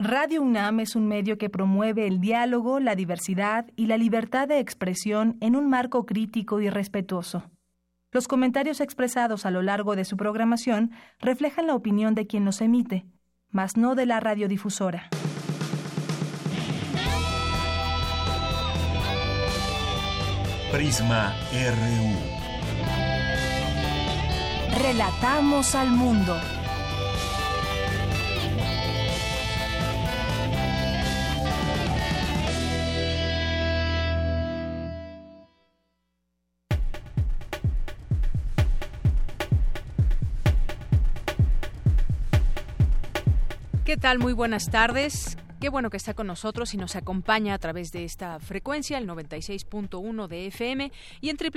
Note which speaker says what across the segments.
Speaker 1: Radio UNAM es un medio que promueve el diálogo, la diversidad y la libertad de expresión en un marco crítico y respetuoso. Los comentarios expresados a lo largo de su programación reflejan la opinión de quien los emite, mas no de la radiodifusora.
Speaker 2: Prisma RU.
Speaker 1: Relatamos al mundo.
Speaker 3: ¿Qué tal? Muy buenas tardes. Qué bueno que está con nosotros y nos acompaña a través de esta frecuencia, el 96.1 de FM y en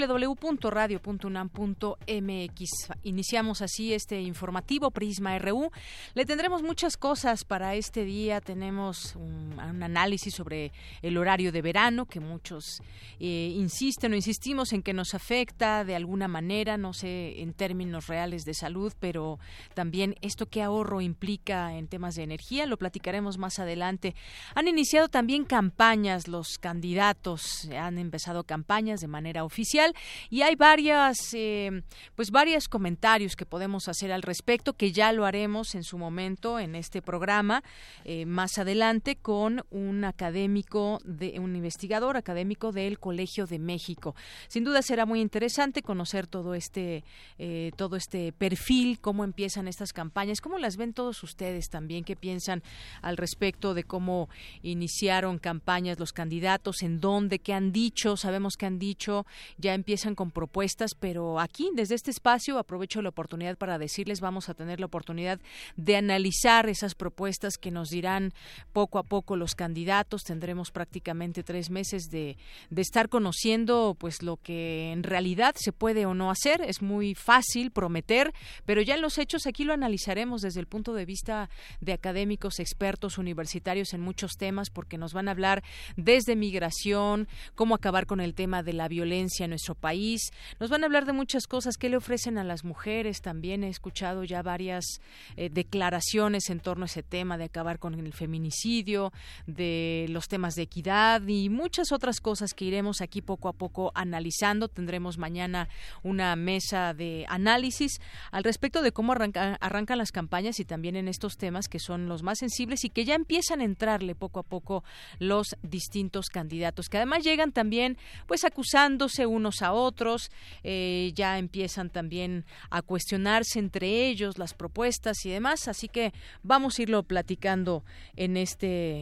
Speaker 3: www.radio.unam.mx. Iniciamos así este informativo Prisma RU. Le tendremos muchas cosas para este día. Tenemos un análisis sobre el horario de verano, que muchos insistimos en que nos afecta de alguna manera, no sé en términos reales de salud, pero también esto qué ahorro implica en temas de energía, lo platicaremos más adelante. Han iniciado también campañas, los candidatos han empezado campañas de manera oficial y hay varios comentarios que podemos hacer al respecto, que ya lo haremos en su momento en este programa más adelante con un investigador académico del Colegio de México. Sin duda será muy interesante conocer todo este perfil, cómo empiezan estas campañas, cómo las ven todos ustedes también, qué piensan al respecto de cómo iniciaron campañas los candidatos, en dónde, qué han dicho. Sabemos que han dicho, ya empiezan con propuestas, pero aquí, desde este espacio, aprovecho la oportunidad para decirles, vamos a tener la oportunidad de analizar esas propuestas que nos dirán poco a poco los candidatos. Tendremos prácticamente 3 meses de estar conociendo pues lo que en realidad se puede o no hacer. Es muy fácil prometer, pero ya en los hechos aquí lo analizaremos desde el punto de vista de académicos, expertos, universitarios en muchos temas, porque nos van a hablar desde migración, cómo acabar con el tema de la violencia en nuestro país. Nos van a hablar de muchas cosas, qué le ofrecen a las mujeres. También he escuchado ya varias declaraciones en torno a ese tema de acabar con el feminicidio, de los temas de equidad y muchas otras cosas que iremos aquí poco a poco analizando. Tendremos mañana una mesa de análisis al respecto de cómo arrancan las campañas y también en estos temas que son los más sensibles y que ya empiezan a entrarle poco a poco los distintos candidatos, que además llegan también pues acusándose unos a otros, ya empiezan también a cuestionarse entre ellos las propuestas y demás, así que vamos a irlo platicando en este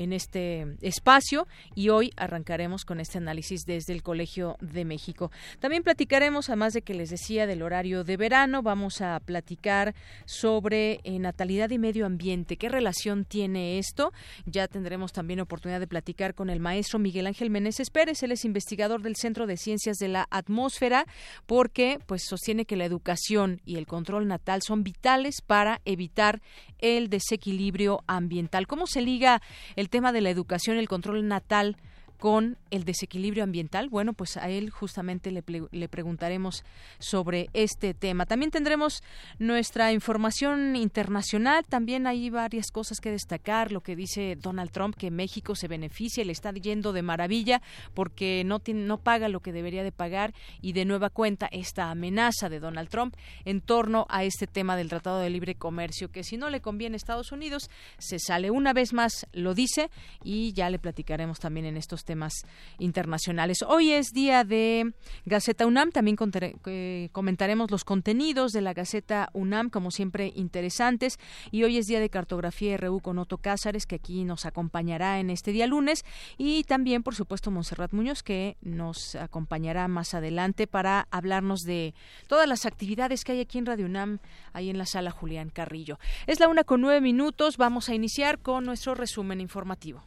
Speaker 3: espacio y hoy arrancaremos con este análisis desde el Colegio de México. También platicaremos, además de que les decía del horario de verano, vamos a platicar sobre natalidad y medio ambiente, qué relación tiene esto. Ya tendremos también oportunidad de platicar con el maestro Miguel Ángel Meneses Pérez. Él es investigador del Centro de Ciencias de la Atmósfera, porque pues sostiene que la educación y el control natal son vitales para evitar el desequilibrio ambiental. ¿Cómo se liga el tema de la educación y el control natal con el desequilibrio ambiental? Bueno, pues a él justamente le preguntaremos sobre este tema. También tendremos nuestra información internacional. También hay varias cosas que destacar. Lo que dice Donald Trump, que México se beneficia y le está yendo de maravilla porque no paga lo que debería de pagar, y de nueva cuenta esta amenaza de Donald Trump en torno a este tema del Tratado de Libre Comercio, que si no le conviene a Estados Unidos, se sale una vez más, lo dice, y ya le platicaremos también en estos temas internacionales. Hoy es día de Gaceta UNAM, también comentaremos los contenidos de la Gaceta UNAM, como siempre interesantes, y hoy es día de Cartografía RU con Otto Cázares, que aquí nos acompañará en este día lunes, y también, por supuesto, Montserrat Muñoz, que nos acompañará más adelante para hablarnos de todas las actividades que hay aquí en Radio UNAM, ahí en la Sala Julián Carrillo. Es la 1:09, vamos a iniciar con nuestro resumen informativo.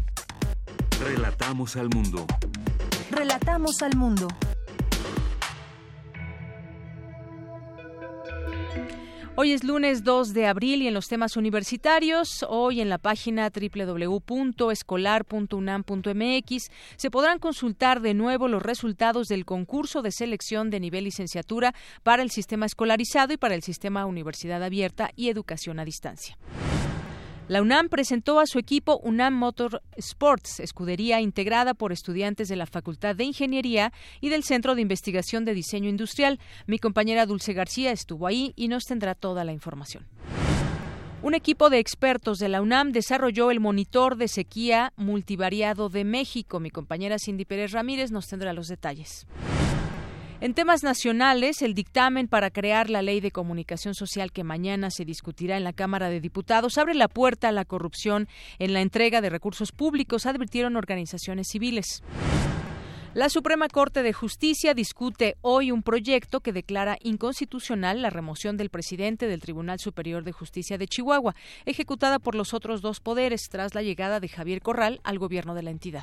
Speaker 2: Relatamos al mundo.
Speaker 1: Relatamos al mundo.
Speaker 3: Hoy es lunes 2 de abril y en los temas universitarios, hoy en la página www.escolar.unam.mx se podrán consultar de nuevo los resultados del concurso de selección de nivel licenciatura para el sistema escolarizado y para el sistema Universidad Abierta y Educación a Distancia. La UNAM presentó a su equipo UNAM Motor Sports, escudería integrada por estudiantes de la Facultad de Ingeniería y del Centro de Investigación de Diseño Industrial. Mi compañera Dulce García estuvo ahí y nos tendrá toda la información. Un equipo de expertos de la UNAM desarrolló el monitor de sequía multivariado de México. Mi compañera Cindy Pérez Ramírez nos tendrá los detalles. En temas nacionales, el dictamen para crear la Ley de Comunicación Social que mañana se discutirá en la Cámara de Diputados abre la puerta a la corrupción en la entrega de recursos públicos, advirtieron organizaciones civiles. La Suprema Corte de Justicia discute hoy un proyecto que declara inconstitucional la remoción del presidente del Tribunal Superior de Justicia de Chihuahua, ejecutada por los otros dos poderes tras la llegada de Javier Corral al gobierno de la entidad.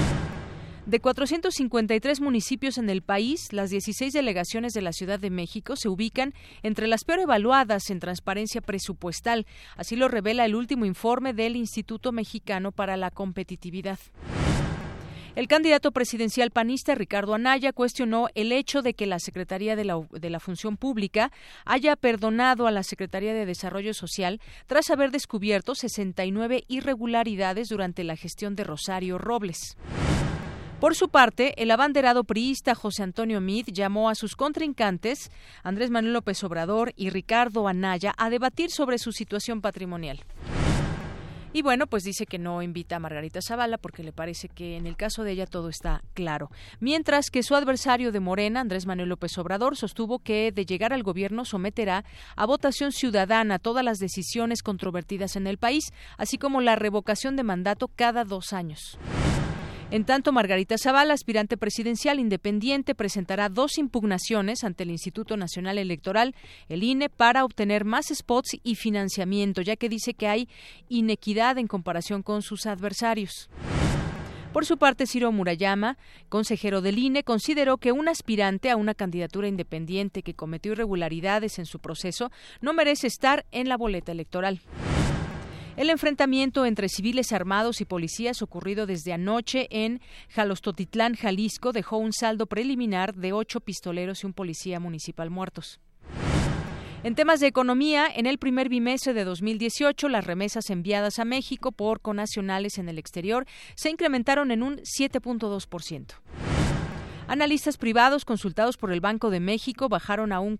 Speaker 3: De 453 municipios en el país, las 16 delegaciones de la Ciudad de México se ubican entre las peor evaluadas en transparencia presupuestal. Así lo revela el último informe del Instituto Mexicano para la Competitividad. El candidato presidencial panista Ricardo Anaya cuestionó el hecho de que la Secretaría de la Función Pública haya perdonado a la Secretaría de Desarrollo Social tras haber descubierto 69 irregularidades durante la gestión de Rosario Robles. Por su parte, el abanderado priista José Antonio Meade llamó a sus contrincantes, Andrés Manuel López Obrador y Ricardo Anaya, a debatir sobre su situación patrimonial. Y bueno, pues dice que no invita a Margarita Zavala porque le parece que en el caso de ella todo está claro. Mientras que su adversario de Morena, Andrés Manuel López Obrador, sostuvo que de llegar al gobierno someterá a votación ciudadana todas las decisiones controvertidas en el país, así como la revocación de mandato cada 2 años. En tanto, Margarita Zavala, aspirante presidencial independiente, presentará 2 impugnaciones ante el Instituto Nacional Electoral, el INE, para obtener más spots y financiamiento, ya que dice que hay inequidad en comparación con sus adversarios. Por su parte, Ciro Murayama, consejero del INE, consideró que un aspirante a una candidatura independiente que cometió irregularidades en su proceso no merece estar en la boleta electoral. El enfrentamiento entre civiles armados y policías ocurrido desde anoche en Jalostotitlán, Jalisco, dejó un saldo preliminar de 8 pistoleros y un policía municipal muertos. En temas de economía, en el primer bimestre de 2018, las remesas enviadas a México por connacionales en el exterior se incrementaron en un 7.2%. Analistas privados consultados por el Banco de México bajaron a un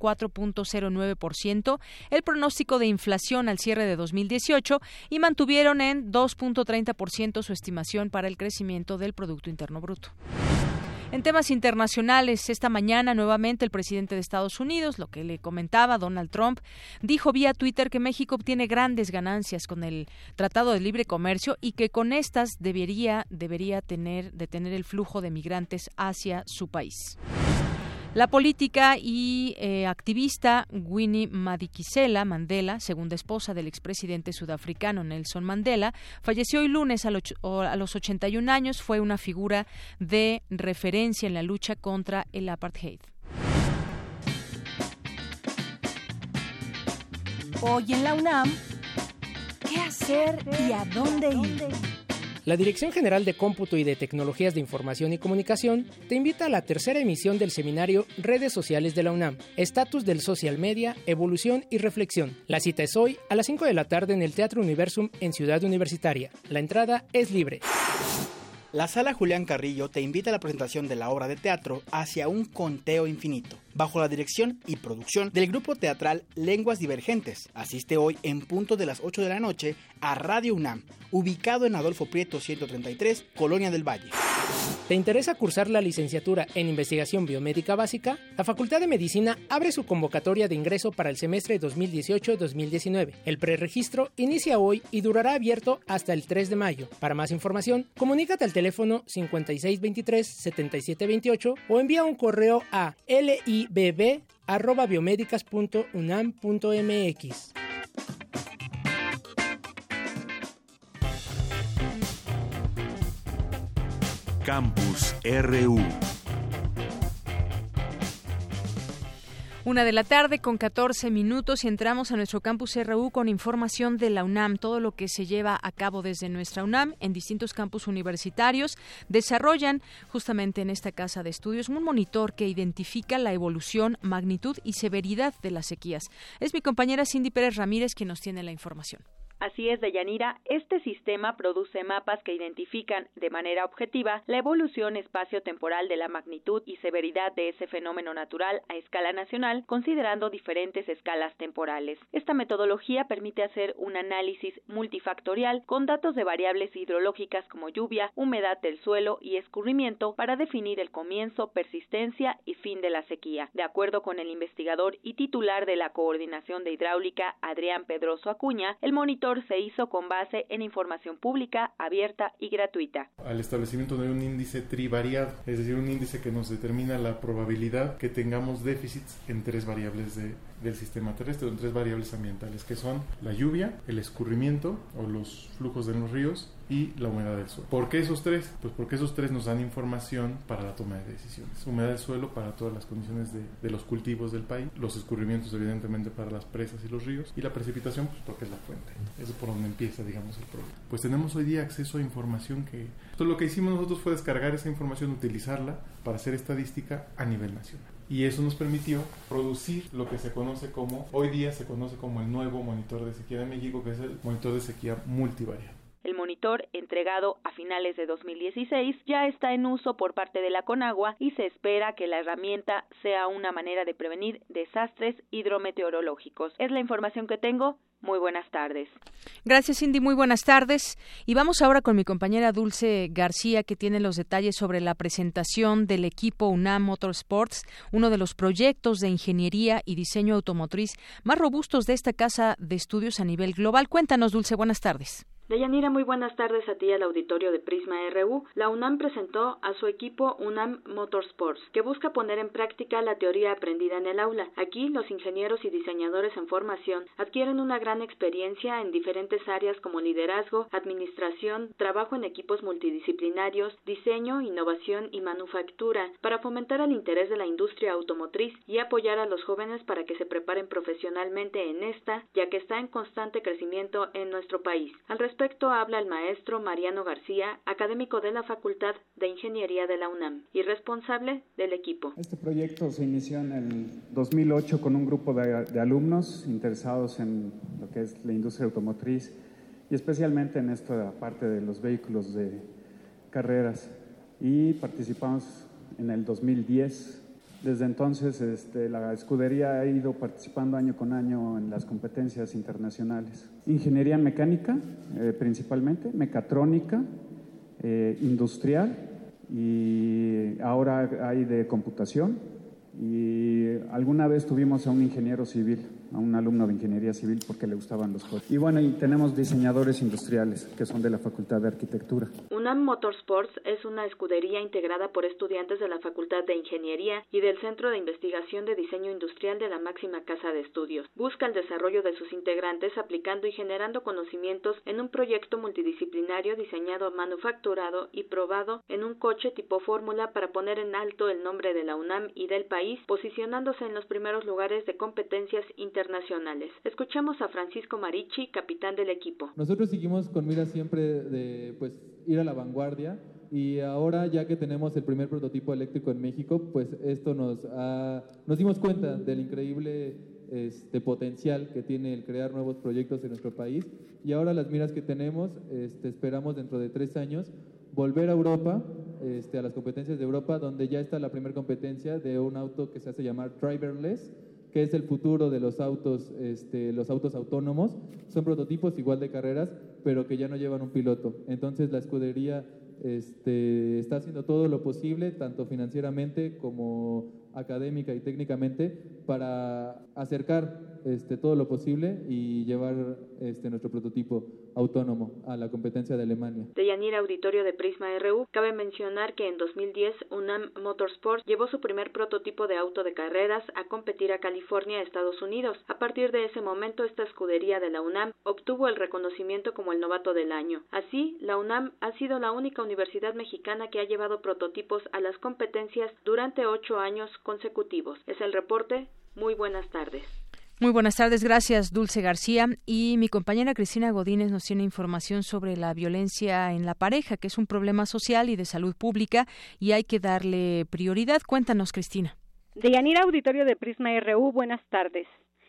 Speaker 3: 4.09% el pronóstico de inflación al cierre de 2018 y mantuvieron en 2.30% su estimación para el crecimiento del Producto Interno Bruto. En temas internacionales, esta mañana nuevamente el presidente de Estados Unidos, lo que le comentaba Donald Trump, dijo vía Twitter que México obtiene grandes ganancias con el Tratado de Libre Comercio y que con estas debería detener el flujo de migrantes hacia su país. La política y activista Winnie Madikizela Mandela, segunda esposa del expresidente sudafricano Nelson Mandela, falleció hoy lunes a los 81 años. Fue una figura de referencia en la lucha contra el apartheid.
Speaker 1: Hoy en la UNAM, ¿qué hacer y a dónde ir?
Speaker 2: La Dirección General de Cómputo y de Tecnologías de Información y Comunicación te invita a la tercera emisión del seminario Redes Sociales de la UNAM, Estatus del Social Media, Evolución y Reflexión. La cita es hoy a las 5 de la tarde en el Teatro Universum en Ciudad Universitaria. La entrada es libre.
Speaker 4: La Sala Julián Carrillo te invita a la presentación de la obra de teatro Hacia un conteo infinito, bajo la dirección y producción del grupo teatral Lenguas Divergentes. Asiste hoy en punto de las 8 de la noche a Radio UNAM, ubicado en Adolfo Prieto 133, Colonia del Valle.
Speaker 2: ¿Te interesa cursar la licenciatura en Investigación Biomédica Básica? La Facultad de Medicina abre su convocatoria de ingreso para el semestre 2018-2019. El preregistro inicia hoy y durará abierto hasta el 3 de mayo. Para más información, comunícate al teléfono 5623-7728 o envía un correo a libb@biomedicas.unam.mx.
Speaker 5: Campus RU.
Speaker 3: 1 de la tarde con 14 minutos y entramos a nuestro Campus RU con información de la UNAM. Todo lo que se lleva a cabo desde nuestra UNAM en distintos campus universitarios desarrollan justamente en esta casa de estudios un monitor que identifica la evolución, magnitud y severidad de las sequías. Es mi compañera Cindy Pérez Ramírez quien nos tiene la información.
Speaker 6: Así es, Deyanira, este sistema produce mapas que identifican de manera objetiva la evolución espacio-temporal de la magnitud y severidad de ese fenómeno natural a escala nacional, considerando diferentes escalas temporales. Esta metodología permite hacer un análisis multifactorial con datos de variables hidrológicas como lluvia, humedad del suelo y escurrimiento para definir el comienzo, persistencia y fin de la sequía. De acuerdo con el investigador y titular de la Coordinación de Hidráulica, Adrián Pedroso Acuña, el monitor se hizo con base en información pública, abierta y gratuita.
Speaker 7: Al establecimiento de un índice trivariado, es decir, un índice que nos determina la probabilidad que tengamos déficits en 3 variables del sistema terrestre, en 3 variables ambientales, que son la lluvia, el escurrimiento o los flujos de los ríos y la humedad del suelo. ¿Por qué esos 3? Pues porque esos 3 nos dan información para la toma de decisiones. Humedad del suelo para todas las condiciones de los cultivos del país, los escurrimientos evidentemente para las presas y los ríos, y la precipitación pues porque es la fuente. Eso es por donde empieza, digamos, el problema. Pues tenemos hoy día acceso a información que... Entonces lo que hicimos nosotros fue descargar esa información, utilizarla para hacer estadística a nivel nacional. Y eso nos permitió producir lo que hoy día se conoce como el nuevo monitor de sequía de México, que es el monitor de sequía multivariable.
Speaker 6: El monitor, entregado a finales de 2016, ya está en uso por parte de la Conagua y se espera que la herramienta sea una manera de prevenir desastres hidrometeorológicos. Es la información que tengo. Muy buenas tardes.
Speaker 3: Gracias, Cindy. Muy buenas tardes. Y vamos ahora con mi compañera Dulce García, que tiene los detalles sobre la presentación del equipo UNAM Motorsports, uno de los proyectos de ingeniería y diseño automotriz más robustos de esta casa de estudios a nivel global. Cuéntanos, Dulce. Buenas tardes.
Speaker 6: Deyanira, muy buenas tardes a ti y al auditorio de Prisma RU. La UNAM presentó a su equipo UNAM Motorsports, que busca poner en práctica la teoría aprendida en el aula. Aquí, los ingenieros y diseñadores en formación adquieren una gran experiencia en diferentes áreas como liderazgo, administración, trabajo en equipos multidisciplinarios, diseño, innovación y manufactura, para fomentar el interés de la industria automotriz y apoyar a los jóvenes para que se preparen profesionalmente en esta, ya que está en constante crecimiento en nuestro país. Al respecto habla el maestro Mariano García, académico de la Facultad de Ingeniería de la UNAM y responsable del equipo.
Speaker 8: Este proyecto se inició en el 2008 con un grupo de alumnos interesados en lo que es la industria automotriz y especialmente en esta parte de los vehículos de carreras, y participamos en el 2010. Desde entonces la escudería ha ido participando año con año en las competencias internacionales. Ingeniería mecánica, principalmente, mecatrónica, industrial, y ahora hay de computación. Y alguna vez tuvimos a un ingeniero civil, a un alumno de ingeniería civil, porque le gustaban los coches. Y bueno, y tenemos diseñadores industriales que son de la Facultad de Arquitectura.
Speaker 6: UNAM Motorsports es una escudería integrada por estudiantes de la Facultad de Ingeniería y del Centro de Investigación de Diseño Industrial de la máxima casa de estudios. Busca el desarrollo de sus integrantes aplicando y generando conocimientos en un proyecto multidisciplinario diseñado, manufacturado y probado en un coche tipo fórmula para poner en alto el nombre de la UNAM y del país, posicionándose en los primeros lugares de competencias internacionales. Escuchamos a Francisco Marichi, capitán del equipo.
Speaker 9: Nosotros seguimos con mira siempre de ir a la vanguardia, y ahora ya que tenemos el primer prototipo eléctrico en México, pues esto nos dimos cuenta del increíble potencial que tiene el crear nuevos proyectos en nuestro país, y ahora las miras que tenemos, esperamos dentro de 3 años volver a Europa, a las competencias de Europa, donde ya está la primera competencia de un auto que se hace llamar driverless, que es el futuro de los autos autónomos. Son prototipos igual de carreras, pero que ya no llevan un piloto. Entonces la escudería está haciendo todo lo posible, tanto financieramente como académica y técnicamente, para acercar todo lo posible y llevar nuestro prototipo autónomo a la competencia de Alemania.
Speaker 6: Deyanira, auditorio de Prisma RU, cabe mencionar que en 2010 UNAM Motorsports llevó su primer prototipo de auto de carreras a competir a California, Estados Unidos. A partir de ese momento, esta escudería de la UNAM obtuvo el reconocimiento como el novato del año. Así, la UNAM ha sido la única universidad mexicana que ha llevado prototipos a las competencias durante 8 años consecutivos. Es el reporte. Muy buenas tardes.
Speaker 3: Muy buenas tardes, gracias Dulce García. Y mi compañera Cristina Godínez nos tiene información sobre la violencia en la pareja, que es un problema social y de salud pública y hay que darle prioridad. Cuéntanos, Cristina.
Speaker 10: Deyanira, auditorio de Prisma RU, buenas tardes.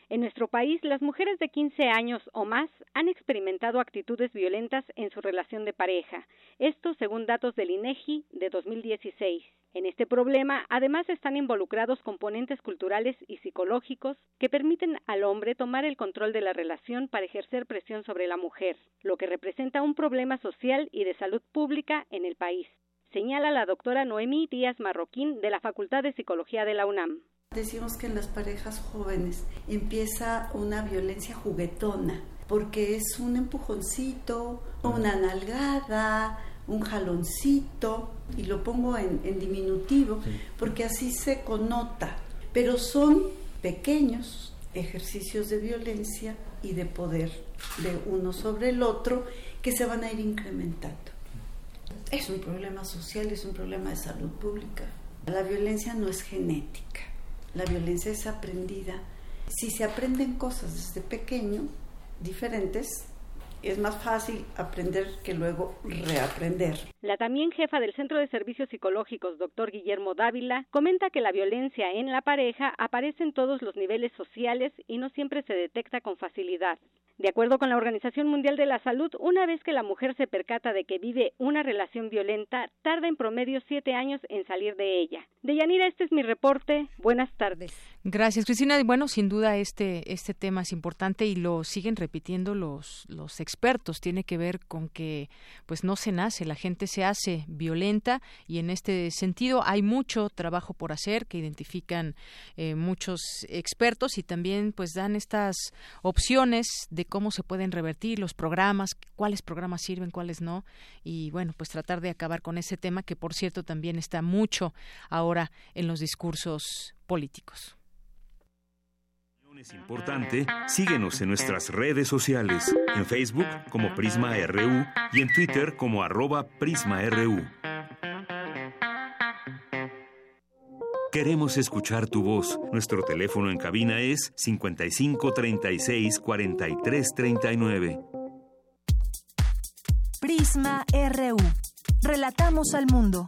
Speaker 10: En nuestro país, las mujeres de 15 años o más han experimentado actitudes violentas en su relación de pareja. Esto según datos del INEGI de 2016. En este problema, además, están involucrados componentes culturales y psicológicos que permiten al hombre tomar el control de la relación para ejercer presión sobre la mujer, lo que representa un problema social y de salud pública en el país, señala la doctora Noemí Díaz Marroquín de la Facultad de Psicología de la UNAM.
Speaker 11: Decimos que en las parejas jóvenes empieza una violencia juguetona, porque es un empujoncito, una nalgada, un jaloncito, y lo pongo en diminutivo, porque así se connota, pero son pequeños ejercicios de violencia y de poder de uno sobre el otro que se van a ir incrementando. Es un problema social, es un problema de salud pública. La violencia no es genética, la violencia es aprendida. Si se aprenden cosas desde pequeño, diferentes, es más fácil aprender que luego reaprender.
Speaker 10: La también jefa del Centro de Servicios Psicológicos, doctor Guillermo Dávila, comenta que la violencia en la pareja aparece en todos los niveles sociales y no siempre se detecta con facilidad. De acuerdo con la Organización Mundial de la Salud, una vez que la mujer se percata de que vive una relación violenta, tarda en promedio 7 años en salir de ella. Deyanira, este es mi reporte. Buenas tardes.
Speaker 3: Gracias, Cristina. Bueno, sin duda este tema es importante y lo siguen repitiendo los expertos. Tiene que ver con que pues no se nace, la gente se hace violenta, y en este sentido hay mucho trabajo por hacer que identifican muchos expertos, y también pues dan estas opciones de cómo se pueden revertir los programas, cuáles programas sirven, cuáles no, y bueno, pues tratar de acabar con ese tema que, por cierto, también está mucho ahora en los discursos políticos.
Speaker 5: Es importante, síguenos en nuestras redes sociales, en Facebook como Prisma RU y en Twitter como @PrismaRU. Queremos escuchar tu voz. Nuestro teléfono en cabina es 55 36 43 39.
Speaker 1: Prisma RU. Relatamos al mundo.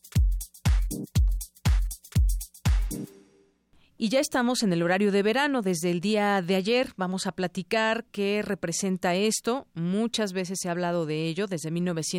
Speaker 3: Y ya estamos en el horario de verano. Desde el día de ayer vamos a platicar qué representa esto. Muchas veces se ha hablado de ello. Desde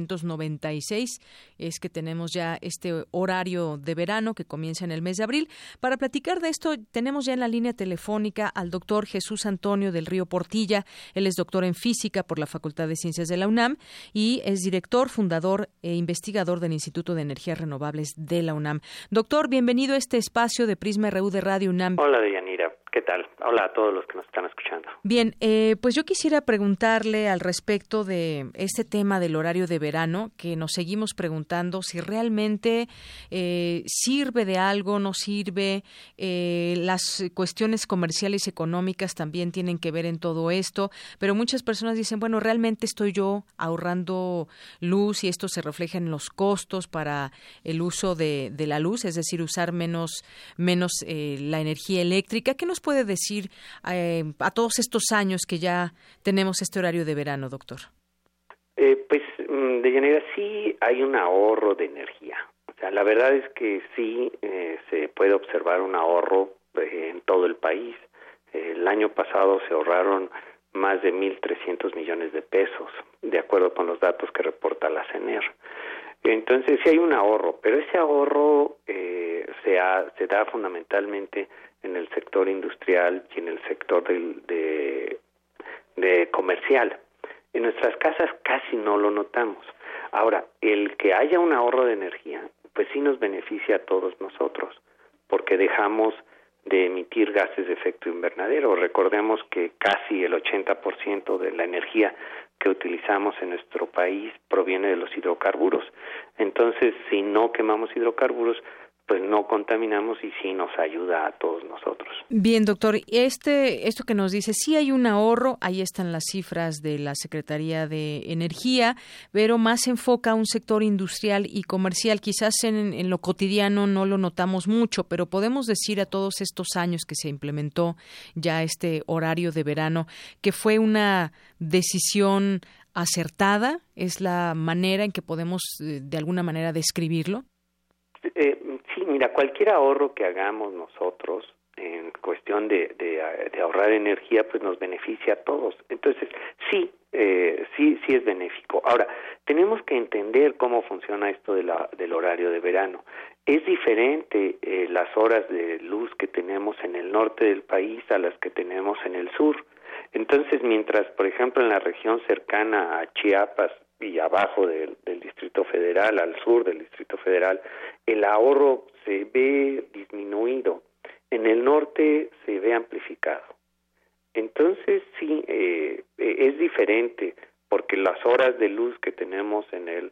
Speaker 3: 1996 es que tenemos ya este horario de verano que comienza en el mes de abril. Para platicar de esto tenemos ya en la línea telefónica al doctor Jesús Antonio del Río Portilla. Él es doctor en física por la Facultad de Ciencias de la UNAM y es director, fundador e investigador del Instituto de Energías Renovables de la UNAM. Doctor, bienvenido a este espacio de Prisma RU de Radio UNAM.
Speaker 12: Hola, Deyanira. ¿Qué tal? Hola a todos los que nos están escuchando.
Speaker 3: Bien, pues yo quisiera preguntarle al respecto de este tema del horario de verano, que nos seguimos preguntando si realmente sirve de algo, no sirve. Las cuestiones comerciales y económicas también tienen que ver en todo esto, pero muchas personas dicen, bueno, realmente estoy yo ahorrando luz y esto se refleja en los costos para el uso de la luz, es decir, usar menos la energía eléctrica. ¿Qué nos puede decir a todos estos años que ya tenemos este horario de verano, doctor?
Speaker 12: Pues, Deyanira, sí hay un ahorro de energía. O sea, la verdad es que sí se puede observar un ahorro en todo el país. El año pasado se ahorraron más de 1.300 millones de pesos, de acuerdo con los datos que reporta la CENER. Entonces, sí hay un ahorro, pero ese ahorro se da fundamentalmente en el sector industrial y en el sector de comercial. En nuestras casas casi no lo notamos. Ahora, el que haya un ahorro de energía, pues sí nos beneficia a todos nosotros, porque dejamos de emitir gases de efecto invernadero. Recordemos que casi el 80% de la energía que utilizamos en nuestro país proviene de los hidrocarburos. Entonces, si no quemamos hidrocarburos, pues no contaminamos y sí nos ayuda a todos nosotros.
Speaker 3: Bien, doctor, esto que nos dice, sí hay un ahorro, ahí están las cifras de la Secretaría de Energía, pero más se enfoca a un sector industrial y comercial. Quizás en lo cotidiano no lo notamos mucho, pero podemos decir a todos estos años que se implementó ya este horario de verano, que fue una decisión acertada, ¿es la manera en que podemos de alguna manera describirlo?
Speaker 12: Sí, mira, cualquier ahorro que hagamos nosotros cuestión de ahorrar energía, pues nos beneficia a todos. Entonces, sí es benéfico. Ahora, tenemos que entender cómo funciona esto del horario de verano. Es diferente las horas de luz que tenemos en el norte del país a las que tenemos en el sur. Entonces, mientras, por ejemplo, en la región cercana a Chiapas y abajo del Distrito Federal, al sur del Distrito Federal, el ahorro se ve disminuido. En el norte se ve amplificado. Entonces, sí, es diferente, porque las horas de luz que tenemos en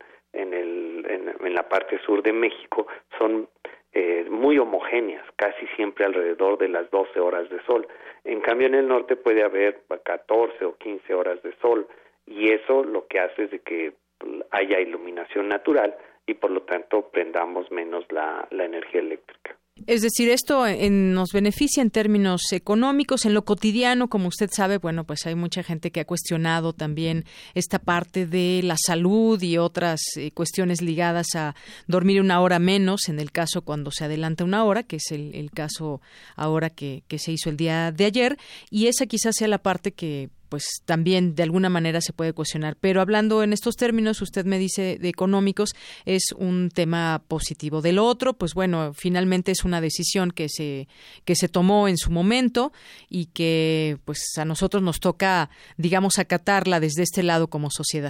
Speaker 12: la parte sur de México son muy homogéneas, casi siempre alrededor de las 12 horas de sol. En cambio, en el norte puede haber 14 o 15 horas de sol, y eso lo que hace es de que haya iluminación natural y por lo tanto prendamos menos la energía eléctrica.
Speaker 3: Es decir, esto nos beneficia en términos económicos, en lo cotidiano, como usted sabe, bueno, pues hay mucha gente que ha cuestionado también esta parte de la salud y otras cuestiones ligadas a dormir una hora menos, en el caso cuando se adelanta una hora, que es el caso ahora que se hizo el día de ayer, y esa quizás sea la parte que pues también de alguna manera se puede cuestionar. Pero hablando en estos términos, usted me dice de económicos, es un tema positivo. De lo otro, pues bueno, finalmente es una decisión que se tomó en su momento y que pues a nosotros nos toca, digamos, acatarla desde este lado como sociedad.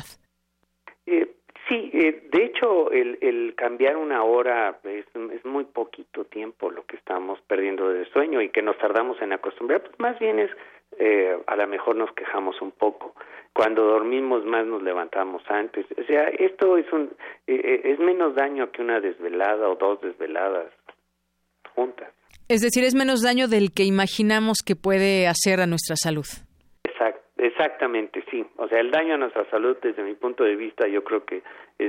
Speaker 12: Sí, de hecho, el cambiar una hora es muy poquito tiempo lo que estamos perdiendo de sueño y que nos tardamos en acostumbrar, pues más bien es a lo mejor nos quejamos un poco. Cuando dormimos más nos levantamos antes. O sea, esto es menos daño que una desvelada o 2 desveladas juntas.
Speaker 3: Es decir, es menos daño del que imaginamos que puede hacer a nuestra salud.
Speaker 12: Exactamente, sí. O sea, el daño a nuestra salud, desde mi punto de vista, yo creo que es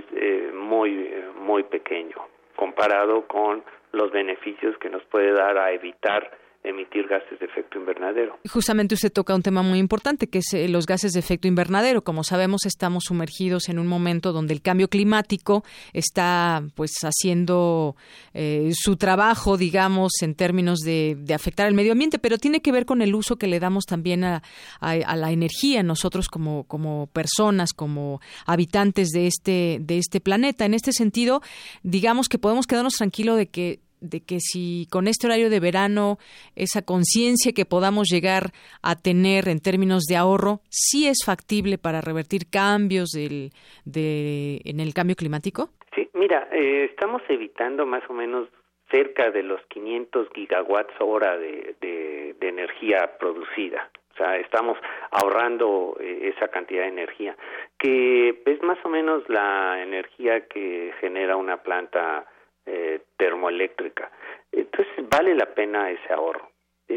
Speaker 12: muy pequeño comparado con los beneficios que nos puede dar a evitar emitir gases de efecto invernadero.
Speaker 3: Justamente usted toca un tema muy importante, que es los gases de efecto invernadero. Como sabemos, estamos sumergidos en un momento donde el cambio climático está pues haciendo su trabajo, digamos, en términos de afectar al medio ambiente, pero tiene que ver con el uso que le damos también a la energía nosotros como personas, como habitantes de este planeta. En este sentido, digamos que podemos quedarnos tranquilos de que si con este horario de verano, esa conciencia que podamos llegar a tener en términos de ahorro, ¿sí es factible para revertir cambios en el cambio climático?
Speaker 12: Sí, mira, estamos evitando más o menos cerca de los 500 gigawatts hora de energía producida. O sea, estamos ahorrando esa cantidad de energía, que es más o menos la energía que genera una planta termoeléctrica. Entonces vale la pena ese ahorro.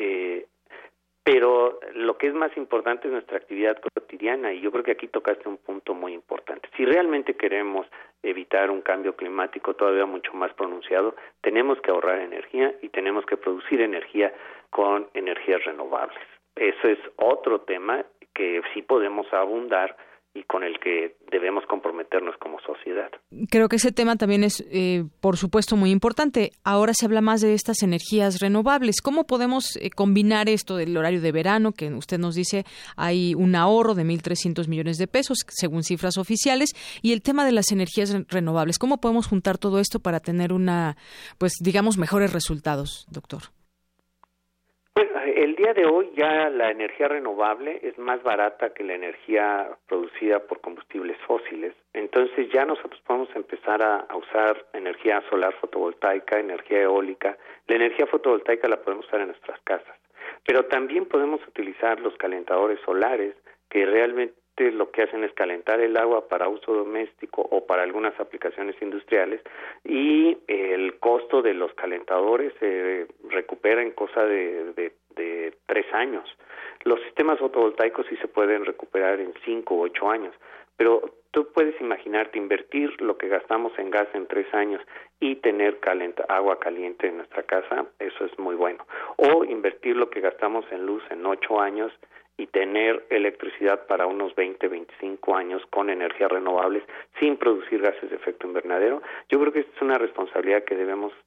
Speaker 12: Pero lo que es más importante es nuestra actividad cotidiana, y yo creo que aquí tocaste un punto muy importante. Si realmente queremos evitar un cambio climático todavía mucho más pronunciado, tenemos que ahorrar energía y tenemos que producir energía con energías renovables. Eso es otro tema que sí podemos abundar y con el que debemos comprometernos como sociedad.
Speaker 3: Creo que ese tema también es, por supuesto, muy importante. Ahora se habla más de estas energías renovables. ¿Cómo podemos combinar esto del horario de verano, que usted nos dice hay un ahorro de 1.300 millones de pesos, según cifras oficiales, y el tema de las energías renovables? ¿Cómo podemos juntar todo esto para tener digamos, mejores resultados, doctor?
Speaker 12: Bueno, el día de hoy ya la energía renovable es más barata que la energía producida por combustibles fósiles. Entonces ya nosotros podemos empezar a usar energía solar fotovoltaica, energía eólica. La energía fotovoltaica la podemos usar en nuestras casas, pero también podemos utilizar los calentadores solares, que realmente lo que hacen es calentar el agua para uso doméstico o para algunas aplicaciones industriales, y el costo de los calentadores se recupera en cosa de 3 años. Los sistemas fotovoltaicos sí se pueden recuperar en 5 u 8 años, pero tú puedes imaginarte invertir lo que gastamos en gas en 3 años y tener agua caliente en nuestra casa. Eso es muy bueno. O invertir lo que gastamos en luz en 8 años y tener electricidad para unos 20, 25 años con energías renovables sin producir gases de efecto invernadero. Yo creo que esta es una responsabilidad que debemos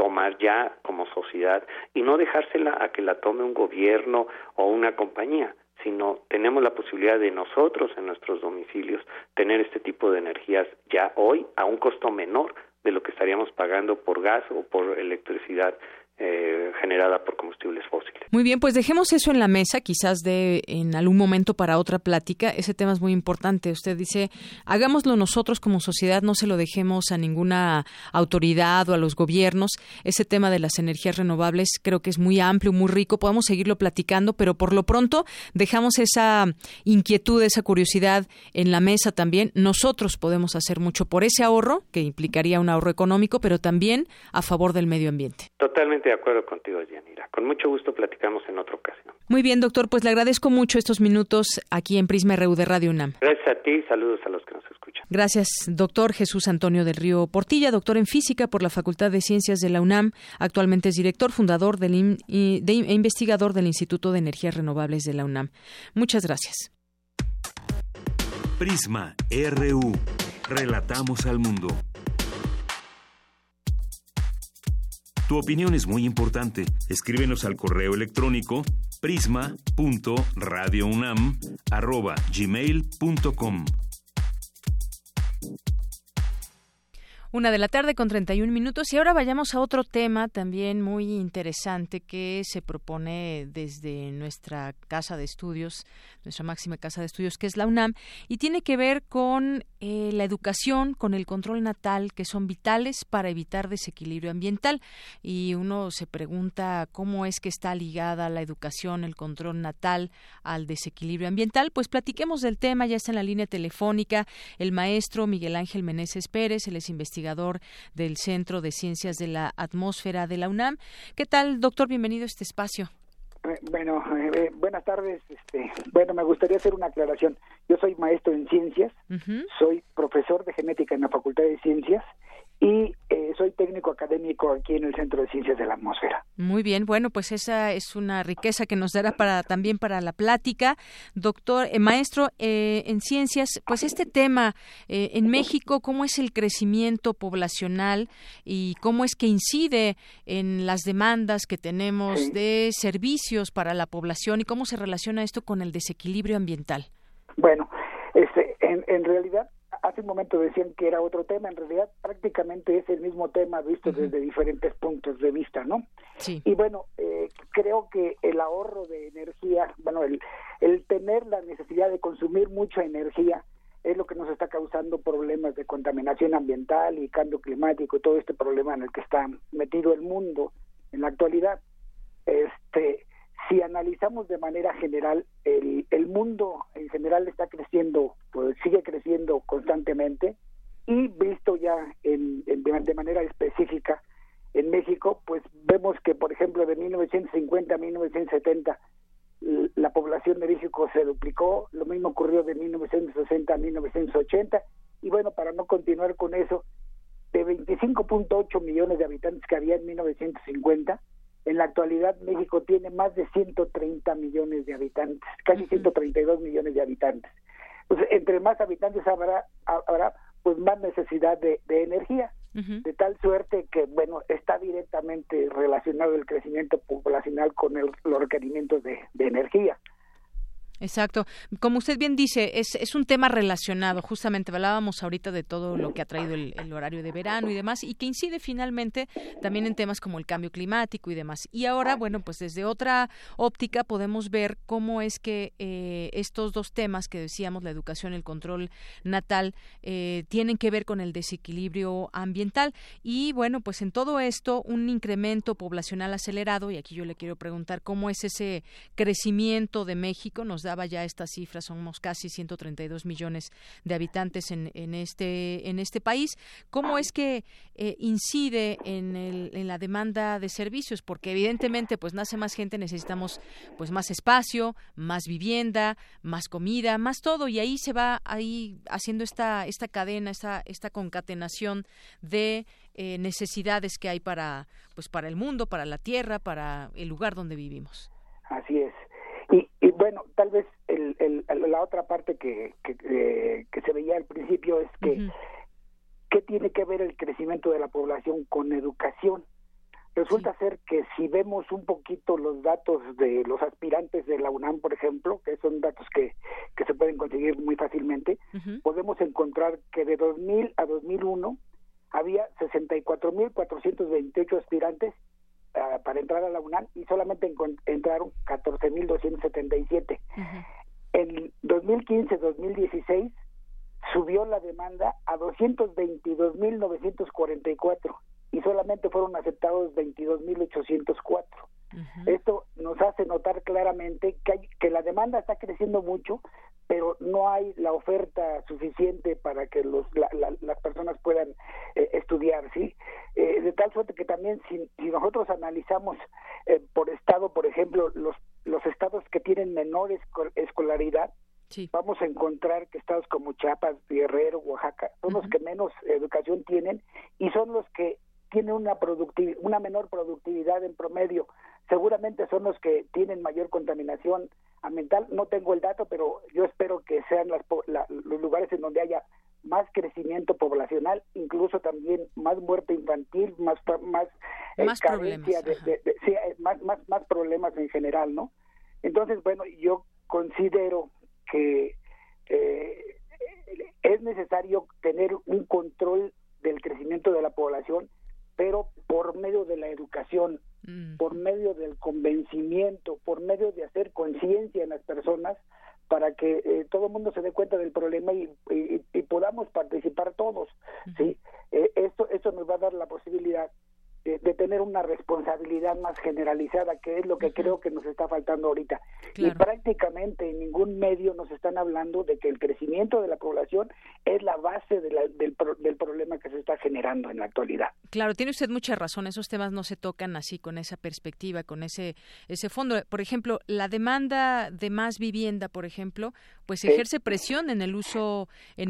Speaker 12: tomar ya como sociedad y no dejársela a que la tome un gobierno o una compañía, sino tenemos la posibilidad de nosotros en nuestros domicilios tener este tipo de energías ya hoy a un costo menor de lo que estaríamos pagando por gas o por electricidad generada por combustibles fósiles.
Speaker 3: Muy bien, pues dejemos eso en la mesa, quizás en algún momento para otra plática. Ese tema es muy importante. Usted dice, hagámoslo nosotros como sociedad, no se lo dejemos a ninguna autoridad o a los gobiernos. Ese tema de las energías renovables creo que es muy amplio, muy rico. Podemos seguirlo platicando, pero por lo pronto dejamos esa inquietud, esa curiosidad en la mesa también. Nosotros podemos hacer mucho por ese ahorro, que implicaría un ahorro económico, pero también a favor del medio ambiente.
Speaker 12: Totalmente de acuerdo contigo, Yanira. Con mucho gusto platicamos en otra ocasión.
Speaker 3: Muy bien, doctor, pues le agradezco mucho estos minutos aquí en Prisma RU de Radio UNAM.
Speaker 12: Gracias a ti, saludos a los que nos escuchan.
Speaker 3: Gracias, doctor Jesús Antonio del Río Portilla, doctor en Física por la Facultad de Ciencias de la UNAM. Actualmente es director, fundador e investigador del Instituto de Energías Renovables de la UNAM. Muchas gracias.
Speaker 5: Prisma RU. Relatamos al mundo. Tu opinión es muy importante. Escríbenos al correo electrónico prisma.radiounam@gmail.com.
Speaker 3: 1:31 p.m. y ahora vayamos a otro tema también muy interesante que se propone desde nuestra casa de estudios, nuestra máxima casa de estudios, que es la UNAM, y tiene que ver con la educación, con el control natal, que son vitales para evitar desequilibrio ambiental. Y uno se pregunta cómo es que está ligada la educación, el control natal al desequilibrio ambiental. Pues platiquemos del tema. Ya está en la línea telefónica el maestro Miguel Ángel Meneses Pérez, él es investigador del Centro de Ciencias de la Atmósfera de la UNAM. ¿Qué tal, doctor? Bienvenido a este espacio.
Speaker 13: Bueno, buenas tardes. Bueno, me gustaría hacer una aclaración. Yo soy maestro en ciencias, soy profesor de genética en la Facultad de Ciencias y soy técnico académico aquí en el Centro de Ciencias de la Atmósfera.
Speaker 3: Muy bien, bueno, pues esa es una riqueza que nos dará también para la plática. Doctor, maestro en ciencias, pues este tema en México, ¿cómo es el crecimiento poblacional y cómo es que incide en las demandas que tenemos de servicios para la población y cómo se relaciona esto con el desequilibrio ambiental?
Speaker 13: Bueno, en realidad, hace un momento decían que era otro tema, en realidad prácticamente es el mismo tema visto desde diferentes puntos de vista, ¿no?
Speaker 3: Sí.
Speaker 13: Y bueno, creo que el ahorro de energía, bueno, el tener la necesidad de consumir mucha energía es lo que nos está causando problemas de contaminación ambiental y cambio climático y todo este problema en el que está metido el mundo en la actualidad. Si analizamos de manera general, el mundo en general está creciendo, pues sigue creciendo constantemente, y visto ya de manera específica en México, pues vemos que, por ejemplo, de 1950 a 1970 la población de México se duplicó, lo mismo ocurrió de 1960 a 1980, y bueno, para no continuar con eso, de 25.8 millones de habitantes que había en 1950, en la actualidad México tiene más de 130 millones de habitantes, casi 132 millones de habitantes. Pues entre más habitantes habrá pues más necesidad de energía, de tal suerte que, bueno, está directamente relacionado el crecimiento poblacional con los requerimientos de energía.
Speaker 3: Exacto. Como usted bien dice, es un tema relacionado. Justamente hablábamos ahorita de todo lo que ha traído el horario de verano y demás, y que incide finalmente también en temas como el cambio climático y demás. Y ahora, bueno, pues desde otra óptica podemos ver cómo es que estos dos temas que decíamos, la educación y el control natal, tienen que ver con el desequilibrio ambiental. Y bueno, pues en todo esto, un incremento poblacional acelerado, y aquí yo le quiero preguntar cómo es ese crecimiento de México. Nos daba ya estas cifras, somos casi 132 millones de habitantes en este país. ¿Cómo es que incide en la demanda de servicios? Porque evidentemente pues nace más gente, necesitamos pues más espacio, más vivienda, más comida, más todo, y ahí se va haciendo esta cadena, esta concatenación de necesidades que hay para el mundo, para la tierra, para el lugar donde vivimos.
Speaker 13: Así es. Y bueno, tal vez la otra parte que se veía al principio es que ¿qué tiene que ver el crecimiento de la población con educación? Resulta ser que si vemos un poquito los datos de los aspirantes de la UNAM, por ejemplo, que son datos que se pueden conseguir muy fácilmente, podemos encontrar que de 2000 a 2001 había 64.428 aspirantes para entrar a la UNAM y solamente entraron 14.277. En 2015-2016 subió la demanda a 222.944 y solamente fueron aceptados 22.804. Esto nos hace notar claramente que la demanda está creciendo mucho, pero no hay la oferta suficiente para que las personas puedan estudiar, ¿sí? De tal suerte que también si nosotros analizamos por estado, por ejemplo, los estados que tienen menor escolaridad, vamos a encontrar que estados como Chiapas, Guerrero, Oaxaca son los que menos educación tienen y son los que tienen una menor productividad en promedio. Seguramente son los que tienen mayor contaminación ambiental. No tengo el dato, pero yo espero que sean los lugares en donde haya más crecimiento poblacional, incluso también más muerte infantil, más carencia, más problemas en general, ¿no? Entonces, bueno, yo considero que es necesario tener un control del crecimiento de la población, pero por medio de la educación, por medio del convencimiento, por medio de hacer conciencia en las personas para que todo el mundo se dé cuenta del problema y podamos participar todos, ¿sí? Esto nos va a dar la posibilidad de tener una responsabilidad más generalizada, que es lo que creo que nos está faltando ahorita. Claro. Y prácticamente en ningún medio nos están hablando de que el crecimiento de la población es la base del problema que se está generando en la actualidad.
Speaker 3: Claro, tiene usted mucha razón, esos temas no se tocan así con esa perspectiva, con ese fondo. Por ejemplo, la demanda de más vivienda, por ejemplo, pues ejerce presión en el uso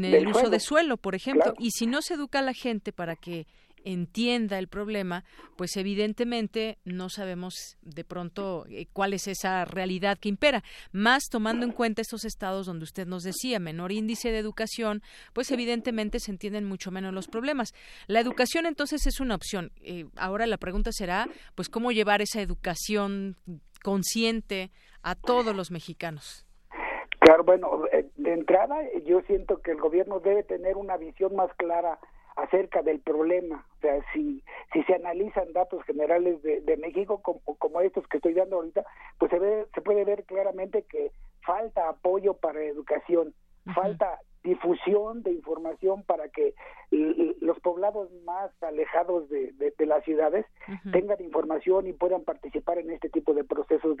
Speaker 3: de suelo, por ejemplo, claro. Y si no se educa a la gente para que entienda el problema, pues evidentemente no sabemos de pronto cuál es esa realidad que impera, más tomando en cuenta estos estados donde usted nos decía, menor índice de educación, pues evidentemente se entienden mucho menos los problemas. La educación entonces es una opción. Ahora la pregunta será, pues cómo llevar esa educación consciente a todos los mexicanos.
Speaker 13: Claro, bueno, de entrada yo siento que el gobierno debe tener una visión más clara acerca del problema. O sea, si se analizan datos generales de México como estos que estoy dando ahorita, pues se puede ver claramente que falta apoyo para educación, falta difusión de información para que los poblados más alejados de las ciudades tengan información y puedan participar en este tipo de procesos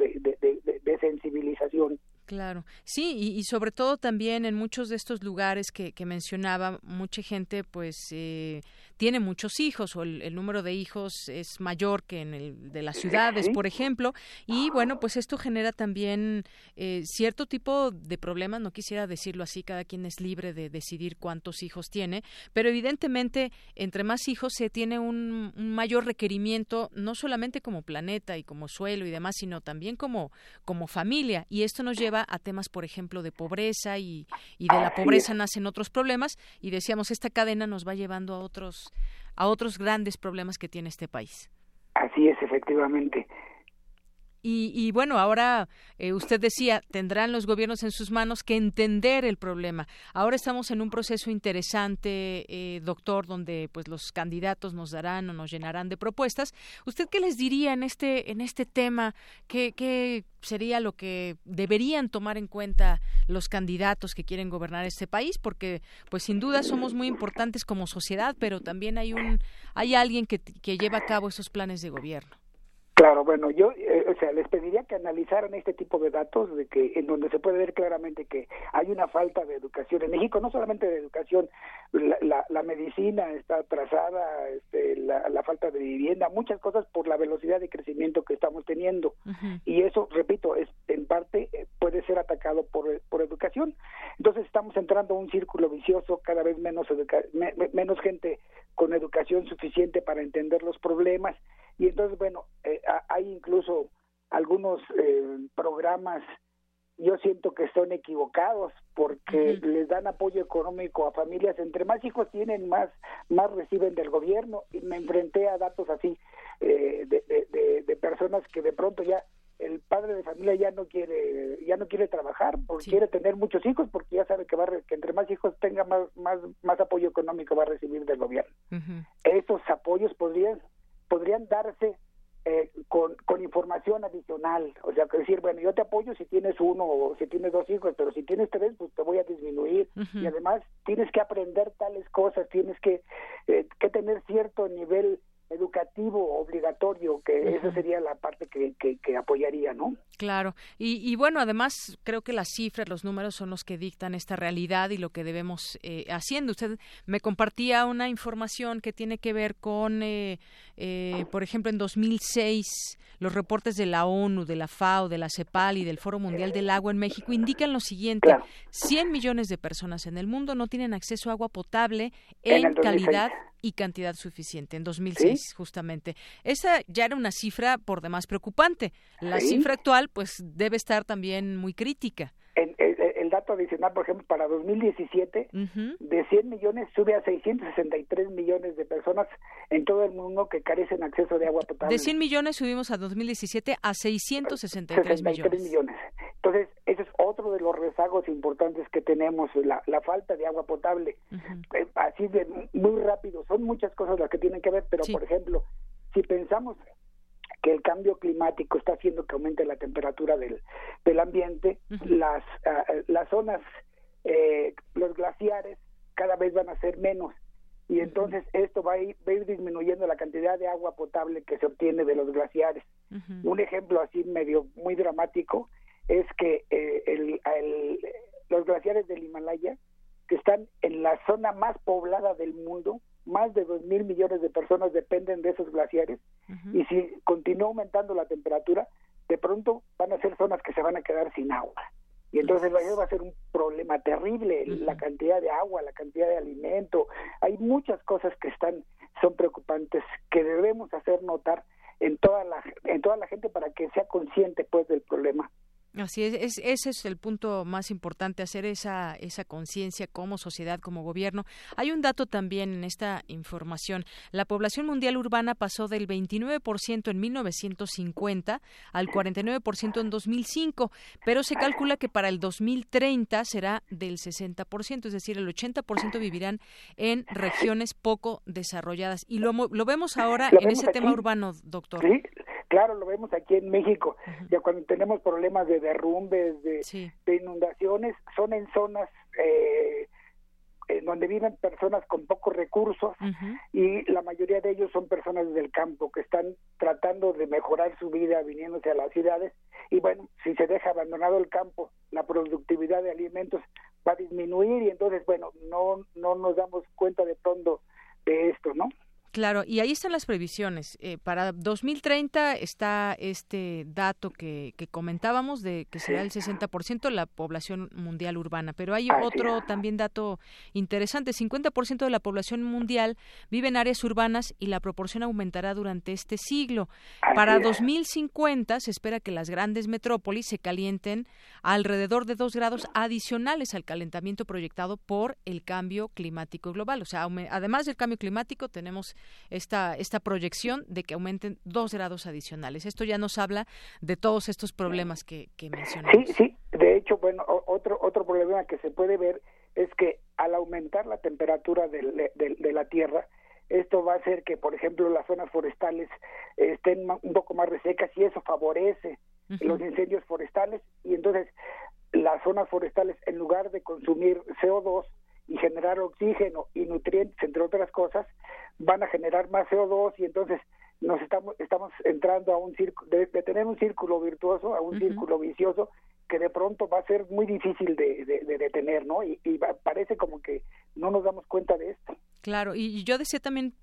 Speaker 13: de sensibilización.
Speaker 3: Claro, sí, y sobre todo también en muchos de estos lugares que mencionaba, mucha gente pues tiene muchos hijos o el número de hijos es mayor que en el de las ciudades, por ejemplo, y bueno, pues esto genera también cierto tipo de problemas, no quisiera decirlo así, cada quien es libre de decidir cuántos hijos tiene, pero evidentemente entre más hijos se tiene un mayor requerimiento, no solamente como planeta y como suelo y demás, sino también como familia, y esto nos lleva a temas, por ejemplo, de pobreza y de la pobreza nacen otros problemas, y decíamos, esta cadena nos va llevando a otros grandes problemas que tiene este país.
Speaker 13: Así es, efectivamente.
Speaker 3: Y bueno, ahora usted decía, tendrán los gobiernos en sus manos que entender el problema. Ahora estamos en un proceso interesante, doctor, donde pues los candidatos nos darán o nos llenarán de propuestas. ¿Usted qué les diría en este tema? ¿Qué sería lo que deberían tomar en cuenta los candidatos que quieren gobernar este país? Porque pues sin duda somos muy importantes como sociedad, pero también hay alguien que lleva a cabo esos planes de gobierno.
Speaker 13: Claro, bueno, yo les pediría que analizaran este tipo de datos de que en donde se puede ver claramente que hay una falta de educación en México, no solamente de educación, la medicina está atrasada, la falta de vivienda, muchas cosas por la velocidad de crecimiento que estamos teniendo. Y eso, repito, en parte puede ser atacado por educación. Entonces estamos entrando a un círculo vicioso, cada vez menos gente con educación suficiente para entender los problemas. Y entonces, bueno, hay incluso algunos programas yo siento que son equivocados porque les dan apoyo económico a familias. Entre más hijos tienen, más reciben del gobierno. Y me enfrenté a datos así de personas que de pronto ya el padre de familia ya no quiere trabajar porque quiere tener muchos hijos, porque ya sabe que entre más hijos tenga, más apoyo económico va a recibir del gobierno. Esos apoyos podrían darse con información adicional, o sea, decir, bueno, yo te apoyo si tienes uno o si tienes dos hijos, pero si tienes tres, pues te voy a disminuir. Y además tienes que aprender tales cosas, tienes que tener cierto nivel educativo obligatorio, que esa sería la parte que apoyaría, ¿no?
Speaker 3: Claro, y bueno, además creo que las cifras, los números son los que dictan esta realidad y lo que debemos haciendo. Usted me compartía una información que tiene que ver con, por ejemplo, en 2006, los reportes de la ONU, de la FAO, de la CEPAL y del Foro Mundial del Agua en México indican lo siguiente: 100 millones de personas en el mundo no tienen acceso a agua potable en calidad y cantidad suficiente, en 2006, justamente. Esa ya era una cifra por demás preocupante. La cifra actual, pues, debe estar también muy crítica.
Speaker 13: El dato adicional, por ejemplo, para 2017, de 100 millones sube a 663 millones de personas en todo el mundo que carecen acceso de agua potable.
Speaker 3: De 100 millones subimos a 2017 a 663 millones.
Speaker 13: Entonces, ese es otro de los rezagos importantes que tenemos, la falta de agua potable. Así de muy rápido, son muchas cosas las que tienen que ver, pero por ejemplo, si pensamos que el cambio climático está haciendo que aumente la temperatura del ambiente, las zonas, los glaciares cada vez van a ser menos, y entonces esto va a ir disminuyendo la cantidad de agua potable que se obtiene de los glaciares. Un ejemplo así muy dramático es que los glaciares del Himalaya, que están en la zona más poblada del mundo, más de 2,000 millones de personas dependen de esos glaciares, y si continúa aumentando la temperatura, de pronto van a ser zonas que se van a quedar sin agua. Y entonces va a ser un problema terrible, la cantidad de agua, la cantidad de alimento. Hay muchas cosas que son preocupantes, que debemos hacer notar en toda la gente para que sea consciente, pues, del problema.
Speaker 3: Así es, ese es el punto más importante, hacer esa conciencia como sociedad, como gobierno. Hay un dato también en esta información: la población mundial urbana pasó del 29% en 1950 al 49% en 2005, pero se calcula que para el 2030 será del 60%, es decir, el 80% vivirán en regiones poco desarrolladas. Y lo vemos ahora en ese tema urbano, doctor.
Speaker 13: Sí. Claro, lo vemos aquí en México, ya cuando tenemos problemas de derrumbes, de inundaciones, son en zonas en donde viven personas con pocos recursos, y la mayoría de ellos son personas del campo que están tratando de mejorar su vida viniéndose a las ciudades, y bueno, si se deja abandonado el campo, la productividad de alimentos va a disminuir, y entonces, bueno, no nos damos cuenta de pronto de esto, ¿no?
Speaker 3: Claro, y ahí están las previsiones. Para 2030 está este dato que comentábamos, de que será el 60% la población mundial urbana. Pero hay otro también dato interesante: 50% de la población mundial vive en áreas urbanas y la proporción aumentará durante este siglo. Para 2050 se espera que las grandes metrópolis se calienten alrededor de 2 grados adicionales al calentamiento proyectado por el cambio climático global. O sea, además del cambio climático, tenemos esta proyección de que aumenten 2 grados adicionales. Esto ya nos habla de todos estos problemas que mencionamos.
Speaker 13: Sí. De hecho, bueno, otro problema que se puede ver es que al aumentar la temperatura de la Tierra, esto va a hacer que, por ejemplo, las zonas forestales estén un poco más resecas, y eso favorece los incendios forestales, y entonces las zonas forestales, en lugar de consumir CO2 y generar oxígeno y nutrientes, entre otras cosas, van a generar más CO2, y entonces nos estamos entrando a un círculo, de tener un círculo virtuoso, a un círculo vicioso, que de pronto va a ser muy difícil de detener, ¿no? Y parece como que no nos damos cuenta de esto.
Speaker 3: Claro, y yo decía también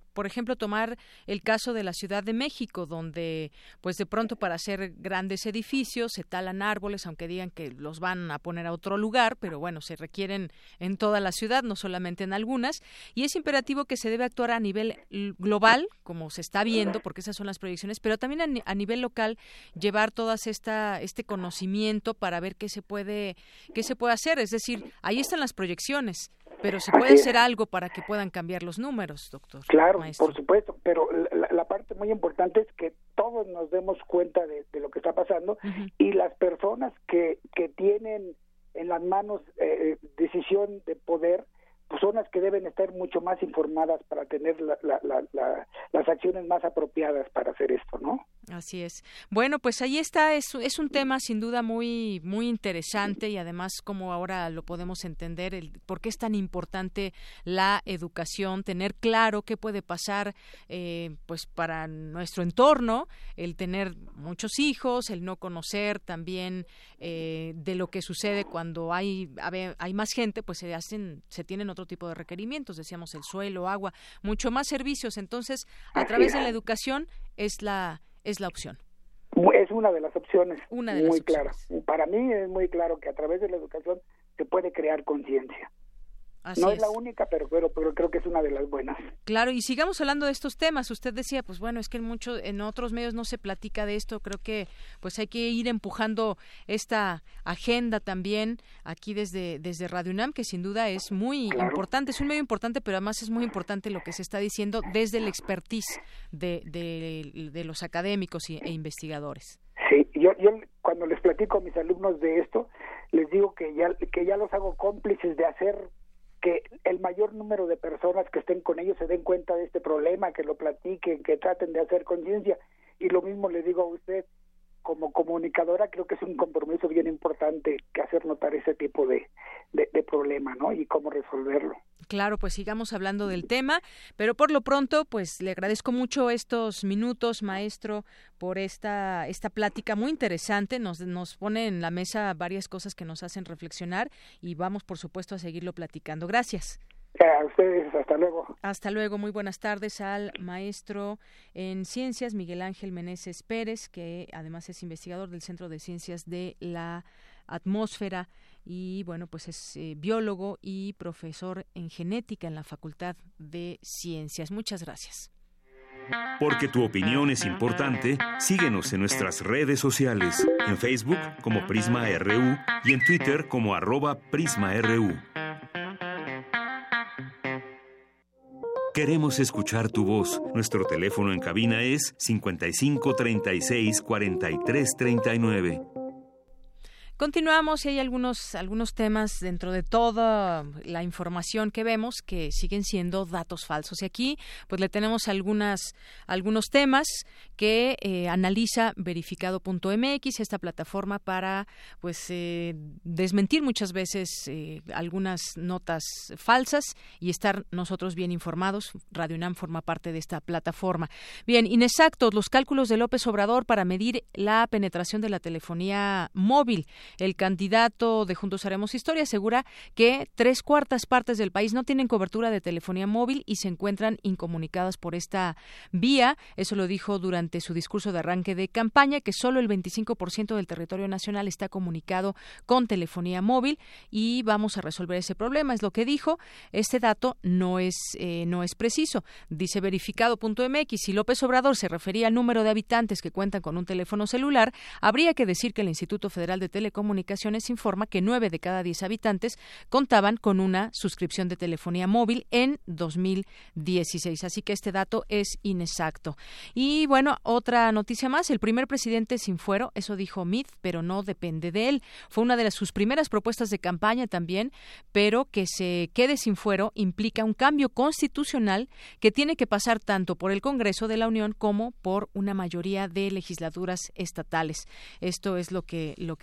Speaker 3: por ejemplo, tomar el caso de la Ciudad de México, donde pues de pronto para hacer grandes edificios se talan árboles, aunque digan que los van a poner a otro lugar, pero bueno, se requieren en toda la ciudad, no solamente en algunas, y es imperativo que se debe actuar a nivel global, como se está viendo, porque esas son las proyecciones, pero también a nivel local llevar todas este conocimiento para ver qué se puede hacer, es decir, ahí están las proyecciones, pero se puede hacer algo para que puedan cambiar los números, doctor.
Speaker 13: Claro,
Speaker 3: maestro.
Speaker 13: Por supuesto, pero la parte muy importante es que todos nos demos cuenta de lo que está pasando y las personas que tienen en las manos decisión de poder, pues son las que deben estar mucho más informadas para tener las acciones más apropiadas para hacer esto, ¿no?
Speaker 3: Así es. Bueno, pues ahí está, es un tema sin duda muy muy interesante y además como ahora lo podemos entender, por qué es tan importante la educación, tener claro qué puede pasar pues para nuestro entorno, el tener muchos hijos, el no conocer también de lo que sucede cuando hay más gente, pues se tienen otro tipo de requerimientos, decíamos el suelo, agua, mucho más servicios, entonces a través de la educación es la opción.
Speaker 13: Es una de las opciones, muy clara. Para mí es muy claro que a través de la educación se puede crear conciencia. No es la única, pero creo que es una de las buenas.
Speaker 3: Claro, y sigamos hablando de estos temas. Usted decía, pues bueno, es que en otros medios no se platica de esto. Creo que pues hay que ir empujando esta agenda también aquí desde Radio UNAM, que sin duda es muy importante. Es un medio importante, pero además es muy importante lo que se está diciendo desde el expertise de los académicos e investigadores.
Speaker 13: Sí, yo cuando les platico a mis alumnos de esto, les digo que ya los hago cómplices de hacer que el mayor número de personas que estén con ellos se den cuenta de este problema, que lo platiquen, que traten de hacer conciencia. Y lo mismo le digo a usted, como comunicadora, creo que es un compromiso bien importante que hacer notar ese tipo de problema, ¿no? Y cómo resolverlo.
Speaker 3: Claro, pues sigamos hablando del tema, pero por lo pronto, pues le agradezco mucho estos minutos, maestro, por esta plática muy interesante. Nos pone en la mesa varias cosas que nos hacen reflexionar y vamos, por supuesto, a seguirlo platicando. Gracias.
Speaker 13: A ustedes, hasta luego.
Speaker 3: Hasta luego, muy buenas tardes al maestro en Ciencias, Miguel Ángel Meneses Pérez, que además es investigador del Centro de Ciencias de la Atmósfera y bueno, pues es biólogo y profesor en genética en la Facultad de Ciencias. Muchas gracias.
Speaker 5: Porque tu opinión es importante, síguenos en nuestras redes sociales, en Facebook como Prisma RU y en Twitter como @PrismaRU. Queremos escuchar tu voz. Nuestro teléfono en cabina es 55 36 43 39.
Speaker 3: Continuamos y hay algunos temas dentro de toda la información que vemos que siguen siendo datos falsos. Y aquí pues le tenemos algunos temas que analiza verificado.mx, esta plataforma para pues desmentir muchas veces algunas notas falsas y estar nosotros bien informados. Radio UNAM forma parte de esta plataforma. Bien, inexactos los cálculos de López Obrador para medir la penetración de la telefonía móvil. El candidato de Juntos Haremos Historia asegura que 3/4 partes del país no tienen cobertura de telefonía móvil y se encuentran incomunicadas por esta vía. Eso lo dijo durante su discurso de arranque de campaña, que solo el 25% del territorio nacional está comunicado con telefonía móvil y vamos a resolver ese problema, es lo que dijo. Este dato no es preciso. Dice verificado.mx, si López Obrador se refería al número de habitantes que cuentan con un teléfono celular, habría que decir que el Instituto Federal de Telecomunicaciones informa que 9 de cada 10 habitantes contaban con una suscripción de telefonía móvil en 2016. Así que este dato es inexacto. Y bueno, otra noticia más, el primer presidente sin fuero, eso dijo Meade, pero no depende de él. Fue una de sus primeras propuestas de campaña también, pero que se quede sin fuero implica un cambio constitucional que tiene que pasar tanto por el Congreso de la Unión como por una mayoría de legislaturas estatales. Esto es lo que se puede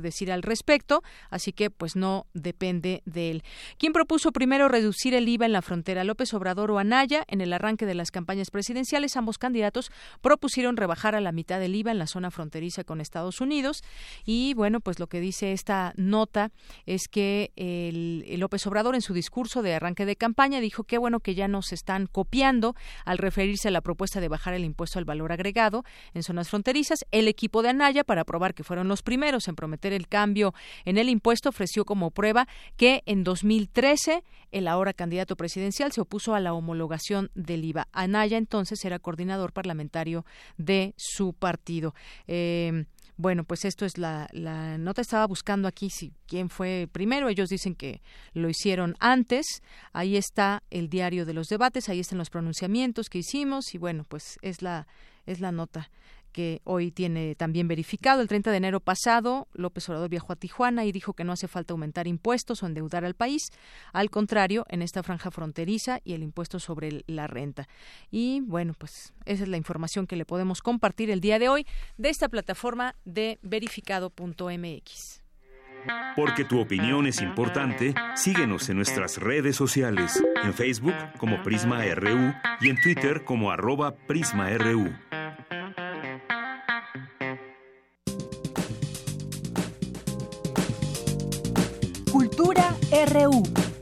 Speaker 3: decir al respecto, así que pues no depende de él. ¿Quién propuso primero reducir el IVA en la frontera, López Obrador o Anaya? En el arranque de las campañas presidenciales, ambos candidatos propusieron rebajar a la mitad del IVA en la zona fronteriza con Estados Unidos. Y bueno, pues lo que dice esta nota es que el López Obrador en su discurso de arranque de campaña dijo que bueno que ya nos están copiando al referirse a la propuesta de bajar el impuesto al valor agregado en zonas fronterizas. El equipo de Anaya, para probar que fueron los primeros en prometer el cambio en el impuesto, ofreció como prueba que en 2013 el ahora candidato presidencial se opuso a la homologación del IVA. Anaya entonces era coordinador parlamentario de su partido. Bueno, pues esto es la nota. Estaba buscando aquí quién fue primero. Ellos dicen que lo hicieron antes. Ahí está el diario de los debates, ahí están los pronunciamientos que hicimos y bueno, pues es la nota que hoy tiene también verificado. El 30 de enero pasado, López Obrador viajó a Tijuana y dijo que no hace falta aumentar impuestos o endeudar al país. Al contrario, en esta franja fronteriza y el impuesto sobre la renta. Y bueno, pues esa es la información que le podemos compartir el día de hoy de esta plataforma de verificado.mx.
Speaker 5: Porque tu opinión es importante, síguenos en nuestras redes sociales, en Facebook como Prisma RU y en Twitter como @PrismaRU.
Speaker 1: Cultura RU.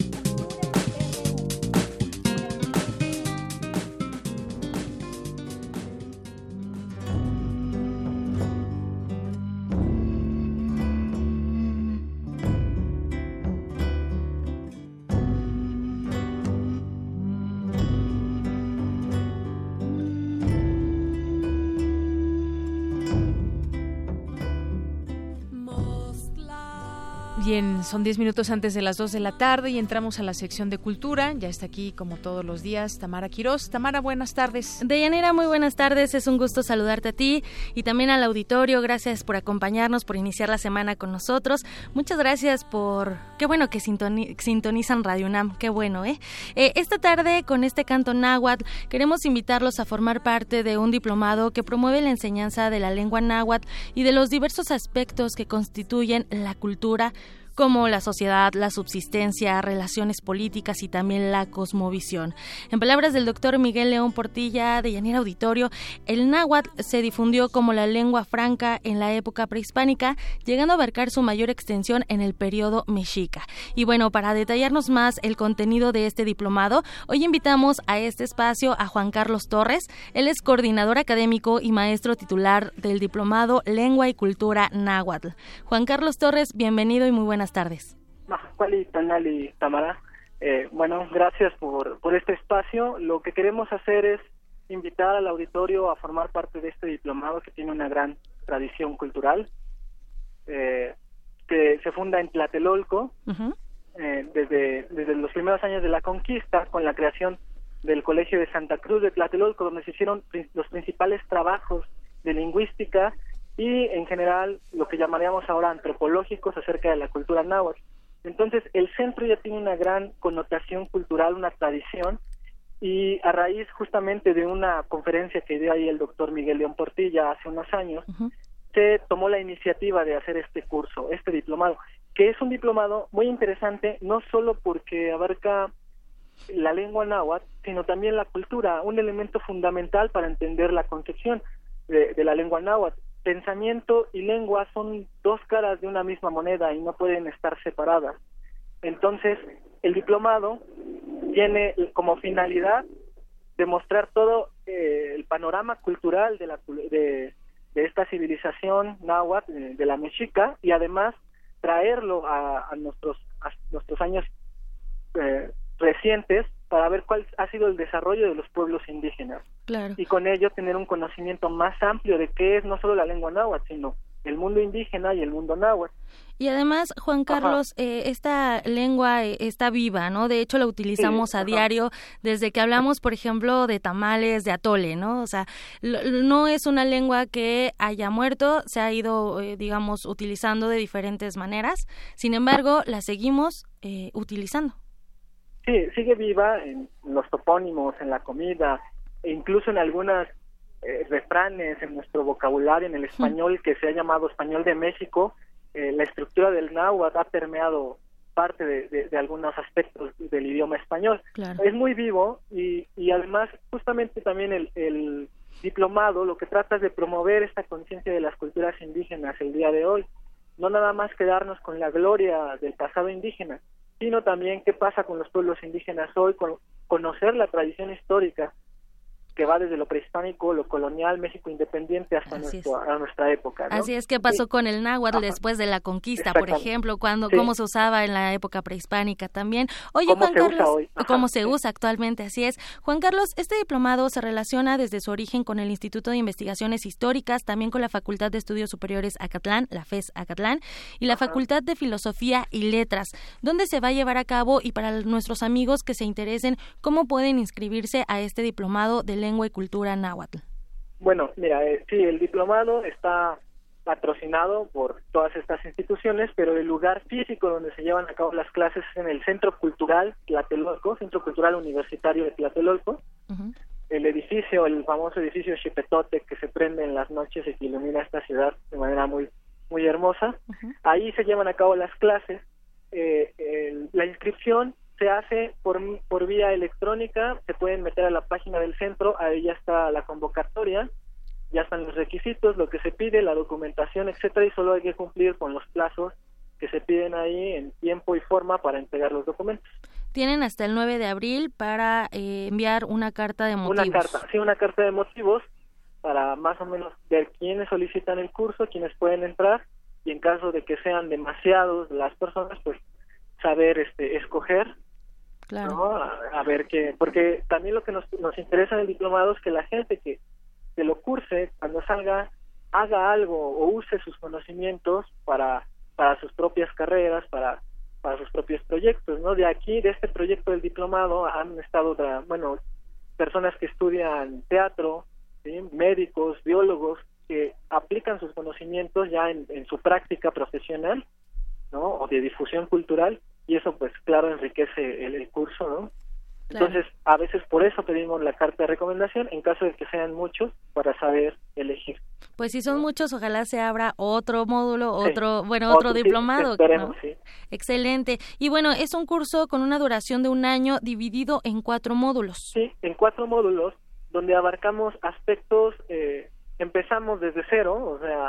Speaker 3: Bien, son 10 minutos antes de las 2 de la tarde y entramos a la sección de cultura. Ya está aquí, como todos los días, Tamara Quirós. Tamara, buenas tardes.
Speaker 14: Deyanira, muy buenas tardes. Es un gusto saludarte a ti y también al auditorio. Gracias por acompañarnos, por iniciar la semana con nosotros. Muchas gracias por... Qué bueno que sintonizan Radio UNAM. Qué bueno, ¿eh? Esta tarde, con este canto náhuatl, queremos invitarlos a formar parte de un diplomado que promueve la enseñanza de la lengua náhuatl y de los diversos aspectos que constituyen la cultura, como la sociedad, la subsistencia, relaciones políticas y también la cosmovisión. En palabras del doctor Miguel León Portilla, de Deyanira Auditorio, el náhuatl se difundió como la lengua franca en la época prehispánica, llegando a abarcar su mayor extensión en el periodo mexica. Y bueno, para detallarnos más el contenido de este diplomado, hoy invitamos a este espacio a Juan Carlos Torres. Él es coordinador académico y maestro titular del diplomado Lengua y Cultura Náhuatl. Juan Carlos Torres, bienvenido y muy buenas tardes.
Speaker 15: Tamara. Bueno, gracias por este espacio. Lo que queremos hacer es invitar al auditorio a formar parte de este diplomado que tiene una gran tradición cultural, que se funda en Tlatelolco, desde los primeros años de la conquista, con la creación del Colegio de Santa Cruz de Tlatelolco, donde se hicieron los principales trabajos de lingüística y en general lo que llamaríamos ahora antropológicos acerca de la cultura náhuatl. Entonces el centro ya tiene una gran connotación cultural, una tradición, y a raíz justamente de una conferencia que dio ahí el doctor Miguel León Portilla hace unos años, se tomó la iniciativa de hacer este curso, este diplomado, que es un diplomado muy interesante, no solo porque abarca la lengua náhuatl, sino también la cultura, un elemento fundamental para entender la concepción de la lengua náhuatl. Pensamiento y lengua son dos caras de una misma moneda y no pueden estar separadas. Entonces, el diplomado tiene como finalidad demostrar todo el panorama cultural de esta civilización náhuatl, de la mexica, y además traerlo a nuestros años recientes para ver cuál ha sido el desarrollo de los pueblos indígenas.
Speaker 14: Claro. Y
Speaker 15: con ello tener un conocimiento más amplio de qué es no solo la lengua náhuatl, sino el mundo indígena y el mundo náhuatl.
Speaker 14: Y además, Juan Carlos, esta lengua está viva, ¿no? De hecho, la utilizamos a diario desde que hablamos, por ejemplo, de tamales, de atole, ¿no? O sea, no es una lengua que haya muerto, se ha ido, digamos, utilizando de diferentes maneras. Sin embargo, la seguimos utilizando.
Speaker 15: Sí, sigue viva en los topónimos, en la comida, e incluso en algunas refranes, en nuestro vocabulario, en el español que se ha llamado español de México, la estructura del náhuatl ha permeado parte de algunos aspectos del idioma español.
Speaker 14: Claro.
Speaker 15: Es muy vivo y además justamente también el diplomado lo que trata es de promover esta conciencia de las culturas indígenas el día de hoy. No nada más quedarnos con la gloria del pasado indígena, sino también qué pasa con los pueblos indígenas hoy, conocer la tradición histórica que va desde lo prehispánico, lo colonial, México independiente hasta nuestra época, ¿no?
Speaker 14: Así es, ¿qué pasó con el náhuatl después de la conquista, por ejemplo? Cómo se usaba en la época prehispánica también. Oye,
Speaker 15: ¿Cómo
Speaker 14: Juan
Speaker 15: se
Speaker 14: Carlos,
Speaker 15: usa hoy?
Speaker 14: ¿cómo se usa actualmente? Así es. Juan Carlos, este diplomado se relaciona desde su origen con el Instituto de Investigaciones Históricas, también con la Facultad de Estudios Superiores Acatlán, la FES Acatlán, y la Facultad de Filosofía y Letras. ¿Dónde se va a llevar a cabo? Y para nuestros amigos que se interesen, ¿cómo pueden inscribirse a este diplomado de Lengua y Cultura Náhuatl?
Speaker 15: Bueno, mira, sí, el diplomado está patrocinado por todas estas instituciones, pero el lugar físico donde se llevan a cabo las clases es en el Centro Cultural Tlatelolco, Centro Cultural Universitario de Tlatelolco. El edificio, el famoso edificio Xipetote que se prende en las noches y que ilumina esta ciudad de manera muy, muy hermosa. Ahí se llevan a cabo las clases. La inscripción se hace por vía electrónica, se pueden meter a la página del centro, ahí ya está la convocatoria, ya están los requisitos, lo que se pide, la documentación, etcétera, y solo hay que cumplir con los plazos que se piden ahí en tiempo y forma para entregar los documentos.
Speaker 14: Tienen hasta el 9 de abril para enviar una carta de motivos.
Speaker 15: Una carta de motivos para más o menos ver quiénes solicitan el curso, quiénes pueden entrar, y en caso de que sean demasiados las personas, pues saber escoger.
Speaker 14: Claro.
Speaker 15: ¿No? A ver qué, porque también lo que nos interesa en el diplomado es que la gente que lo curse, cuando salga, haga algo o use sus conocimientos para sus propias carreras, para sus propios proyectos, ¿no? De este proyecto del diplomado han estado, personas que estudian teatro, ¿sí? Médicos, biólogos, que aplican sus conocimientos ya en su práctica profesional, ¿no? O de difusión cultural, y eso pues claro enriquece el curso, ¿no? Claro. Entonces a veces por eso pedimos la carta de recomendación en caso de que sean muchos para saber elegir.
Speaker 14: Pues si son muchos, ojalá se abra otro módulo, otro diplomado,
Speaker 15: esperemos,
Speaker 14: ¿no?
Speaker 15: Sí.
Speaker 14: Excelente. Y bueno, es un curso con una duración de 1 año dividido en 4 módulos.
Speaker 15: Sí, en 4 módulos donde abarcamos aspectos, empezamos desde cero, o sea,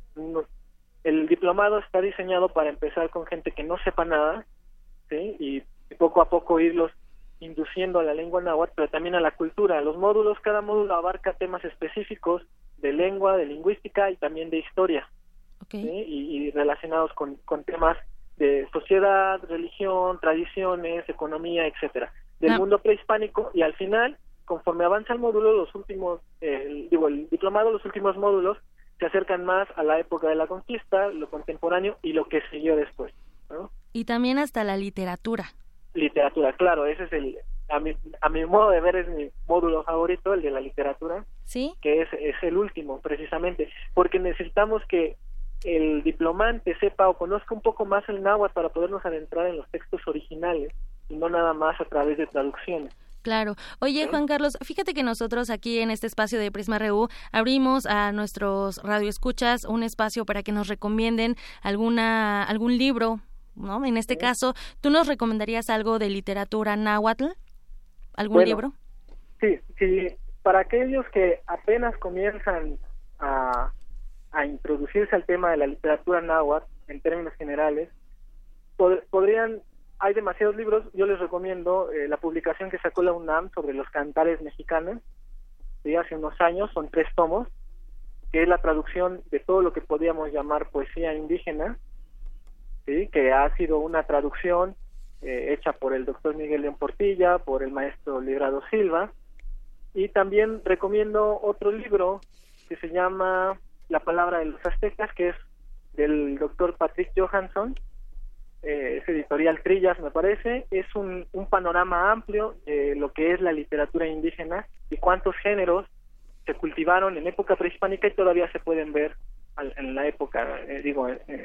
Speaker 15: el diplomado está diseñado para empezar con gente que no sepa nada, ¿sí? Y poco a poco irlos induciendo a la lengua náhuatl, pero también a la cultura. Los módulos, cada módulo abarca temas específicos de lengua, de lingüística y también de historia,
Speaker 14: okay.
Speaker 15: ¿sí? Y relacionados con temas de sociedad, religión, tradiciones, economía, etcétera, del mundo prehispánico. Y al final, conforme avanza el módulo, el diplomado, los últimos módulos se acercan más a la época de la conquista, lo contemporáneo y lo que siguió después, ¿no?
Speaker 14: Y también hasta la literatura.
Speaker 15: Literatura, claro, ese es a mi modo de ver es mi módulo favorito, el de la literatura.
Speaker 14: ¿Sí?
Speaker 15: Que es el último, precisamente, porque necesitamos que el diplomante sepa o conozca un poco más el náhuatl para podernos adentrar en los textos originales y no nada más a través de traducciones.
Speaker 14: Claro. Oye, Juan Carlos, fíjate que nosotros aquí en este espacio de Prisma RU abrimos a nuestros radioescuchas un espacio para que nos recomienden algún libro, ¿no? En este caso, ¿tú nos recomendarías algo de literatura náhuatl? ¿Algún libro?
Speaker 15: Sí, para aquellos que apenas comienzan a introducirse al tema de la literatura náhuatl en términos generales, hay demasiados libros. Yo les recomiendo la publicación que sacó la UNAM sobre los cantares mexicanos, ¿sí? Hace unos años, son 3 tomos, que es la traducción de todo lo que podíamos llamar poesía indígena, ¿sí? Que ha sido una traducción hecha por el doctor Miguel León Portilla, por el maestro Librado Silva. Y también recomiendo otro libro que se llama La palabra de los aztecas, que es del doctor Patrick Johansson, es editorial Trillas, me parece. Es un panorama amplio de lo que es la literatura indígena y cuántos géneros se cultivaron en época prehispánica y todavía se pueden ver en la época,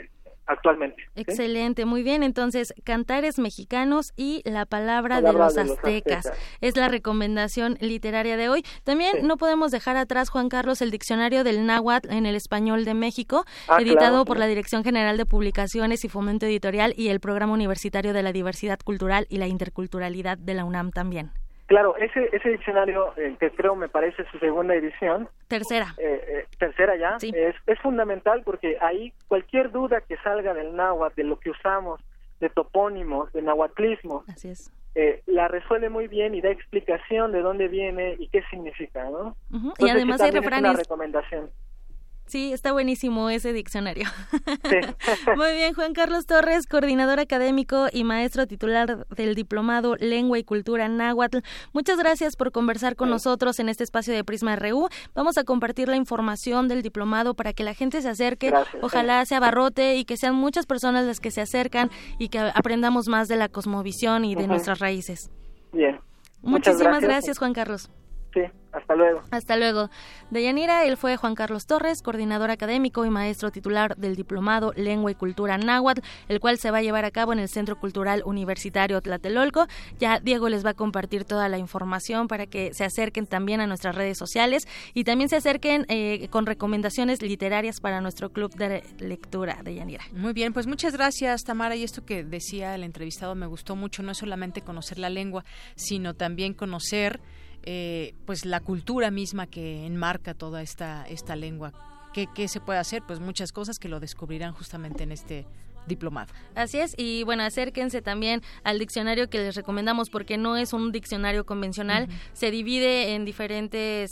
Speaker 15: actualmente.
Speaker 14: Excelente, muy bien. Entonces, Cantares Mexicanos y La Palabra de los Aztecas es la recomendación literaria de hoy. También no podemos dejar atrás, Juan Carlos, el Diccionario del Náhuatl en el Español de México, editado por la Dirección General de Publicaciones y Fomento Editorial y el Programa Universitario de la Diversidad Cultural y la Interculturalidad de la UNAM también.
Speaker 15: Claro, ese diccionario, que creo me parece su segunda edición.
Speaker 14: Tercera
Speaker 15: ya. Sí. Es fundamental porque ahí cualquier duda que salga del náhuatl, de lo que usamos, de topónimos, de nahuatlismo,
Speaker 14: así es.
Speaker 15: La resuelve muy bien y da explicación de dónde viene y qué significa, ¿no?
Speaker 14: Uh-huh. Y además hay refranes.
Speaker 15: Es una recomendación.
Speaker 14: Sí, está buenísimo ese diccionario. Sí. Muy bien, Juan Carlos Torres, coordinador académico y maestro titular del Diplomado Lengua y Cultura Náhuatl. Muchas gracias por conversar con nosotros en este espacio de Prisma RU. Vamos a compartir la información del diplomado para que la gente se acerque. Gracias, ojalá se abarrote y que sean muchas personas las que se acercan y que aprendamos más de la cosmovisión y de nuestras raíces.
Speaker 15: Bien.
Speaker 14: Muchísimas gracias, Juan Carlos.
Speaker 15: Sí, hasta luego.
Speaker 14: Hasta luego. Deyanira, él fue Juan Carlos Torres, coordinador académico y maestro titular del Diplomado Lengua y Cultura Náhuatl, el cual se va a llevar a cabo en el Centro Cultural Universitario Tlatelolco. Ya Diego les va a compartir toda la información para que se acerquen también a nuestras redes sociales y también se acerquen con recomendaciones literarias para nuestro club de lectura, Deyanira.
Speaker 3: Muy bien, pues muchas gracias, Tamara. Y esto que decía el entrevistado me gustó mucho, no es solamente conocer la lengua, sino también conocer pues la cultura misma que enmarca toda esta lengua. ¿Qué se puede hacer? Pues muchas cosas que lo descubrirán justamente en este diplomado.
Speaker 14: Así es, y bueno, acérquense también al diccionario que les recomendamos porque no es un diccionario convencional, se divide en diferentes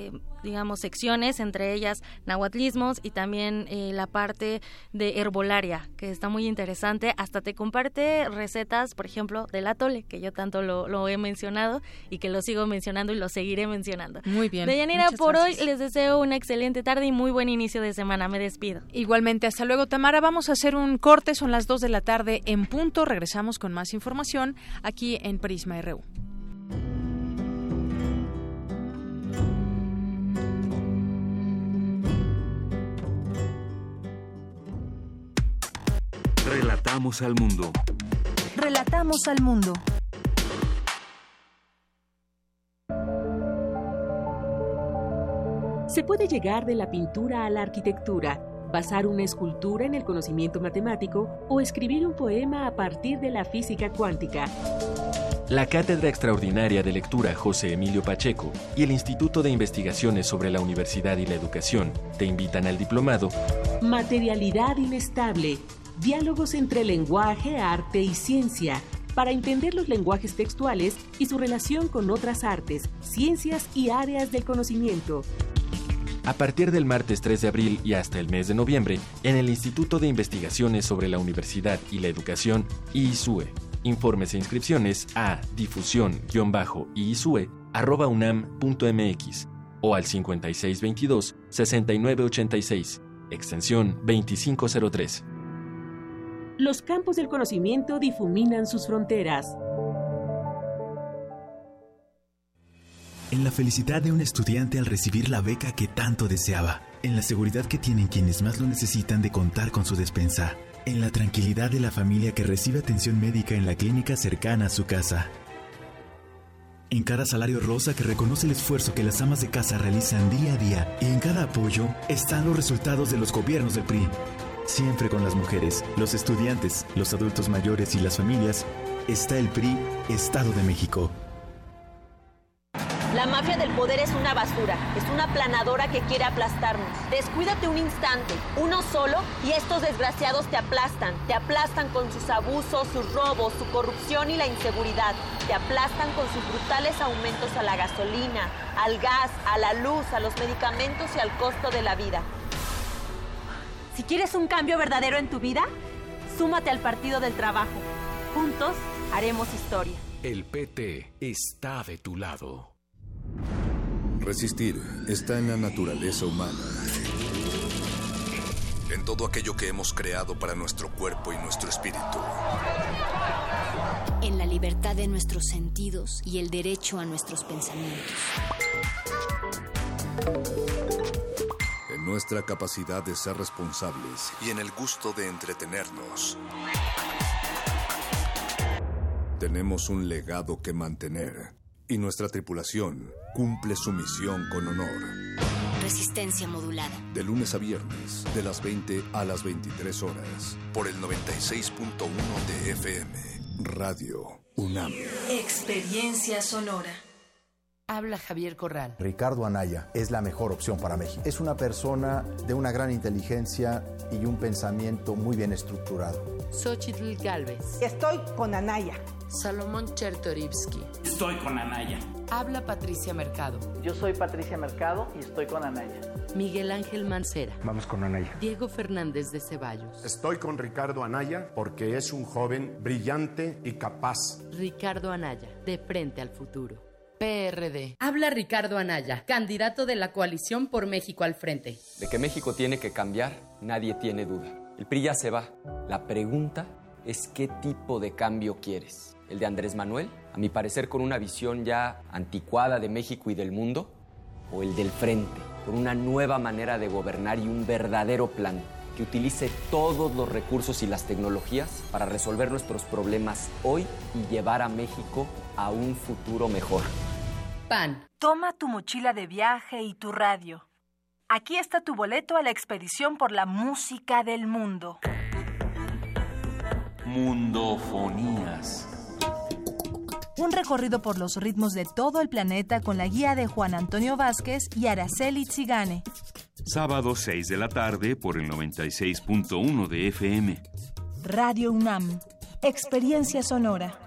Speaker 14: secciones, entre ellas nahuatlismos y también la parte de herbolaria, que está muy interesante, hasta te comparte recetas, por ejemplo, del atole, que yo tanto lo he mencionado y que lo sigo mencionando y lo seguiré mencionando.
Speaker 3: Muy bien.
Speaker 14: Deyanira, por hoy les deseo una excelente tarde y muy buen inicio de semana, me despido.
Speaker 3: Igualmente, hasta luego, Tamara, vamos a hacer un corte, son las 2 de la tarde en punto, regresamos con más información aquí en Prisma RU.
Speaker 5: Relatamos al mundo.
Speaker 1: Relatamos al mundo.
Speaker 16: Se puede llegar de la pintura a la arquitectura, basar una escultura en el conocimiento matemático o escribir un poema a partir de la física cuántica.
Speaker 17: La Cátedra Extraordinaria de Lectura José Emilio Pacheco y el Instituto de Investigaciones sobre la Universidad y la Educación te invitan al diplomado
Speaker 16: Materialidad Inestable, diálogos entre lenguaje, arte y ciencia, para entender los lenguajes textuales y su relación con otras artes, ciencias y áreas del conocimiento.
Speaker 17: A partir del martes 3 de abril y hasta el mes de noviembre, en el Instituto de Investigaciones sobre la Universidad y la Educación, IISUE. Informes e inscripciones a difusión-iisue@unam.mx o al 5622-6986, extensión 2503.
Speaker 16: Los campos del conocimiento difuminan sus fronteras.
Speaker 18: En la felicidad de un estudiante al recibir la beca que tanto deseaba, en la seguridad que tienen quienes más lo necesitan de contar con su despensa, en la tranquilidad de la familia que recibe atención médica en la clínica cercana a su casa, en cada salario rosa que reconoce el esfuerzo que las amas de casa realizan día a día, y en cada apoyo están los resultados de los gobiernos del PRI. Siempre con las mujeres, los estudiantes, los adultos mayores y las familias, está el PRI, Estado de México.
Speaker 19: La mafia del poder es una basura, es una aplanadora que quiere aplastarnos. Descuídate un instante, uno solo, y estos desgraciados te aplastan con sus abusos, sus robos, su corrupción y la inseguridad. Te aplastan con sus brutales aumentos a la gasolina, al gas, a la luz, a los medicamentos y al costo de la vida. Si quieres un cambio verdadero en tu vida, súmate al Partido del Trabajo. Juntos haremos historia.
Speaker 20: El PT está de tu lado.
Speaker 21: Resistir está en la naturaleza humana. En todo aquello que hemos creado para nuestro cuerpo y nuestro espíritu.
Speaker 22: En la libertad de nuestros sentidos y el derecho a nuestros pensamientos.
Speaker 21: En nuestra capacidad de ser responsables y en el gusto de entretenernos. Tenemos un legado que mantener y nuestra tripulación cumple su misión con honor.
Speaker 22: Resistencia modulada.
Speaker 21: De lunes a viernes, de las 20 a las 23 horas, por el 96.1 de FM, Radio UNAM.
Speaker 22: Experiencia sonora.
Speaker 2: Habla Javier Corral.
Speaker 4: Ricardo Anaya es la mejor opción para México. Es una persona de una gran inteligencia y un pensamiento muy bien estructurado.
Speaker 2: Xóchitl Gálvez.
Speaker 23: Estoy con Anaya.
Speaker 2: Salomón Chertorivsky.
Speaker 24: Estoy con Anaya.
Speaker 2: Habla Patricia Mercado.
Speaker 25: Yo soy Patricia Mercado y estoy con Anaya.
Speaker 2: Miguel Ángel Mancera.
Speaker 4: Vamos con Anaya.
Speaker 2: Diego Fernández de Ceballos.
Speaker 26: Estoy con Ricardo Anaya porque es un joven brillante y capaz.
Speaker 2: Ricardo Anaya, de frente al futuro. PRD.
Speaker 27: Habla Ricardo Anaya, candidato de la coalición por México al frente.
Speaker 28: De que México tiene que cambiar, nadie tiene duda. El PRI ya se va. La pregunta es ¿qué tipo de cambio quieres? ¿El de Andrés Manuel? A mi parecer con una visión ya anticuada de México y del mundo. ¿O el del frente? Con una nueva manera de gobernar y un verdadero plan que utilice todos los recursos y las tecnologías para resolver nuestros problemas hoy y llevar a México a un futuro mejor.
Speaker 27: PAN.
Speaker 1: Toma tu mochila de viaje y tu radio. Aquí está tu boleto a la expedición por la música del mundo.
Speaker 20: Mundofonías.
Speaker 1: Un recorrido por los ritmos de todo el planeta con la guía de Juan Antonio Vázquez y Araceli Tzigane.
Speaker 5: Sábado 6 de la tarde por el 96.1 de FM.
Speaker 1: Radio UNAM. Experiencia sonora.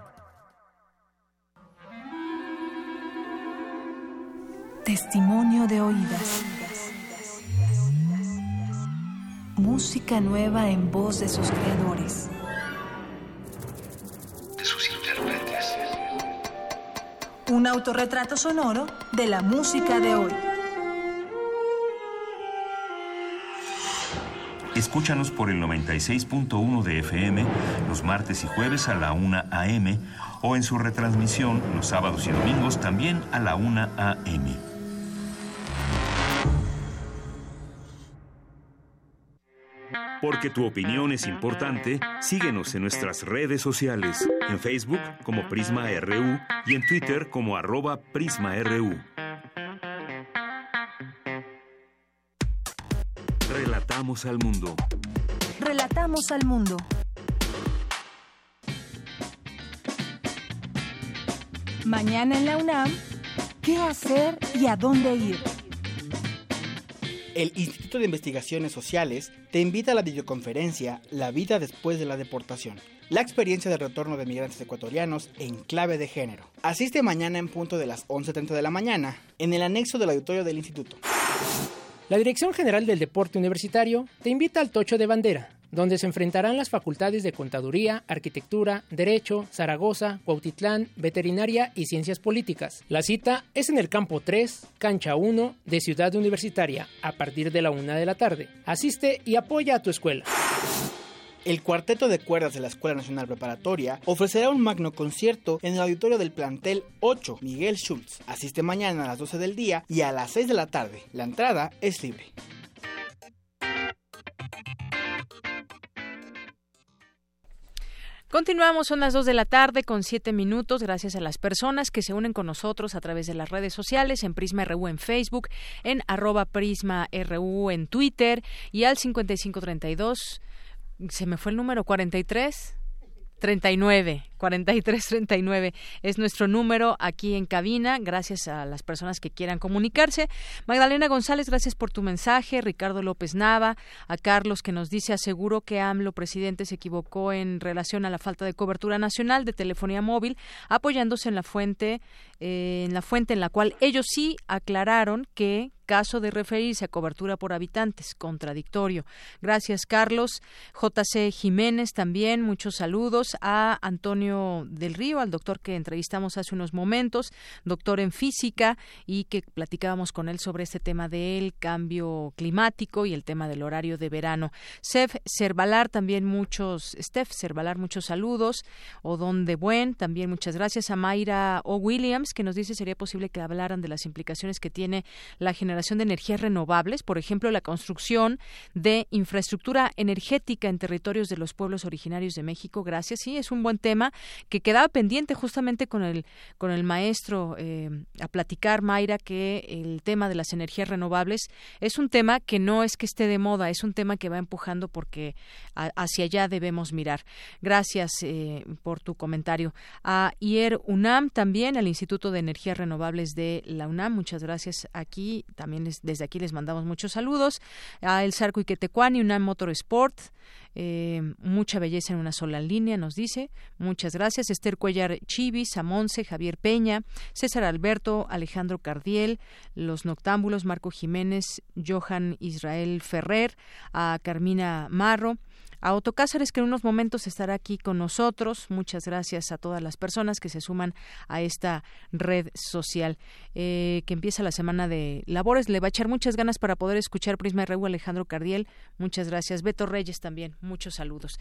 Speaker 1: Testimonio de oídas. Música nueva en voz de sus creadores.
Speaker 20: De sus intérpretes.
Speaker 1: Un autorretrato sonoro de la música de hoy.
Speaker 5: Escúchanos por el 96.1 de FM los martes y jueves a la 1 a.m. o en su retransmisión los sábados y domingos también a la 1 a.m. Porque tu opinión es importante, síguenos en nuestras redes sociales, en Facebook como Prisma RU y en Twitter como @PrismaRU. Relatamos al mundo.
Speaker 1: Relatamos al mundo. Mañana en la UNAM, ¿qué hacer y a dónde ir?
Speaker 29: El Instituto de Investigaciones Sociales te invita a la videoconferencia La vida después de la deportación. La experiencia de retorno de migrantes ecuatorianos en clave de género. Asiste mañana en punto de las 11:30 de la mañana en el anexo del auditorio del instituto.
Speaker 30: La Dirección General del Deporte Universitario te invita al Tocho de Bandera, donde se enfrentarán las facultades de Contaduría, Arquitectura, Derecho, Zaragoza, Cuautitlán, Veterinaria y Ciencias Políticas. La cita es en el Campo 3, Cancha 1 de Ciudad Universitaria, a partir de la 1 de la tarde. Asiste y apoya a tu escuela.
Speaker 29: El Cuarteto de Cuerdas de la Escuela Nacional Preparatoria ofrecerá un magno concierto en el auditorio del plantel 8 Miguel Schultz. Asiste mañana a las 12 del día y a las 6 de la tarde. La entrada es libre.
Speaker 3: Continuamos, son las 2 de la tarde con 7 minutos, gracias a las personas que se unen con nosotros a través de las redes sociales, en Prisma RU en Facebook, en @PrismaRU en Twitter y al 5532, se me fue el número, 4339 es nuestro número aquí en cabina, gracias a las personas que quieran comunicarse. Magdalena González, gracias por tu mensaje. Ricardo López Nava, a Carlos que nos dice, aseguro que AMLO presidente se equivocó en relación a la falta de cobertura nacional de telefonía móvil, apoyándose en la fuente en la cual ellos sí aclararon que caso de referirse a cobertura por habitantes, contradictorio. Gracias, Carlos. JC Jiménez también, muchos saludos. A Antonio del Río, al doctor que entrevistamos hace unos momentos, doctor en física, y que platicábamos con él sobre este tema del cambio climático y el tema del horario de verano. Steph Cervalar, muchos saludos. Odón de Buen, también muchas gracias. A Mayra O. Williams, que nos dice, ¿sería posible que hablaran de las implicaciones que tiene la generación generación de energías renovables, por ejemplo, la construcción de infraestructura energética en territorios de los pueblos originarios de México. Gracias. Sí, es un buen tema que quedaba pendiente justamente con el maestro a platicar, Mayra, que el tema de las energías renovables es un tema que no es que esté de moda, es un tema que va empujando porque hacia allá debemos mirar. Gracias por tu comentario. A IER UNAM también, al Instituto de Energías Renovables de la UNAM, muchas gracias aquí, también desde aquí les mandamos muchos saludos. A El Zarco Iquetecuani, UNAM Motorsport, mucha belleza en una sola línea, nos dice, muchas gracias. Esther Cuellar Chivis, Amonce, Javier Peña, César Alberto, Alejandro Cardiel, Los Noctámbulos, Marco Jiménez, Johan Israel Ferrer, a Carmina Marro, a Otto Cáceres, que en unos momentos estará aquí con nosotros. Muchas gracias a todas las personas que se suman a esta red social que empieza la semana de labores. Le va a echar muchas ganas para poder escuchar Prisma RU. Alejandro Cardiel, muchas gracias. Beto Reyes también, muchos saludos.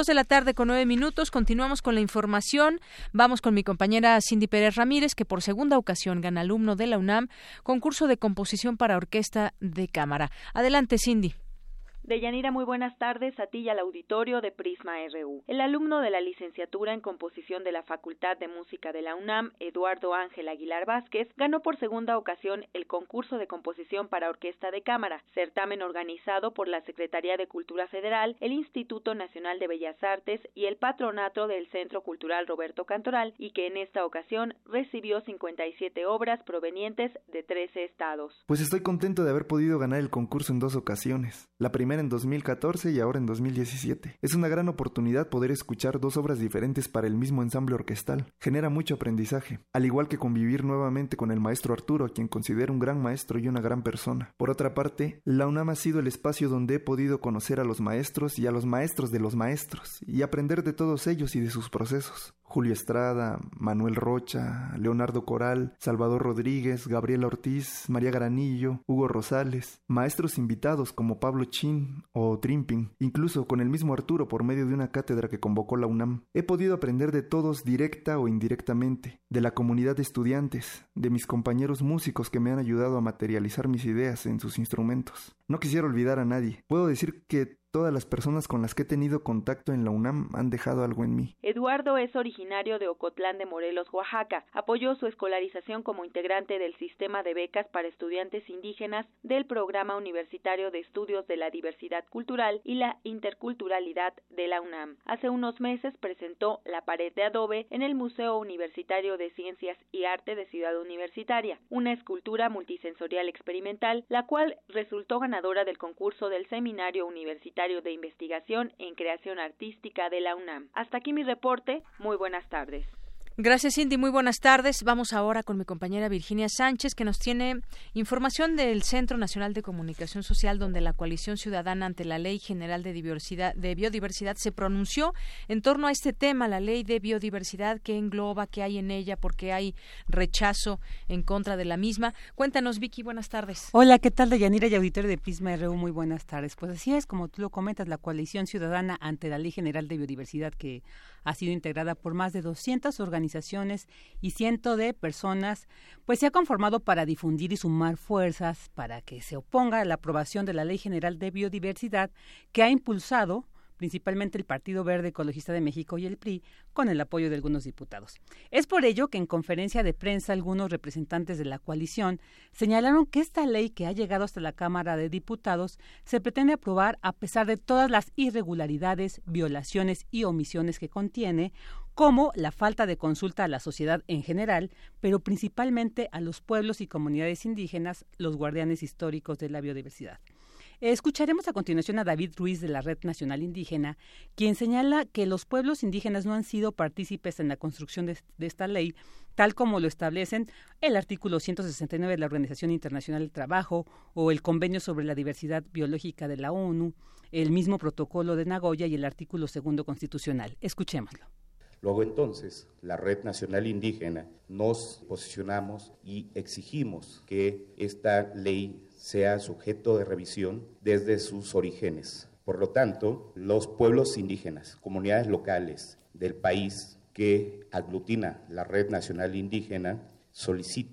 Speaker 3: 2:09 p.m. Continuamos con la información. Vamos con mi compañera Cindy Pérez Ramírez, que por segunda ocasión gana alumno de la UNAM, concurso de composición para orquesta de cámara. Adelante, Cindy.
Speaker 6: Deyanira, muy buenas tardes a ti y al auditorio de Prisma RU. El alumno de la licenciatura en composición de la Facultad de Música de la UNAM, Eduardo Ángel Aguilar Vázquez, ganó por segunda ocasión el concurso de composición para orquesta de cámara, certamen organizado por la Secretaría de Cultura Federal, el Instituto Nacional de Bellas Artes y el patronato del Centro Cultural Roberto Cantoral, y que en esta ocasión recibió 57 obras provenientes de 13 estados.
Speaker 7: Pues estoy contento de haber podido ganar el concurso en 2 ocasiones. La primera en 2014 y ahora en 2017. Es una gran oportunidad poder escuchar 2 obras diferentes para el mismo ensamble orquestal. Genera mucho aprendizaje, al igual que convivir nuevamente con el maestro Arturo, a quien considero un gran maestro y una gran persona. Por otra parte, la UNAM ha sido el espacio donde he podido conocer a los maestros y a los maestros de los maestros, y aprender de todos ellos y de sus procesos. Julio Estrada, Manuel Rocha, Leonardo Coral, Salvador Rodríguez, Gabriela Ortiz, María Granillo, Hugo Rosales, maestros invitados como Pablo Chin o Trimpin, incluso con el mismo Arturo por medio de una cátedra que convocó la UNAM. He podido aprender de todos directa o indirectamente, de la comunidad de estudiantes, de mis compañeros músicos que me han ayudado a materializar mis ideas en sus instrumentos. No quisiera olvidar a nadie. Puedo decir que todas las personas con las que he tenido contacto en la UNAM han dejado algo en mí.
Speaker 6: Eduardo es originario de Ocotlán de Morelos, Oaxaca. Apoyó su escolarización como integrante del sistema de becas para estudiantes indígenas del Programa Universitario de Estudios de la Diversidad Cultural y la Interculturalidad de la UNAM. Hace unos meses presentó La pared de adobe en el Museo Universitario de Ciencias y Arte de Ciudad Universitaria, una escultura multisensorial experimental, la cual resultó ganadora del concurso del Seminario Universitario de Investigación en Creación Artística de la UNAM. Hasta aquí mi reporte. Muy buenas tardes.
Speaker 3: Gracias, Cindy. Muy buenas tardes. Vamos ahora con mi compañera Virginia Sánchez, que nos tiene información del Centro Nacional de Comunicación Social, donde la Coalición Ciudadana ante la Ley General de Biodiversidad se pronunció en torno a este tema, la Ley de Biodiversidad, que engloba, qué hay en ella, por qué hay rechazo en contra de la misma. Cuéntanos, Vicky, buenas tardes.
Speaker 8: Hola, ¿qué tal, Deyanira y auditorio de Prisma RU? Muy buenas tardes. Pues así es, como tú lo comentas, la Coalición Ciudadana ante la Ley General de Biodiversidad, que ha sido integrada por más de 200 organizaciones y cientos de personas, pues se ha conformado para difundir y sumar fuerzas para que se oponga a la aprobación de la Ley General de Biodiversidad, que ha impulsado principalmente el Partido Verde Ecologista de México y el PRI, con el apoyo de algunos diputados. Es por ello que en conferencia de prensa algunos representantes de la coalición señalaron que esta ley que ha llegado hasta la Cámara de Diputados se pretende aprobar a pesar de todas las irregularidades, violaciones y omisiones que contiene, como la falta de consulta a la sociedad en general, pero principalmente a los pueblos y comunidades indígenas, los guardianes históricos de la biodiversidad. Escucharemos a continuación a David Ruiz de la Red Nacional Indígena, quien señala que los pueblos indígenas no han sido partícipes en la construcción de esta ley, tal como lo establecen el artículo 169 de la Organización Internacional del Trabajo o el Convenio sobre la Diversidad Biológica de la ONU, el mismo Protocolo de Nagoya y el artículo 2 constitucional. Escuchémoslo.
Speaker 9: Luego entonces, la Red Nacional Indígena nos posicionamos y exigimos que esta ley sea sujeto de revisión desde sus orígenes. Por lo tanto, los pueblos indígenas, comunidades locales del país que aglutina la Red Nacional Indígena, solicitan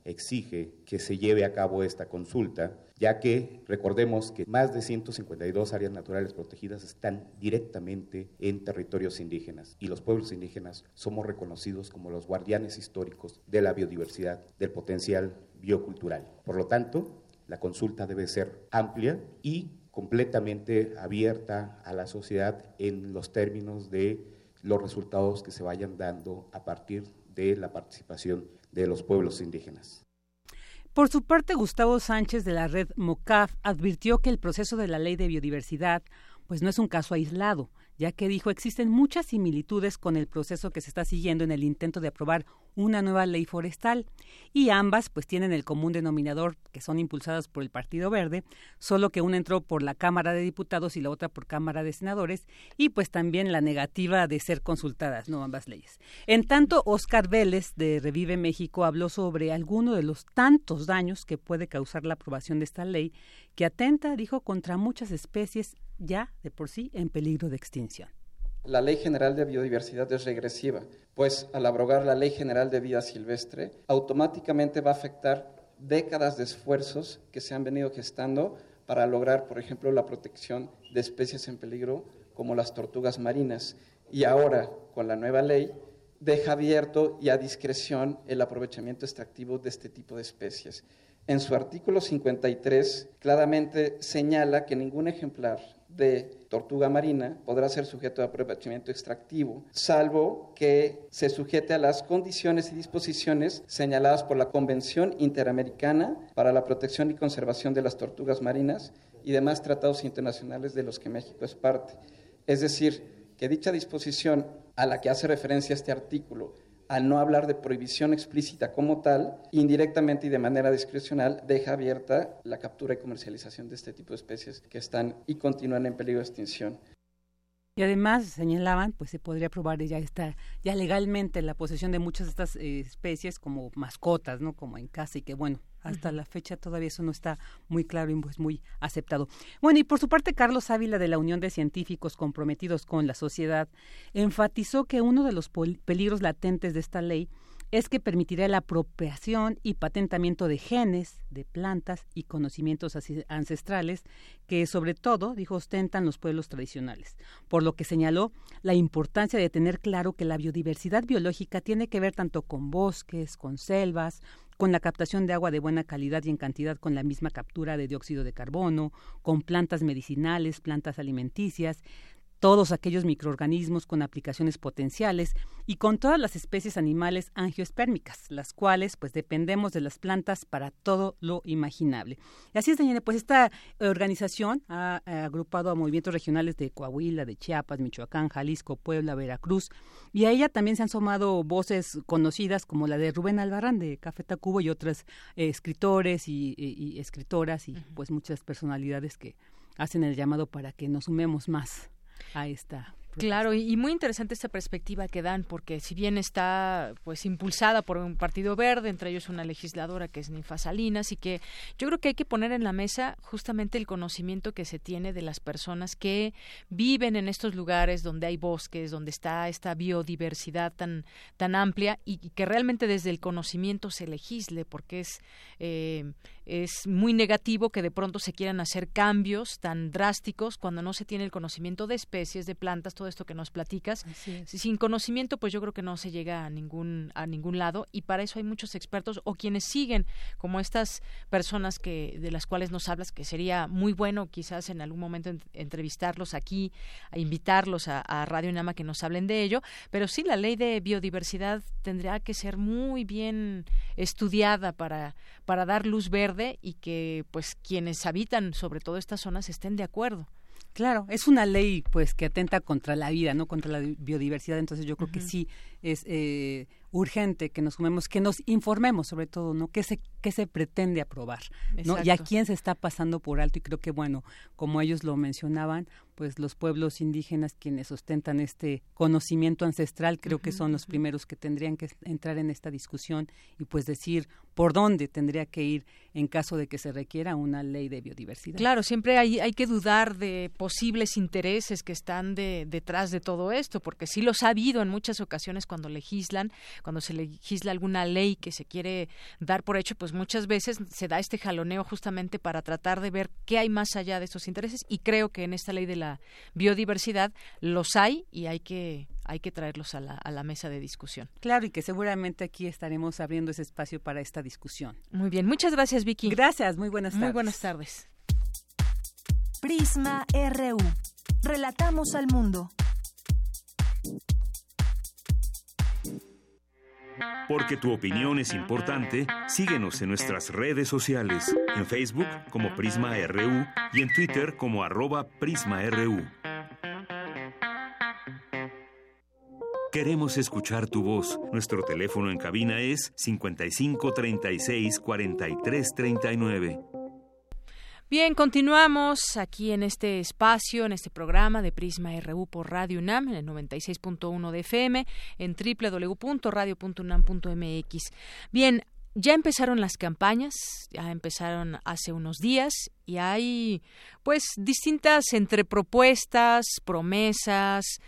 Speaker 9: exige que se lleve a cabo esta consulta, ya que recordemos que más de 152 áreas naturales protegidas están directamente en territorios indígenas y los pueblos indígenas somos reconocidos como los guardianes históricos de la biodiversidad, del potencial biocultural. Por lo tanto, la consulta debe ser amplia y completamente abierta a la sociedad en los términos de los resultados que se vayan dando a partir de la participación de los pueblos indígenas.
Speaker 8: Por su parte, Gustavo Sánchez de la red MOCAF advirtió que el proceso de la Ley de Biodiversidad pues no es un caso aislado, ya que dijo existen muchas similitudes con el proceso que se está siguiendo en el intento de aprobar una nueva ley forestal, y ambas pues tienen el común denominador que son impulsadas por el Partido Verde, solo que una entró por la Cámara de Diputados y la otra por Cámara de Senadores, y pues también la negativa de ser consultadas, ¿no?, ambas leyes. En tanto, Óscar Vélez de Revive México habló sobre alguno de los tantos daños que puede causar la aprobación de esta ley, que atenta, dijo, contra muchas especies ya de por sí en peligro de extinción.
Speaker 10: La Ley General de Biodiversidad es regresiva, pues al abrogar la Ley General de Vida Silvestre, automáticamente va a afectar décadas de esfuerzos que se han venido gestando para lograr, por ejemplo, la protección de especies en peligro como las tortugas marinas. Y ahora, con la nueva ley, deja abierto y a discreción el aprovechamiento extractivo de este tipo de especies. En su artículo 53, claramente señala que ningún ejemplar de tortuga marina podrá ser sujeto a aprovechamiento extractivo, salvo que se sujete a las condiciones y disposiciones señaladas por la Convención Interamericana para la Protección y Conservación de las Tortugas Marinas y demás tratados internacionales de los que México es parte. Es decir, que dicha disposición a la que hace referencia este artículo, al no hablar de prohibición explícita como tal, indirectamente y de manera discrecional deja abierta la captura y comercialización de este tipo de especies que están y continúan en peligro de extinción.
Speaker 8: Y además señalaban, pues se podría probar ya legalmente la posesión de muchas de estas especies como mascotas, ¿no?, como en casa, y que bueno, hasta la fecha todavía eso no está muy claro y pues muy aceptado. Bueno, y por su parte, Carlos Ávila de la Unión de Científicos Comprometidos con la Sociedad enfatizó que uno de los peligros latentes de esta ley es que permitirá la apropiación y patentamiento de genes, de plantas y conocimientos ancestrales que, sobre todo, dijo, ostentan los pueblos tradicionales, por lo que señaló la importancia de tener claro que la biodiversidad biológica tiene que ver tanto con bosques, con selvas, con la captación de agua de buena calidad y en cantidad con la misma captura de dióxido de carbono, con plantas medicinales, plantas alimenticias, todos aquellos microorganismos con aplicaciones potenciales y con todas las especies animales angiospermicas, las cuales pues dependemos de las plantas para todo lo imaginable. Y así es, Daniela, pues esta organización ha agrupado a movimientos regionales de Coahuila, de Chiapas, Michoacán, Jalisco, Puebla, Veracruz, y a ella también se han sumado voces conocidas como la de Rubén Albarrán de Café Tacuba y otros escritores y escritoras y pues muchas personalidades que hacen el llamado para que nos sumemos más a esta propuesta.
Speaker 3: Claro, y muy interesante esta perspectiva que dan, porque si bien está pues impulsada por un partido verde, entre ellos una legisladora que es Ninfa Salinas, y que yo creo que hay que poner en la mesa justamente el conocimiento que se tiene de las personas que viven en estos lugares donde hay bosques, donde está esta biodiversidad tan amplia, y que realmente desde el conocimiento se legisle, porque es muy negativo que de pronto se quieran hacer cambios tan drásticos cuando no se tiene el conocimiento de especies, de plantas, todo esto que nos platicas. Sin conocimiento, pues yo creo que no se llega a ningún lado, y para eso hay muchos expertos o quienes siguen, como estas personas de las cuales nos hablas, que sería muy bueno quizás en algún momento entrevistarlos aquí, a invitarlos a Radio UNAM a que nos hablen de ello, pero sí, la ley de biodiversidad tendría que ser muy bien estudiada para dar luz verde y que pues quienes habitan sobre todo estas zonas estén de acuerdo.
Speaker 8: Claro, es una ley pues que atenta contra la vida, no contra la biodiversidad, entonces yo creo que sí es urgente que nos sumemos, que nos informemos sobre todo, ¿no? ¿Qué se pretende aprobar? ¿No? Y a quién se está pasando por alto, y creo que bueno, como ellos lo mencionaban, pues los pueblos indígenas quienes ostentan este conocimiento ancestral, creo que son los primeros que tendrían que entrar en esta discusión y pues decir por dónde tendría que ir en caso de que se requiera una ley de biodiversidad.
Speaker 3: Claro, siempre hay que dudar de posibles intereses que están detrás de todo esto, porque sí los ha habido en muchas ocasiones cuando legislan, cuando se legisla alguna ley que se quiere dar por hecho, pues muchas veces se da este jaloneo justamente para tratar de ver qué hay más allá de estos intereses, y creo que en esta ley de la biodiversidad los hay y hay que traerlos a la mesa de discusión.
Speaker 8: Claro, y que seguramente aquí estaremos abriendo ese espacio para esta discusión.
Speaker 3: Muy bien, muchas gracias, Vicky.
Speaker 8: Gracias, muy buenas tardes.
Speaker 3: Muy buenas tardes.
Speaker 1: Prisma RU. Relatamos al mundo.
Speaker 5: Porque tu opinión es importante, síguenos en nuestras redes sociales, en Facebook como Prisma RU y en Twitter como @PrismaRU. Queremos escuchar tu voz. Nuestro teléfono en cabina es 55 36 43 39.
Speaker 3: Bien, continuamos aquí en este espacio, en este programa de Prisma RU por Radio UNAM, en el 96.1 de FM, en www.radio.unam.mx. Bien, ya empezaron las campañas, ya empezaron hace unos días y hay pues distintas entre propuestas, promesas,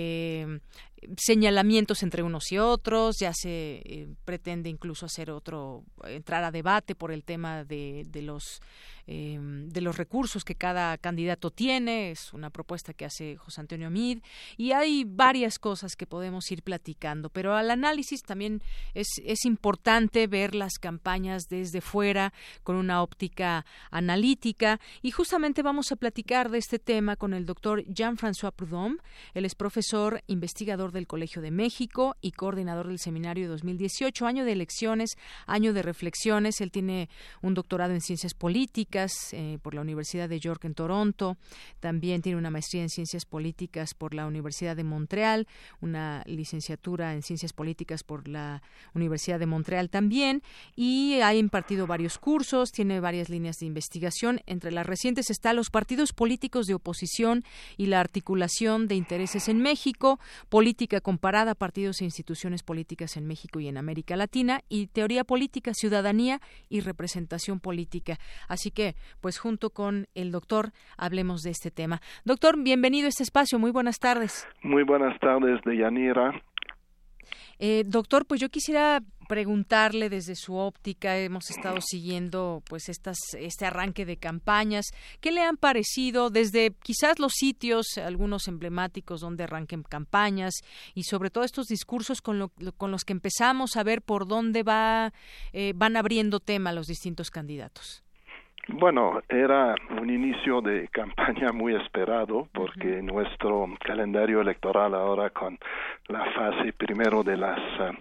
Speaker 3: señalamientos entre unos y otros. Ya se pretende incluso entrar a debate por el tema de los recursos que cada candidato tiene. Es una propuesta que hace José Antonio Meade y hay varias cosas que podemos ir platicando, pero al análisis también es importante ver las campañas desde fuera con una óptica analítica, y justamente vamos a platicar de este tema con el doctor Jean-François Prudhomme. Él es profesor investigador del Colegio de México y coordinador del seminario 2018, año de elecciones, año de reflexiones. Él tiene un doctorado en ciencias políticas por la Universidad de York en Toronto. También tiene una maestría en ciencias políticas por la Universidad de Montreal, una licenciatura en ciencias políticas por la Universidad de Montreal también, y ha impartido varios cursos, tiene varias líneas de investigación. Entre las recientes está los partidos políticos de oposición y la articulación de intereses en México, política comparada, partidos e instituciones políticas en México y en América Latina, y teoría política, ciudadanía y representación política. Así que, pues junto con el doctor, hablemos de este tema. Doctor, bienvenido a este espacio. Muy buenas tardes.
Speaker 11: Muy buenas tardes, Deyanira.
Speaker 3: Doctor, pues yo quisiera preguntarle desde su óptica. Hemos estado siguiendo pues este arranque de campañas. ¿Qué le han parecido desde quizás los sitios, algunos emblemáticos donde arranquen campañas, y sobre todo estos discursos con los que empezamos a ver por dónde van abriendo tema los distintos candidatos?
Speaker 11: Bueno, era un inicio de campaña muy esperado, porque nuestro calendario electoral ahora, con la fase primero de las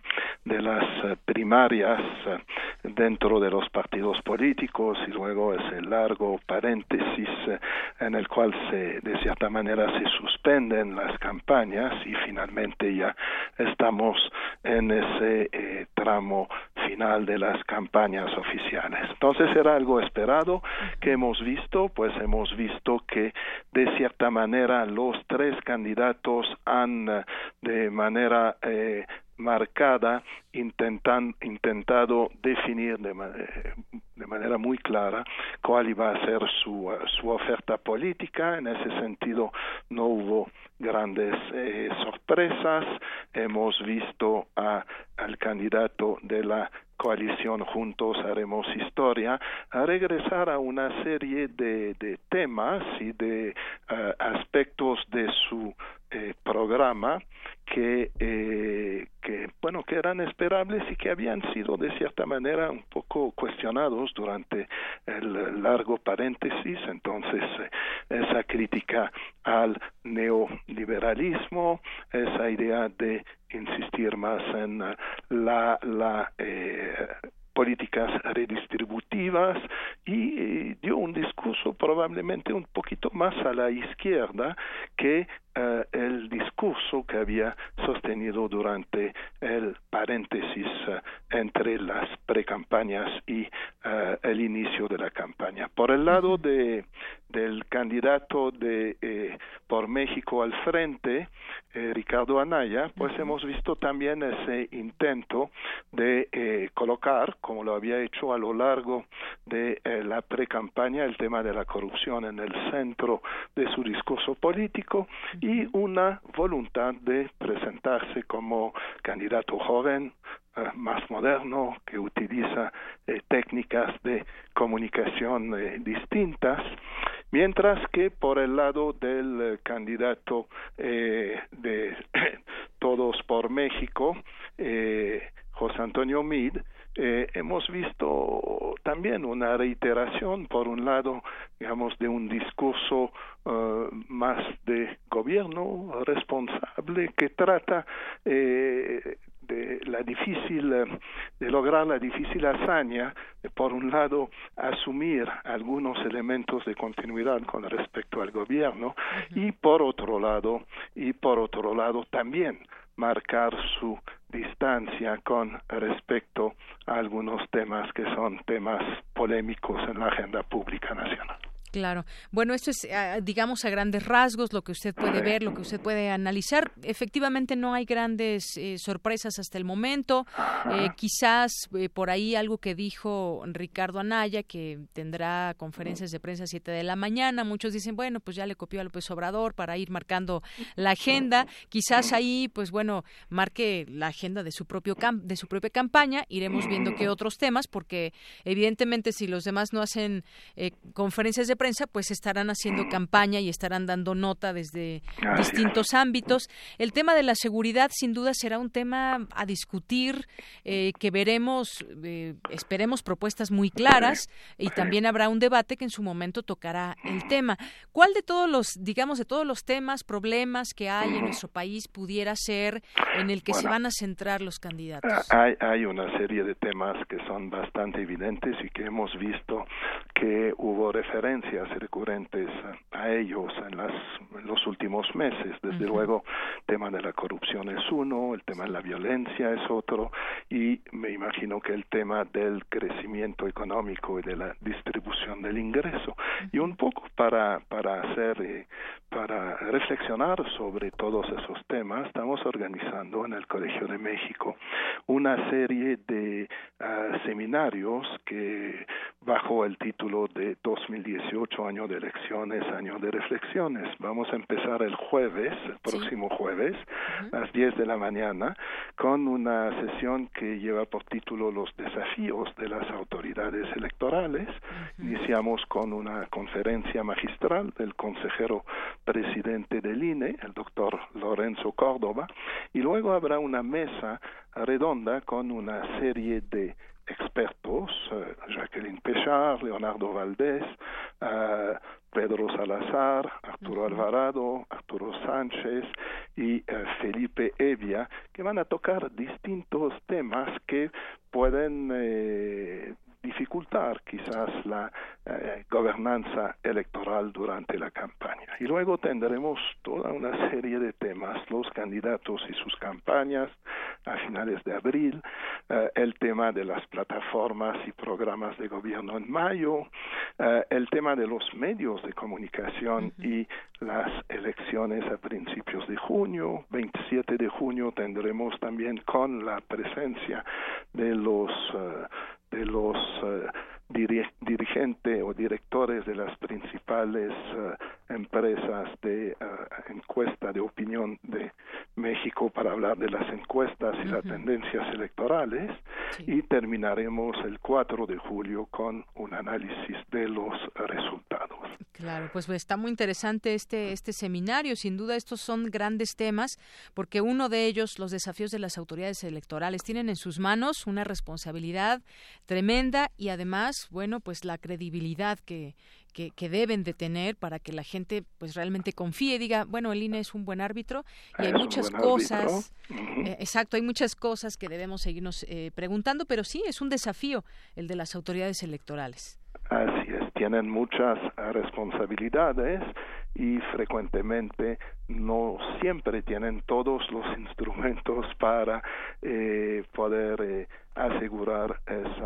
Speaker 11: primarias dentro de los partidos políticos, y luego ese largo paréntesis en el cual de cierta manera se suspenden las campañas, y finalmente ya estamos en ese tramo final de las campañas oficiales. Entonces era algo esperado. Que hemos visto? Pues hemos visto que de cierta manera los tres candidatos han de manera marcada intentado definir de manera muy clara cuál iba a ser su oferta política. En ese sentido no hubo grandes sorpresas. Hemos visto al candidato de la coalición Juntos Haremos Historia a regresar a una serie de temas y de aspectos de su programa que eran esperables y que habían sido de cierta manera un poco cuestionados durante el largo paréntesis. Entonces esa crítica al neoliberalismo, esa idea de insistir más en políticas redistributivas, y dio un discurso probablemente un poquito más a la izquierda que el discurso que había sostenido durante el paréntesis entre las precampañas y el inicio de la campaña. Por el lado de del candidato de por México al frente, Ricardo Anaya, pues hemos visto también ese intento de colocar, como lo había hecho a lo largo de la pre-campaña, el tema de la corrupción en el centro de su discurso político y una voluntad de presentarse como candidato joven, más moderno, que utiliza técnicas de comunicación distintas, mientras que por el lado del candidato de Todos por México, José Antonio Meade, hemos visto también una reiteración, por un lado, digamos, de un discurso más de gobierno responsable que trata de lograr la difícil hazaña de, por un lado, asumir algunos elementos de continuidad con respecto al gobierno y por otro lado también marcar su distancia con respecto a algunos temas que son temas polémicos en la agenda pública nacional.
Speaker 3: Claro. Bueno, esto es, digamos, a grandes rasgos lo que usted puede ver, lo que usted puede analizar. Efectivamente, no hay grandes sorpresas hasta el momento. Quizás por ahí algo que dijo Ricardo Anaya, que tendrá conferencias de prensa a 7 de la mañana. Muchos dicen, bueno, pues ya le copió a López Obrador para ir marcando la agenda. Quizás ahí, pues bueno, marque la agenda de su propia campaña. Iremos viendo qué otros temas, porque evidentemente si los demás no hacen conferencias de prensa, pues estarán haciendo campaña y estarán dando nota desde distintos ámbitos. El tema de la seguridad sin duda será un tema a discutir, que veremos, esperemos propuestas muy claras, y también habrá un debate que en su momento tocará el tema. ¿Cuál de todos los temas, problemas que hay en nuestro país pudiera ser en el que se van a centrar los candidatos?
Speaker 11: Hay una serie de temas que son bastante evidentes y que hemos visto que hubo referencias recurrentes a ellos en los últimos meses. Desde luego, el tema de la corrupción es uno, el tema de la violencia es otro, y me imagino que el tema del crecimiento económico y de la distribución del ingreso. Y un poco para reflexionar sobre todos esos temas, estamos organizando en el Colegio de México una serie de seminarios que, bajo el título de 2018, año de elecciones, año de reflexiones, vamos a empezar el próximo jueves, a las 10 de la mañana, con una sesión que lleva por título Los desafíos de las autoridades electorales. Iniciamos con una conferencia magistral del consejero presidente del INE, el doctor Lorenzo Córdoba, y luego habrá una mesa redonda con una serie de expertos, Jacqueline Pechard, Leonardo Valdés, Pedro Salazar, Arturo Alvarado, Arturo Sánchez y Felipe Evia, que van a tocar distintos temas que pueden dificultar quizás la gobernanza electoral durante la campaña. Y luego tendremos toda una serie de temas, los candidatos y sus campañas a finales de abril, el tema de las plataformas y programas de gobierno en mayo, el tema de los medios de comunicación y las elecciones a principios de junio. 27 de junio tendremos también, con la presencia de los dirigentes o directores de las principales empresas de encuesta de opinión de México, para hablar de las encuestas y las tendencias electorales, y terminaremos el 4 de julio con un análisis de los resultados.
Speaker 3: Claro, pues está muy interesante este seminario. Sin duda estos son grandes temas, porque uno de ellos, los desafíos de las autoridades electorales, tienen en sus manos una responsabilidad tremenda y además, bueno, pues la credibilidad que deben de tener para que la gente pues realmente confíe y diga, bueno, el INE es un buen árbitro, y hay muchas cosas, exacto, hay muchas cosas que debemos seguirnos preguntando, pero sí, es un desafío el de las autoridades electorales.
Speaker 11: Así es, tienen muchas responsabilidades y frecuentemente no siempre tienen todos los instrumentos para poder asegurar esa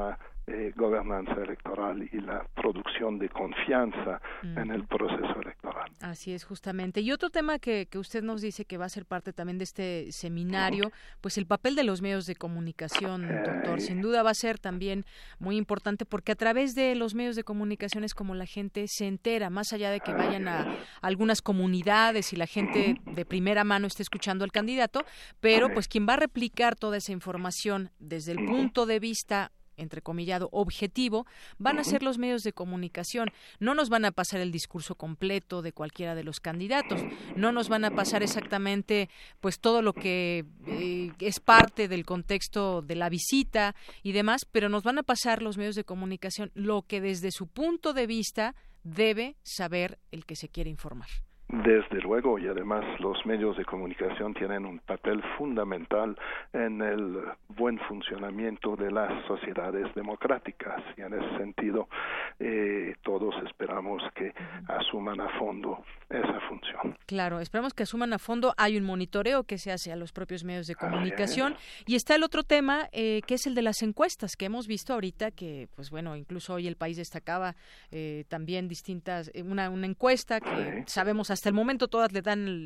Speaker 11: gobernanza electoral y la producción de confianza en el proceso electoral.
Speaker 3: Así es, justamente. Y otro tema que usted nos dice que va a ser parte también de este seminario, pues el papel de los medios de comunicación, doctor. Sin duda va a ser también muy importante porque a través de los medios de comunicación es como la gente se entera, más allá de que vayan a algunas comunidades y la gente de primera mano esté escuchando al candidato, pero pues quien va a replicar toda esa información desde el punto de vista entrecomillado, objetivo, van a ser los medios de comunicación. No nos van a pasar el discurso completo de cualquiera de los candidatos, no nos van a pasar exactamente pues todo lo que es parte del contexto de la visita y demás, pero nos van a pasar los medios de comunicación lo que desde su punto de vista debe saber el que se quiere informar.
Speaker 11: Desde luego, y además los medios de comunicación tienen un papel fundamental en el buen funcionamiento de las sociedades democráticas, y en ese sentido todos esperamos que asuman a fondo esa función.
Speaker 3: Claro, esperamos que asuman a fondo. Hay un monitoreo que se hace a los propios medios de comunicación, y está el otro tema que es el de las encuestas, que hemos visto ahorita que, pues bueno, incluso hoy El País destacaba también distintas, una encuesta que sabemos hasta el momento todas le dan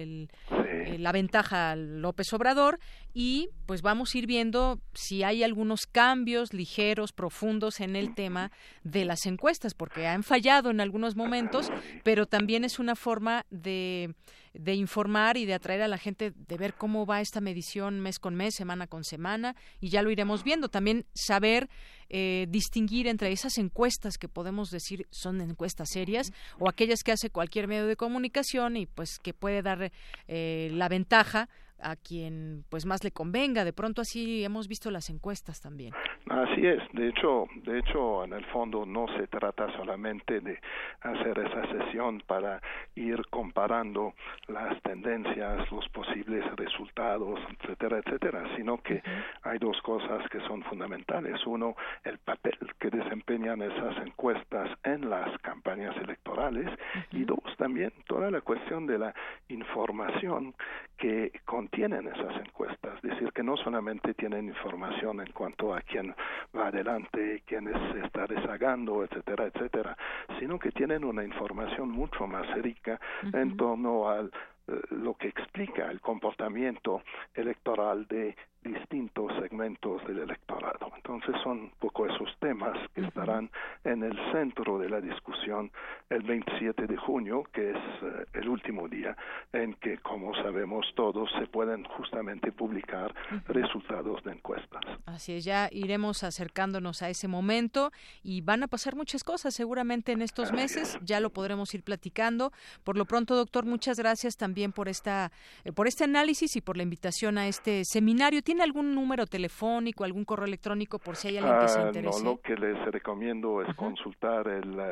Speaker 3: la ventaja a López Obrador, y pues vamos a ir viendo si hay algunos cambios ligeros, profundos en el tema de las encuestas, porque han fallado en algunos momentos, pero también es una forma de informar y de atraer a la gente, de ver cómo va esta medición mes con mes, semana con semana, y ya lo iremos viendo. También saber distinguir entre esas encuestas que podemos decir son encuestas serias o aquellas que hace cualquier medio de comunicación y pues que puede dar la ventaja a quien pues más le convenga. De pronto así hemos visto las encuestas también.
Speaker 11: Así es. De hecho, en el fondo no se trata solamente de hacer esa sesión para ir comparando las tendencias, los posibles resultados, etcétera, etcétera, sino que hay dos cosas que son fundamentales. Uno, el papel que desempeñan esas encuestas en las campañas electorales, y dos, también toda la cuestión de la información que contienen esas encuestas, es decir, que no solamente tienen información en cuanto a quién va adelante, quién se está rezagando, etcétera, etcétera, sino que tienen una información mucho más rica en torno a lo que explica el comportamiento electoral de distintos segmentos del electorado. Entonces son un poco esos temas que estarán en el centro de la discusión el 27 de junio, que es el último día en que, como sabemos todos, se pueden justamente publicar resultados de encuestas.
Speaker 3: Así es, ya iremos acercándonos a ese momento y van a pasar muchas cosas seguramente en estos meses, ya lo podremos ir platicando. Por lo pronto, doctor, muchas gracias también por este análisis y por la invitación a este seminario. ¿Tiene algún número telefónico, algún correo electrónico por si hay alguien que se interese?
Speaker 11: No, lo que les recomiendo es consultar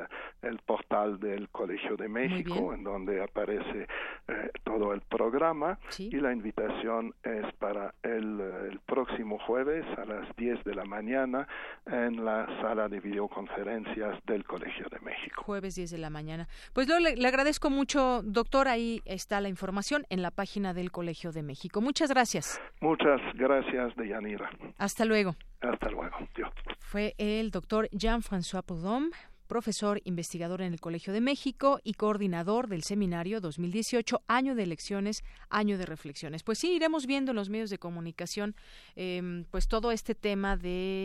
Speaker 11: el portal del Colegio de México, en donde aparece todo el programa, y la invitación es para el próximo jueves a las 10 de la mañana en la sala de videoconferencias del Colegio de México.
Speaker 3: Jueves 10 de la mañana. Pues le agradezco mucho, doctor, ahí está la información en la página del Colegio de México. Muchas gracias.
Speaker 11: Muchas gracias, Deyanira.
Speaker 3: Hasta luego.
Speaker 11: Hasta luego. Dios.
Speaker 3: Fue el doctor Jean-François Prudhomme, profesor investigador en el Colegio de México y coordinador del seminario 2018, año de elecciones, año de reflexiones. Pues sí, iremos viendo en los medios de comunicación pues todo este tema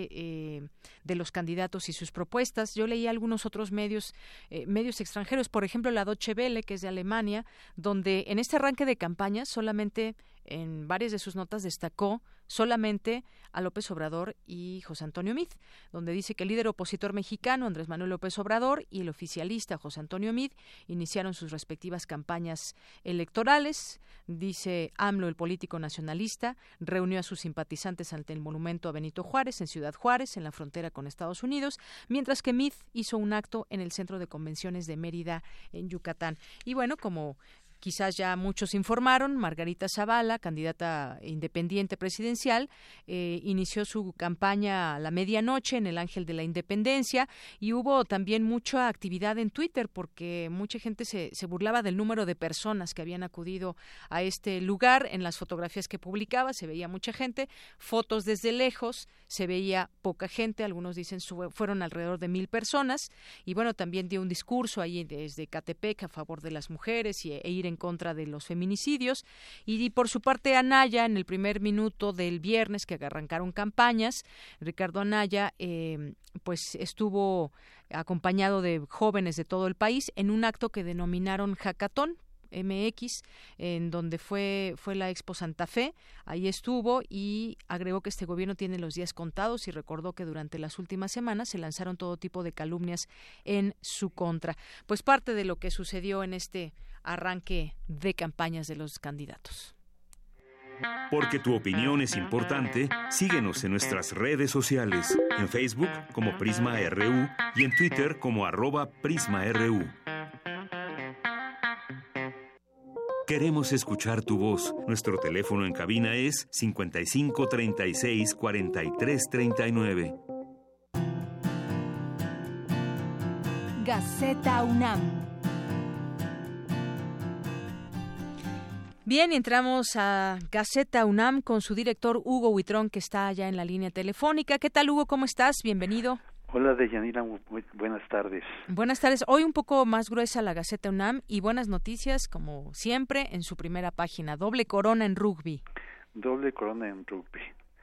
Speaker 3: de los candidatos y sus propuestas. Yo leí algunos otros medios extranjeros, por ejemplo la Deutsche Welle, que es de Alemania, donde en este arranque de campaña solamente en varias de sus notas destacó solamente a López Obrador y José Antonio Meade, donde dice que el líder opositor mexicano, Andrés Manuel López Obrador, y el oficialista José Antonio Meade iniciaron sus respectivas campañas electorales. Dice AMLO, el político nacionalista, reunió a sus simpatizantes ante el monumento a Benito Juárez en Ciudad Juárez, en la frontera con Estados Unidos, mientras que Meade hizo un acto en el Centro de Convenciones de Mérida, en Yucatán. Y bueno, como quizás ya muchos informaron, Margarita Zavala, candidata independiente presidencial, inició su campaña a la medianoche en el Ángel de la Independencia y hubo también mucha actividad en Twitter porque mucha gente se burlaba del número de personas que habían acudido a este lugar. En las fotografías que publicaba se veía mucha gente, fotos desde lejos, se veía poca gente, algunos dicen fueron alrededor de 1,000 personas, y bueno, también dio un discurso ahí desde Catepec a favor de las mujeres e ir en contra de los feminicidios, y por su parte Anaya, en el primer minuto del viernes que arrancaron campañas, Ricardo Anaya pues estuvo acompañado de jóvenes de todo el país en un acto que denominaron Hackathon MX, en donde fue la Expo Santa Fe. Ahí estuvo y agregó que este gobierno tiene los días contados y recordó que durante las últimas semanas se lanzaron todo tipo de calumnias en su contra. Pues parte de lo que sucedió en este arranque de campañas de los candidatos.
Speaker 5: Porque tu opinión es importante, síguenos en nuestras redes sociales, en Facebook como Prisma RU y en Twitter como @PrismaRU. Queremos escuchar tu voz. Nuestro teléfono en cabina es 55 36 43 39.
Speaker 1: Gaceta UNAM.
Speaker 3: Bien, entramos a Gaceta UNAM con su director Hugo Huitrón, que está allá en la línea telefónica. ¿Qué tal, Hugo? ¿Cómo estás? Bienvenido.
Speaker 12: Hola, Deyanira, muy buenas tardes.
Speaker 3: Buenas tardes. Hoy un poco más gruesa la Gaceta UNAM y buenas noticias, como siempre, en su primera página. Doble corona en rugby.
Speaker 12: Doble corona en rugby.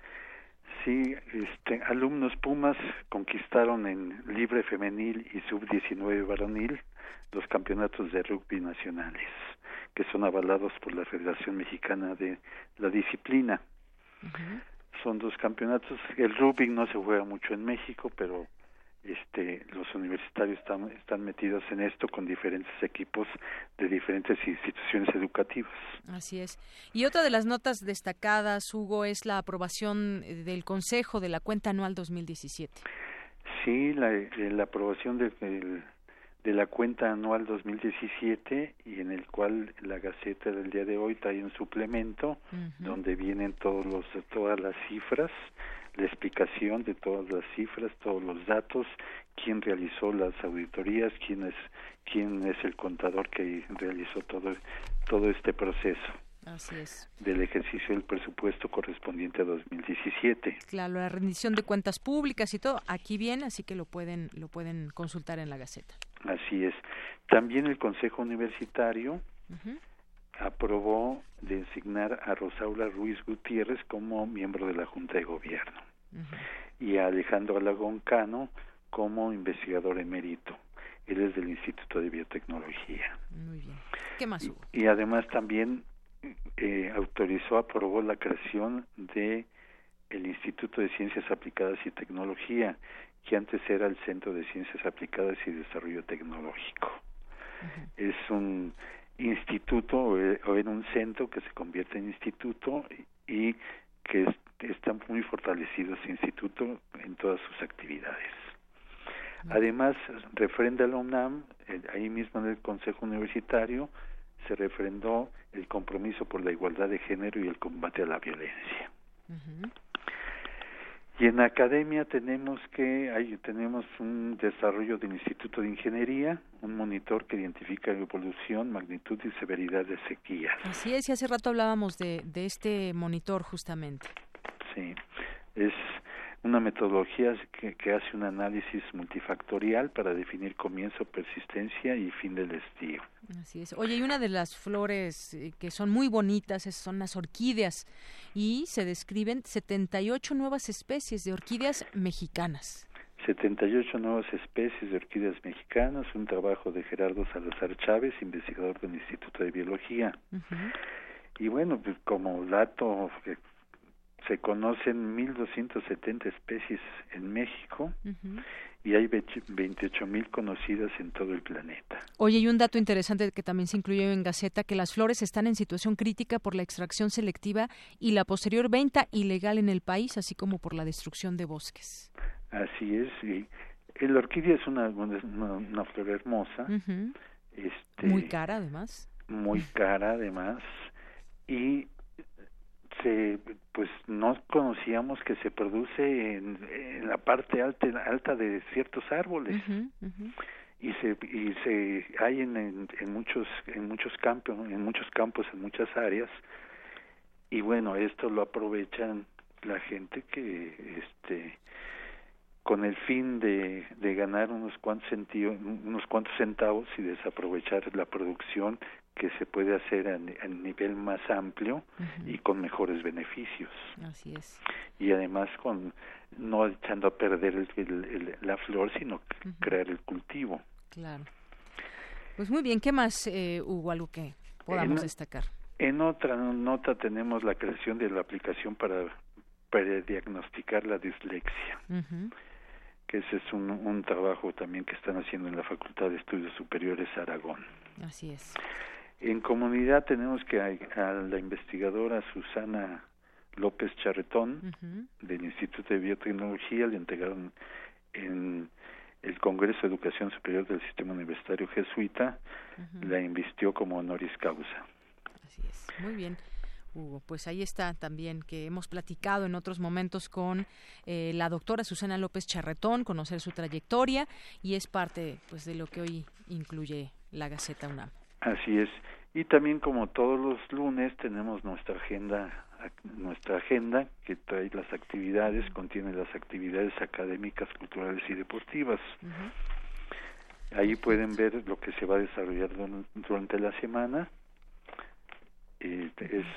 Speaker 12: Sí, alumnos Pumas conquistaron en libre femenil y sub-19 varonil los campeonatos de rugby nacionales, que son avalados por la Federación Mexicana de la Disciplina. Uh-huh. Son 2 campeonatos. El rugby no se juega mucho en México, pero los universitarios están metidos en esto con diferentes equipos de diferentes instituciones educativas.
Speaker 3: Así es. Y otra de las notas destacadas, Hugo, es la aprobación del Consejo de la Cuenta Anual 2017.
Speaker 12: Sí, la aprobación de la Cuenta Anual 2017, y en el cual la Gaceta del día de hoy trae un suplemento donde vienen todas las cifras, la explicación de todas las cifras, todos los datos, quién realizó las auditorías, quién es el contador que realizó todo este proceso.
Speaker 3: Así es.
Speaker 12: Del ejercicio del presupuesto correspondiente a 2017.
Speaker 3: Claro, la rendición de cuentas públicas y todo, aquí viene, así que lo pueden consultar en la Gaceta.
Speaker 12: Así es. También el Consejo Universitario aprobó designar a Rosaura Ruiz Gutiérrez como miembro de la Junta de Gobierno y a Alejandro Alagón Cano como investigador emérito. Él es del Instituto de Biotecnología.
Speaker 3: Muy bien. ¿Qué más hubo?
Speaker 12: Y además también aprobó la creación de el Instituto de Ciencias Aplicadas y Tecnología, que antes era el Centro de Ciencias Aplicadas y Desarrollo Tecnológico. Es un instituto o era un centro que se convierte en instituto y que está muy fortalecido ese instituto en todas sus actividades. Además, refrenda la UNAM, ahí mismo en el Consejo Universitario, se refrendó el compromiso por la igualdad de género y el combate a la violencia. Y en academia tenemos un desarrollo del Instituto de Ingeniería, un monitor que identifica evolución, magnitud y severidad de sequías.
Speaker 3: Así es, y hace rato hablábamos de este monitor justamente.
Speaker 12: Sí, es una metodología que hace un análisis multifactorial para definir comienzo, persistencia y fin del estío.
Speaker 3: Así es. Oye, y una de las flores que son muy bonitas son las orquídeas, y se describen 78 nuevas especies de orquídeas mexicanas.
Speaker 12: 78 nuevas especies de orquídeas mexicanas, un trabajo de Gerardo Salazar Chávez, investigador del Instituto de Biología. Y bueno, pues como dato, se conocen 1,270 especies en México y hay 28,000 conocidas en todo el planeta.
Speaker 3: Oye, y un dato interesante que también se incluyó en Gaceta, que las flores están en situación crítica por la extracción selectiva y la posterior venta ilegal en el país, así como por la destrucción de bosques.
Speaker 12: Así es, y la orquídea es una flor hermosa.
Speaker 3: Muy cara, además.
Speaker 12: muy cara además, y pues no conocíamos que se produce en la parte alta de ciertos árboles. Y se hay en muchos campos, en muchas áreas, y bueno, esto lo aprovechan la gente que con el fin de ganar unos cuantos centavos y desaprovechar la producción que se puede hacer a nivel más amplio y con mejores beneficios.
Speaker 3: Así es.
Speaker 12: Y además no echando a perder la flor, sino crear el cultivo.
Speaker 3: Claro. Pues muy bien, ¿qué más, Hugo, algo que podamos destacar?
Speaker 12: En otra nota tenemos la creación de la aplicación para diagnosticar la dislexia, que ese es un trabajo también que están haciendo en la Facultad de Estudios Superiores Aragón.
Speaker 3: Así es.
Speaker 12: En comunidad tenemos que a la investigadora Susana López Charretón del Instituto de Biotecnología le entregaron en el Congreso de Educación Superior del Sistema Universitario Jesuita, la invistió como honoris causa.
Speaker 3: Así es, muy bien, Hugo. Pues ahí está también, que hemos platicado en otros momentos con la doctora Susana López Charretón, conocer su trayectoria, y es parte pues de lo que hoy incluye la Gaceta UNAM.
Speaker 12: Así es, y también como todos los lunes tenemos nuestra agenda que trae las actividades, contiene las actividades académicas, culturales y deportivas. Ahí pueden ver lo que se va a desarrollar durante la semana. Es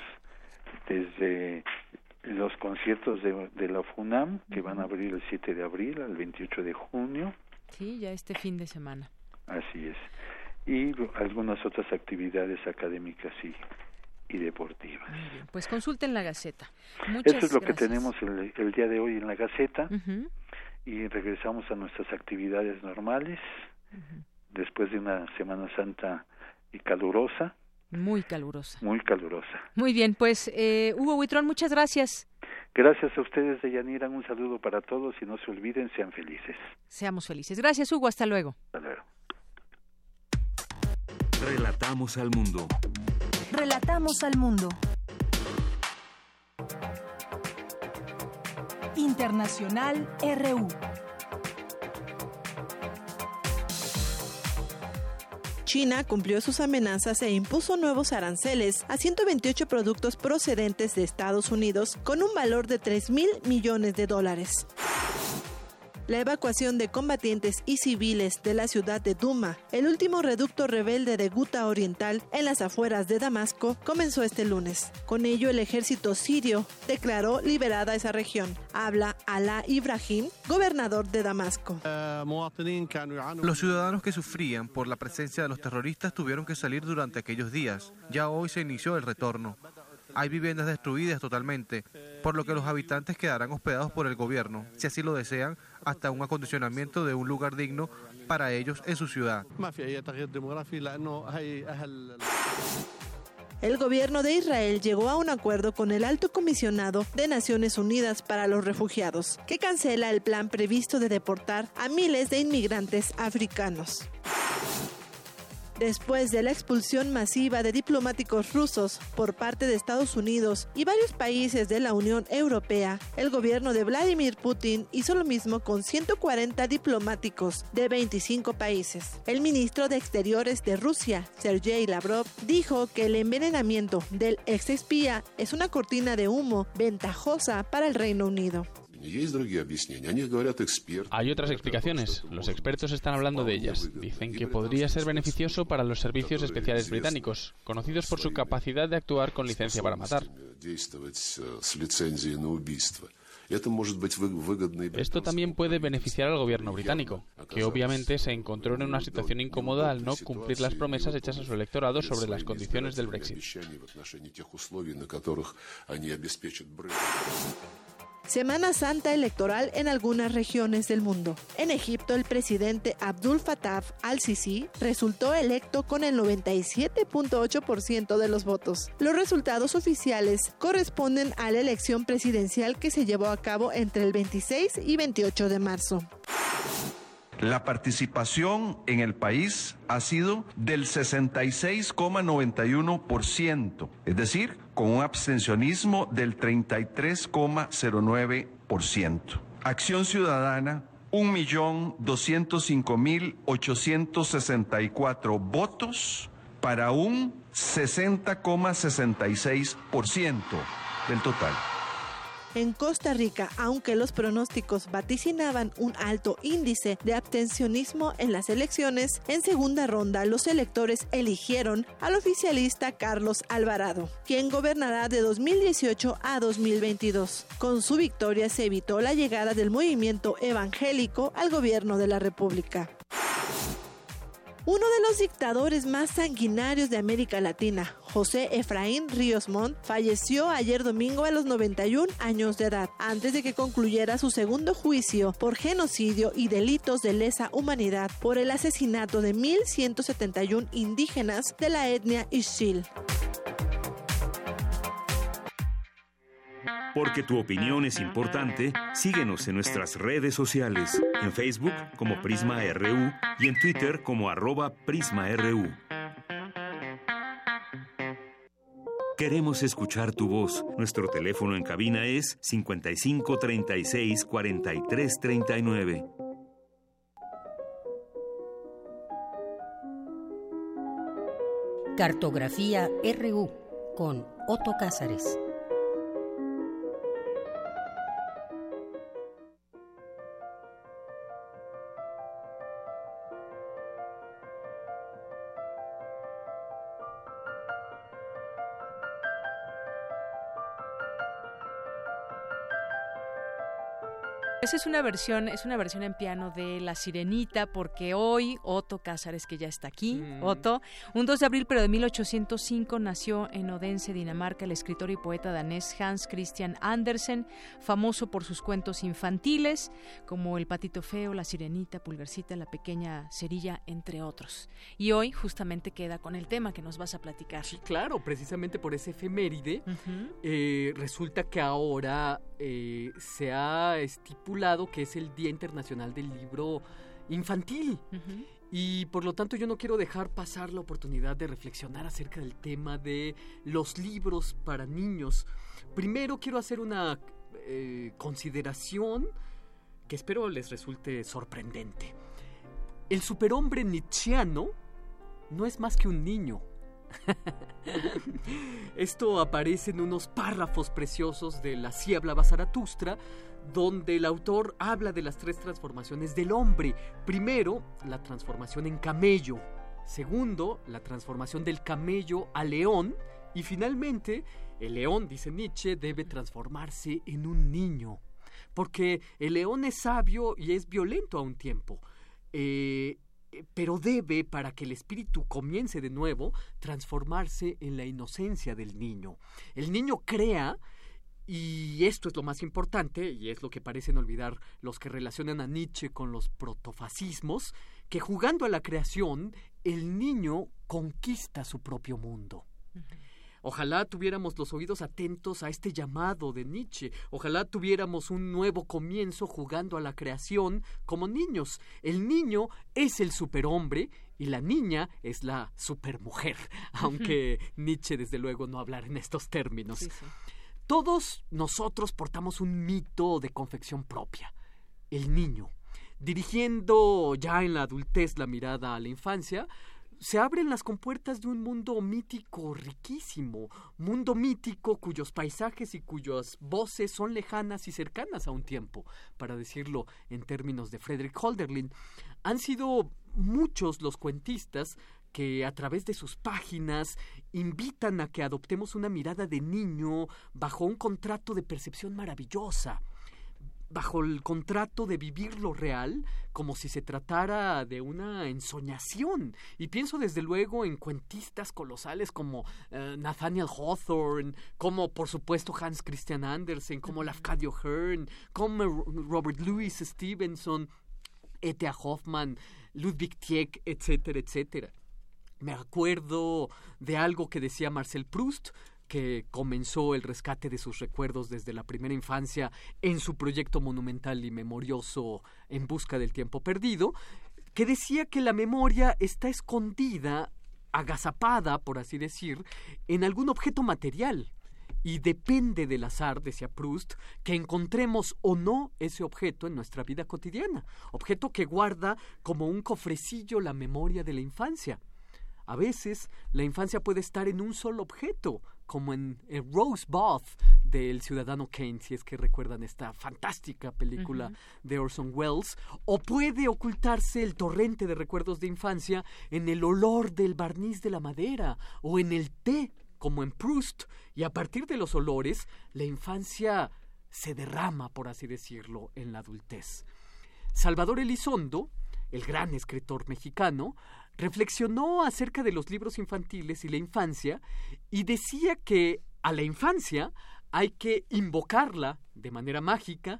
Speaker 12: desde los conciertos de la FUNAM, que van a abrir el 7 de abril al 28 de junio.
Speaker 3: Sí, ya este fin de semana.
Speaker 12: Así es. Y algunas otras actividades académicas y deportivas.
Speaker 3: Muy bien. Pues consulten la Gaceta.
Speaker 12: Eso es lo que tenemos el día de hoy en la Gaceta, y regresamos a nuestras actividades normales después de una Semana Santa y calurosa.
Speaker 3: Muy calurosa.
Speaker 12: Muy
Speaker 3: bien, pues Hugo Huitrón, muchas gracias.
Speaker 12: Gracias a ustedes, Deyanira, un saludo para todos y no se olviden, sean felices.
Speaker 3: Seamos felices. Gracias, Hugo, hasta luego.
Speaker 12: Hasta luego.
Speaker 5: Relatamos al mundo.
Speaker 1: Relatamos al mundo. Internacional RU.
Speaker 13: China cumplió sus amenazas e impuso nuevos aranceles a 128 productos procedentes de Estados Unidos con un valor de $3,000 millones. La evacuación de combatientes y civiles de la ciudad de Duma, el último reducto rebelde de Guta Oriental en las afueras de Damasco, comenzó este lunes. Con ello, el ejército sirio declaró liberada esa región. Habla Alaa Ibrahim, gobernador de Damasco.
Speaker 14: Los ciudadanos que sufrían por la presencia de los terroristas tuvieron que salir durante aquellos días. Ya hoy se inició el retorno. Hay viviendas destruidas totalmente, por lo que los habitantes quedarán hospedados por el gobierno, si así lo desean, hasta un acondicionamiento de un lugar digno para ellos en su ciudad.
Speaker 13: El gobierno de Israel llegó a un acuerdo con el Alto Comisionado de Naciones Unidas para los Refugiados, que cancela el plan previsto de deportar a miles de inmigrantes africanos. Después de la expulsión masiva de diplomáticos rusos por parte de Estados Unidos y varios países de la Unión Europea, el gobierno de Vladimir Putin hizo lo mismo con 140 diplomáticos de 25 países. El ministro de Exteriores de Rusia, Sergei Lavrov, dijo que el envenenamiento del exespía es una cortina de humo ventajosa para el Reino Unido.
Speaker 15: Hay otras explicaciones. Los expertos están hablando de ellas. Dicen que podría ser beneficioso para los servicios especiales británicos, conocidos por su capacidad de actuar con licencia para matar. Esto también puede beneficiar al gobierno británico, que obviamente se encontró en una situación incómoda al no cumplir las promesas hechas a su electorado sobre las condiciones del Brexit.
Speaker 13: Semana Santa electoral en algunas regiones del mundo. En Egipto, el presidente Abdul Fattah al-Sisi resultó electo con el 97.8% de los votos. Los resultados oficiales corresponden a la elección presidencial que se llevó a cabo entre el 26 y 28 de marzo.
Speaker 4: La participación en el país ha sido del 66,91%, es decir, con un abstencionismo del 33,09%. Acción Ciudadana, 1.205.864 votos para un 60,66% del total.
Speaker 13: En Costa Rica, aunque los pronósticos vaticinaban un alto índice de abstencionismo en las elecciones, en segunda ronda los electores eligieron al oficialista Carlos Alvarado, quien gobernará de 2018 a 2022. Con su victoria se evitó la llegada del movimiento evangélico al gobierno de la República. Uno de los dictadores más sanguinarios de América Latina, José Efraín Ríos Montt, falleció ayer domingo a los 91 años de edad, antes de que concluyera su segundo juicio por genocidio y delitos de lesa humanidad por el asesinato de 1.171 indígenas de la etnia Ixil.
Speaker 5: Porque tu opinión es importante, síguenos en nuestras redes sociales, en Facebook como Prisma RU y en Twitter como @PrismaRU. Queremos escuchar tu voz. Nuestro teléfono en cabina es 55 36 43 39.
Speaker 16: Cartografía RU con Otto Cázares.
Speaker 3: Esa es una versión en piano de La Sirenita, porque hoy Otto Cázares, que ya está aquí, Otto, un 2 de abril pero de 1805 nació en Odense, Dinamarca, el escritor y poeta danés Hans Christian Andersen, famoso por sus cuentos infantiles como El Patito Feo, La Sirenita, Pulgarcita, La Pequeña Cerilla, entre otros. Y hoy justamente queda con el tema que nos vas a platicar.
Speaker 17: Sí, claro, precisamente por ese efeméride, resulta que ahora se ha estipulado que es el Día Internacional del Libro Infantil. Y por lo tanto yo no quiero dejar pasar la oportunidad de reflexionar acerca del tema de los libros para niños. Primero quiero hacer una consideración que espero les resulte sorprendente. El superhombre nietzscheano no es más que un niño. Esto aparece en unos párrafos preciosos de la Así hablaba Zaratustra, donde el autor habla de las 3 transformaciones del hombre. Primero, la transformación en camello. Segundo, la transformación del camello a león. Y finalmente, el león, dice Nietzsche, debe transformarse en un niño. Porque el león es sabio y es violento a un tiempo. Pero debe, para que el espíritu comience de nuevo, transformarse en la inocencia del niño. El niño crea, y esto es lo más importante, y es lo que parecen olvidar los que relacionan a Nietzsche con los protofascismos, que jugando a la creación, el niño conquista su propio mundo. Ojalá tuviéramos los oídos atentos a este llamado de Nietzsche. Ojalá tuviéramos un nuevo comienzo jugando a la creación como niños. El niño es el superhombre y la niña es la supermujer, aunque Nietzsche desde luego no hablara en estos términos. Sí. Todos nosotros portamos un mito de confección propia, el niño. Dirigiendo ya en la adultez la mirada a la infancia, se abren las compuertas de un mundo mítico riquísimo, mundo mítico cuyos paisajes y cuyas voces son lejanas y cercanas a un tiempo, para decirlo en términos de Frederick Hölderlin. Han sido muchos los cuentistas que a través de sus páginas invitan a que adoptemos una mirada de niño bajo un contrato de percepción maravillosa, bajo el contrato de vivir lo real como si se tratara de una ensoñación. Y pienso desde luego en cuentistas colosales como Nathaniel Hawthorne, como por supuesto Hans Christian Andersen, como Lafcadio Hearn, como Robert Louis Stevenson, E.T.A. Hoffmann, Ludwig Tieck, etcétera, etcétera. Me acuerdo de algo que decía Marcel Proust, que comenzó el rescate de sus recuerdos desde la primera infancia en su proyecto monumental y memorioso En busca del tiempo perdido, que decía que la memoria está escondida, agazapada, por así decir, en algún objeto material. Y depende del azar, decía Proust, que encontremos o no ese objeto en nuestra vida cotidiana. Objeto que guarda como un cofrecillo la memoria de la infancia. A veces, la infancia puede estar en un solo objeto, como en Rosebud del Ciudadano Kane, si es que recuerdan esta fantástica película de Orson Welles, o puede ocultarse el torrente de recuerdos de infancia en el olor del barniz de la madera o en el té, como en Proust, y a partir de los olores, la infancia se derrama, por así decirlo, en la adultez. Salvador Elizondo, el gran escritor mexicano, reflexionó acerca de los libros infantiles y la infancia y decía que a la infancia hay que invocarla de manera mágica,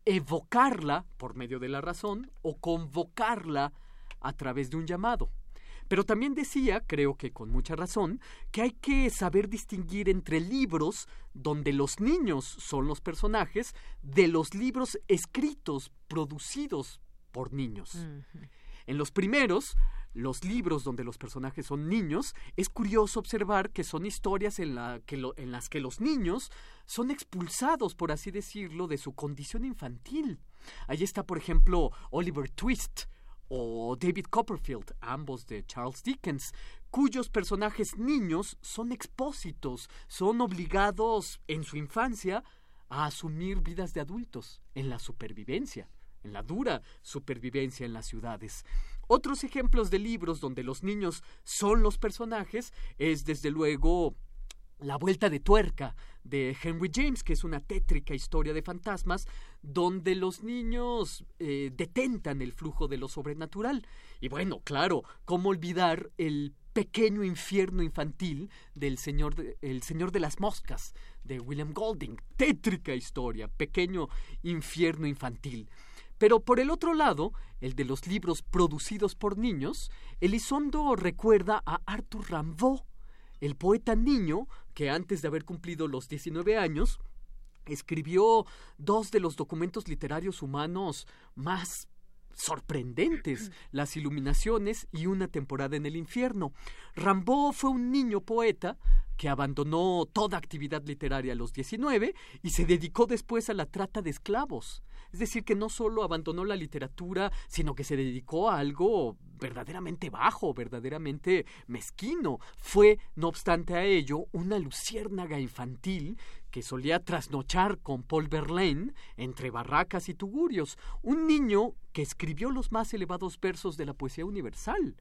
Speaker 17: evocarla por medio de la razón o convocarla a través de un llamado. Pero también decía, creo que con mucha razón, que hay que saber distinguir entre libros donde los niños son los personajes de los libros escritos, producidos por niños. En los primeros, los libros donde los personajes son niños, es curioso observar que son historias en las que los niños son expulsados, por así decirlo, de su condición infantil. Ahí está, por ejemplo, Oliver Twist o David Copperfield, ambos de Charles Dickens, cuyos personajes niños son expósitos, son obligados en su infancia a asumir vidas de adultos en la supervivencia, en la dura supervivencia en las ciudades. Otros ejemplos de libros donde los niños son los personajes es, desde luego, La vuelta de tuerca de Henry James, que es una tétrica historia de fantasmas donde los niños detentan el flujo de lo sobrenatural. Y bueno, claro, ¿cómo olvidar el pequeño infierno infantil del El Señor de las Moscas de William Golding? Tétrica historia, pequeño infierno infantil. Pero por el otro lado, el de los libros producidos por niños, Elizondo recuerda a Arthur Rimbaud, el poeta niño que antes de haber cumplido los 19 años, escribió dos de los documentos literarios humanos más sorprendentes, Las Iluminaciones y Una temporada en el infierno. Rimbaud fue un niño poeta que abandonó toda actividad literaria a los 19 y se dedicó después a la trata de esclavos. Es decir, que no solo abandonó la literatura, sino que se dedicó a algo verdaderamente bajo, verdaderamente mezquino. Fue, no obstante a ello, una luciérnaga infantil que solía trasnochar con Paul Verlaine entre barracas y tugurios. Un niño que escribió los más elevados versos de la poesía universal.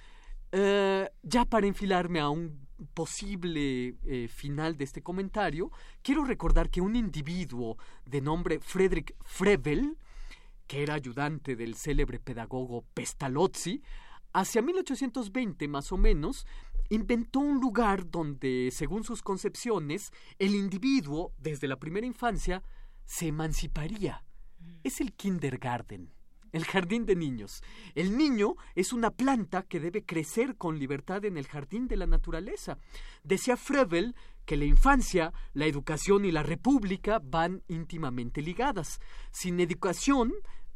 Speaker 17: Ya para enfilarme a un posible final de este comentario, quiero recordar que un individuo de nombre Friedrich Froebel, que era ayudante del célebre pedagogo Pestalozzi, hacia 1820 más o menos, inventó un lugar donde, según sus concepciones, el individuo, desde la primera infancia, se emanciparía. Es el kindergarten. El jardín de niños. El niño es una planta que debe crecer con libertad en el jardín de la naturaleza. Decía Froebel que la infancia, la educación y la república van íntimamente ligadas. Sin educación,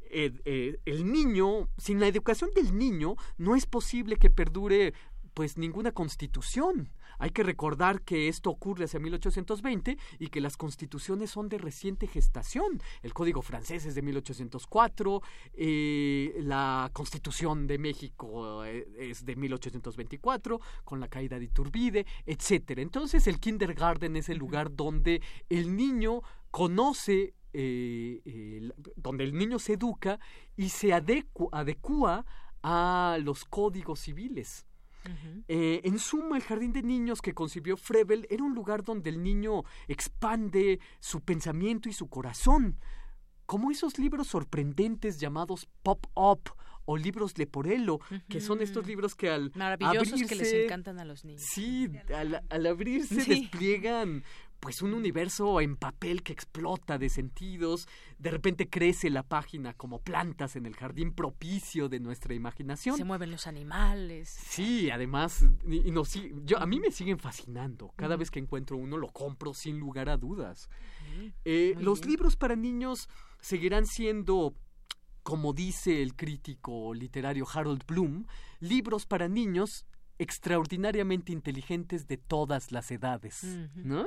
Speaker 17: sin la educación del niño, no es posible que perdure pues ninguna constitución. Hay que recordar que esto ocurre hacia 1820 y que las constituciones son de reciente gestación. El Código francés es de 1804, la Constitución de México es de 1824, con la caída de Iturbide, etc. Entonces el kindergarten es el lugar donde el niño conoce, donde el niño se educa y se adecua a los códigos civiles. En suma, el jardín de niños que concibió Froebel era un lugar donde el niño expande su pensamiento y su corazón, como esos libros sorprendentes llamados pop-up o libros leporello, que son estos libros que al
Speaker 3: maravillosos
Speaker 17: abrirse,
Speaker 3: que les encantan a los niños.
Speaker 17: Sí, al abrirse despliegan pues un universo en papel que explota de sentidos, de repente crece la página como plantas en el jardín propicio de nuestra imaginación.
Speaker 3: Se mueven los animales.
Speaker 17: Sí, además, a mí me siguen fascinando. Cada vez que encuentro uno lo compro sin lugar a dudas. Los libros para niños seguirán siendo, como dice el crítico literario Harold Bloom, libros para niños extraordinariamente inteligentes de todas las edades, ¿no?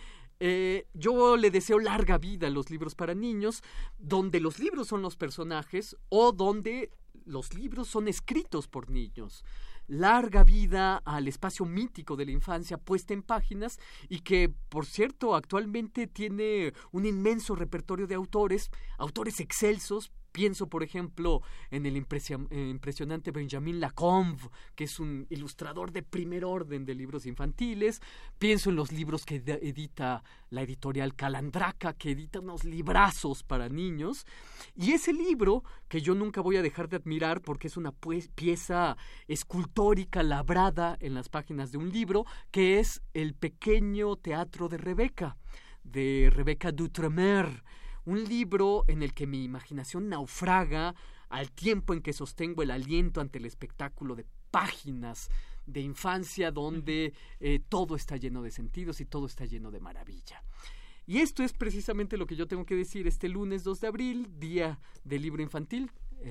Speaker 17: Yo le deseo larga vida a los libros para niños, donde los libros son los personajes o donde los libros son escritos por niños. Larga vida al espacio mítico de la infancia puesta en páginas y que, por cierto, actualmente tiene un inmenso repertorio de autores excelsos. Pienso, por ejemplo, en el impresionante Benjamin Lacombe, que es un ilustrador de primer orden de libros infantiles. Pienso en los libros que edita la editorial Calandraca, que edita unos librazos para niños. Y ese libro, que yo nunca voy a dejar de admirar porque es una pieza escultórica labrada en las páginas de un libro, que es El pequeño teatro de Rebeca d'Outremer. Un libro en el que mi imaginación naufraga al tiempo en que sostengo el aliento ante el espectáculo de páginas de infancia donde todo está lleno de sentidos y todo está lleno de maravilla. Y esto es precisamente lo que yo tengo que decir este lunes 2 de abril, Día del Libro Infantil,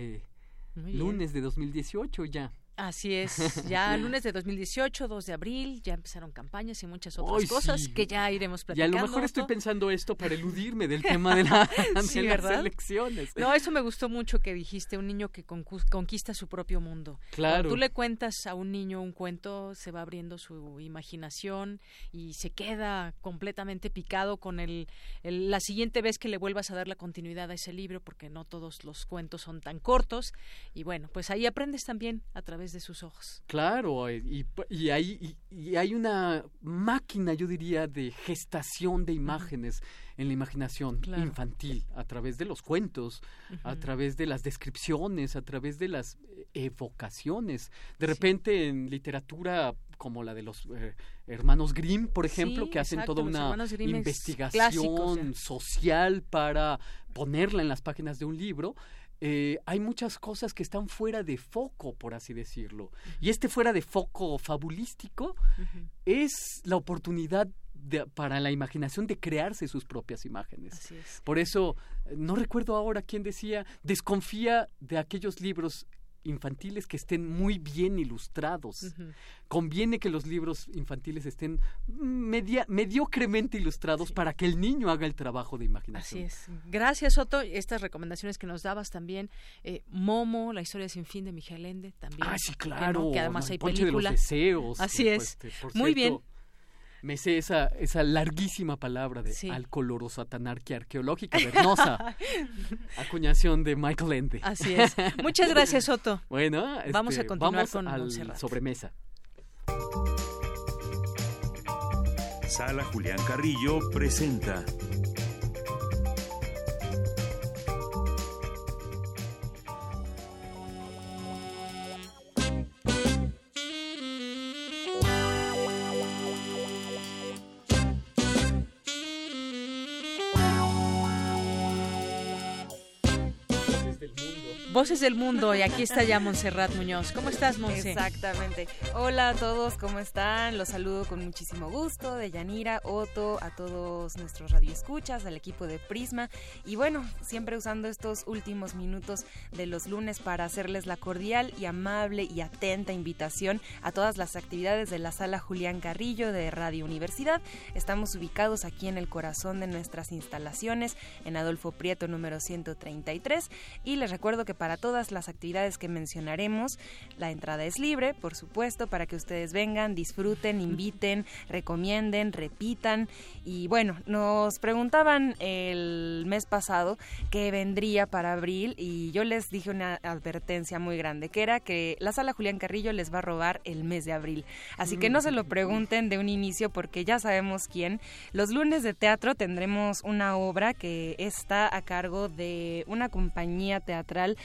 Speaker 17: lunes de 2018 ya.
Speaker 3: Así es, ya lunes de 2018, 2 de abril, ya empezaron campañas y muchas otras cosas que ya iremos platicando.
Speaker 17: Y a lo mejor estoy pensando esto para eludirme del tema de, las elecciones.
Speaker 3: No, eso me gustó mucho que dijiste, un niño que conquista su propio mundo.
Speaker 17: Claro.
Speaker 3: Cuando tú le cuentas a un niño un cuento, se va abriendo su imaginación y se queda completamente picado con la siguiente vez que le vuelvas a dar la continuidad a ese libro, porque no todos los cuentos son tan cortos. Y bueno, pues ahí aprendes también a través de sus ojos.
Speaker 17: Claro, y hay una máquina, yo diría, de gestación de imágenes en la imaginación infantil, a través de los cuentos, a través de las descripciones, a través de las evocaciones. De repente en literatura como la de los hermanos Grimm, por ejemplo, que hacen toda una investigación social para ponerla en las páginas de un libro. Hay muchas cosas que están fuera de foco, por así decirlo. Y este fuera de foco fabulístico es la oportunidad para la imaginación de crearse sus propias imágenes.
Speaker 3: Así es.
Speaker 17: Por eso, no recuerdo ahora quién decía, desconfía de aquellos libros infantiles que estén muy bien ilustrados. Conviene que los libros infantiles estén mediocremente ilustrados para que el niño haga el trabajo de imaginación.
Speaker 3: Así es. Gracias, Otto. Estas recomendaciones que nos dabas también. Momo, la historia sin fin de Miguel Ende, también.
Speaker 17: Ah, sí, claro.
Speaker 3: Que además hay
Speaker 17: Ponche
Speaker 3: película.
Speaker 17: De los deseos.
Speaker 3: Así es. Muy bien.
Speaker 17: Me sé esa larguísima palabra de alcolorosatanarquia arqueológica vernosa. Acuñación de Michael Ende.
Speaker 3: Así es. Muchas gracias, Otto.
Speaker 17: Bueno,
Speaker 3: vamos a continuar con
Speaker 17: Montserrat. Sobremesa.
Speaker 5: Sala Julián Carrillo presenta
Speaker 3: Voces del Mundo, y aquí está ya Montserrat Muñoz. ¿Cómo estás, Monse?
Speaker 2: Exactamente. Hola a todos, ¿cómo están? Los saludo con muchísimo gusto, de Yanira, Otto, a todos nuestros radioescuchas, al equipo de Prisma, y bueno, siempre usando estos últimos minutos de los lunes para hacerles la cordial y amable y atenta invitación a todas las actividades de la Sala Julián Carrillo de Radio Universidad. Estamos ubicados aquí en el corazón de nuestras instalaciones, en Adolfo Prieto número 133, y les recuerdo que para todas las actividades que mencionaremos, la entrada es libre, por supuesto, para que ustedes vengan, disfruten, inviten, recomienden, repitan. Y bueno, nos preguntaban el mes pasado qué vendría para abril, y yo les dije una advertencia muy grande, que era que la Sala Julián Carrillo les va a robar el mes de abril. Así que no se lo pregunten de un inicio, porque ya sabemos quién. Los lunes de teatro tendremos una obra que está a cargo de una compañía teatral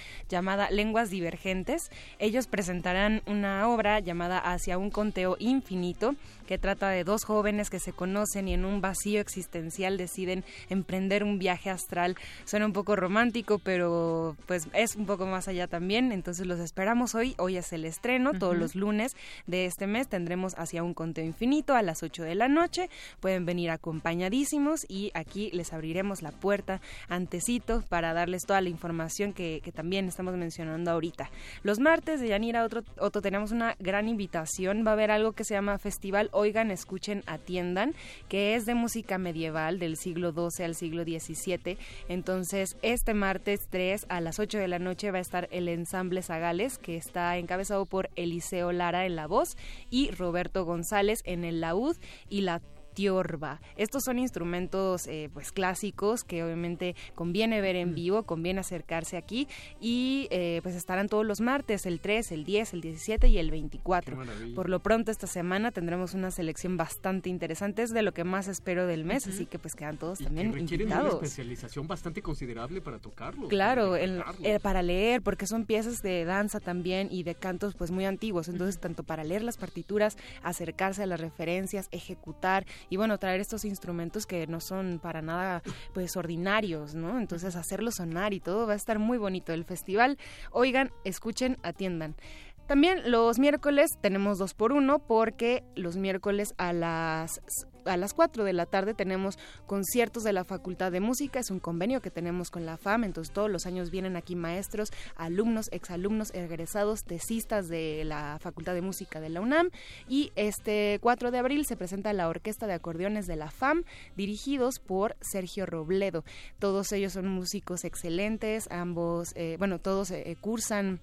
Speaker 2: llamada Lenguas Divergentes. Ellos presentarán una obra llamada Hacia un conteo infinito, que trata de dos jóvenes que se conocen y en un vacío existencial deciden emprender un viaje astral. Suena un poco romántico, pero pues es un poco más allá también, entonces los esperamos hoy es el estreno, todos los lunes de este mes tendremos Hacia un conteo infinito a las 8 de la noche, pueden venir acompañadísimos y aquí les abriremos la puerta antecito para darles toda la información que también estamos mencionando ahorita. Los martes de Yanira Otto tenemos una gran invitación, va a haber algo que se llama Festival Oigan, Escuchen, Atiendan, que es de música medieval del siglo XII al siglo XVII. Entonces, este martes 3 a las 8 de la noche va a estar el ensamble Zagales, que está encabezado por Eliseo Lara en la voz y Roberto González en el laúd y la tiorba. Estos son instrumentos pues clásicos que obviamente conviene ver en vivo, conviene acercarse aquí y pues estarán todos los martes, el 3, el 10, el 17 y el 24. Por lo pronto esta semana tendremos una selección bastante interesante, es de lo que más espero del mes, así que pues quedan todos también invitados.
Speaker 17: Una especialización bastante considerable para tocarlo.
Speaker 2: Claro, para leer, porque son piezas de danza también y de cantos pues muy antiguos, entonces tanto para leer las partituras, acercarse a las referencias, ejecutar y bueno, traer estos instrumentos que no son para nada pues ordinarios, ¿no? Entonces hacerlos sonar y todo va a estar muy bonito el festival. Oigan, escuchen, atiendan. También los miércoles tenemos 2x1 porque los miércoles a las 4 de la tarde tenemos conciertos de la Facultad de Música, es un convenio que tenemos con la FAM, entonces todos los años vienen aquí maestros, alumnos, exalumnos, egresados, tesistas de la Facultad de Música de la UNAM y este 4 de abril se presenta la Orquesta de Acordeones de la FAM, dirigidos por Sergio Robledo. Todos ellos son músicos excelentes, ambos, todos cursan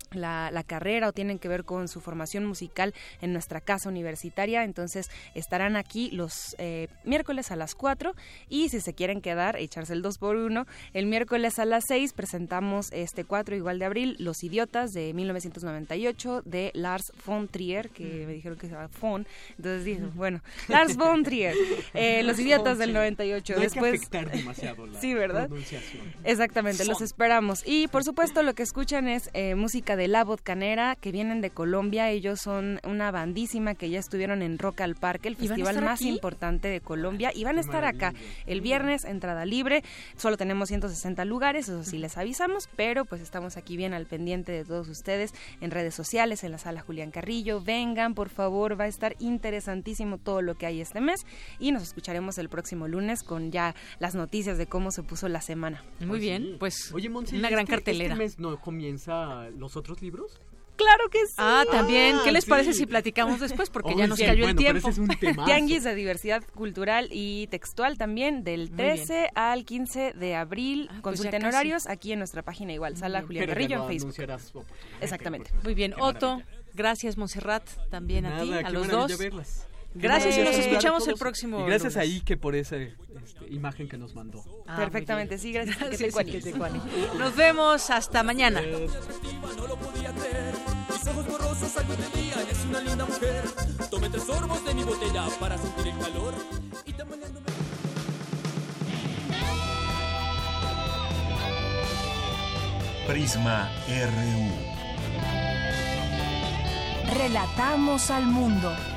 Speaker 2: la carrera o tienen que ver con su formación musical en nuestra casa universitaria, entonces estarán aquí los miércoles a las 4 y si se quieren quedar, echarse el 2x1, el miércoles a las 6 presentamos este 4 igual de abril, Los Idiotas de 1998 de Lars von Trier, que me dijeron que se llama von, entonces dije, bueno, Lars von Trier, Los Idiotas del 98.
Speaker 17: No
Speaker 2: después
Speaker 17: hay que afectar demasiado la
Speaker 2: sí, ¿verdad?
Speaker 17: pronunciación.
Speaker 2: Exactamente, los esperamos y por supuesto lo que escuchan es música de La Vodkanera, que vienen de Colombia. Ellos son una bandísima que ya estuvieron en Rock al Parque, el festival más importante de Colombia, y van a estar acá el viernes, entrada libre. Solo tenemos 160 lugares, eso sí les avisamos, pero pues estamos aquí bien al pendiente de todos ustedes en redes sociales, en la sala Julián Carrillo. Vengan, por favor, va a estar interesantísimo todo lo que hay este mes y nos escucharemos el próximo lunes con ya las noticias de cómo se puso la semana.
Speaker 3: Muy bien, pues
Speaker 17: oye, Monse,
Speaker 3: una gran cartelera.
Speaker 17: ¿Este mes no comienza los otros libros?
Speaker 2: ¡Claro que sí!
Speaker 3: También. ¿Qué les parece si platicamos después? Porque ya nos cayó el tiempo.
Speaker 2: Tianguis de diversidad cultural y textual también, del 13 al 15 de abril. Consulten horarios aquí en nuestra página igual, Sala Julián Carrillo en Facebook. Exactamente.
Speaker 3: Muy bien. Otto, gracias Montserrat, también a ti, a los dos.
Speaker 17: Verlas.
Speaker 3: Gracias y nos escuchamos el próximo
Speaker 17: y gracias
Speaker 3: lunes.
Speaker 17: a Ike por esa imagen que nos mandó.
Speaker 2: Perfectamente, sí, gracias.
Speaker 3: Nos vemos hasta mañana.
Speaker 18: No lo podía creer, mis ojos borrosos al mediodía, eres una linda mujer. Tomé 3 sorbos de mi botella para sentir el calor y tambaleándome.
Speaker 20: Prisma RU.
Speaker 1: Relatamos al mundo.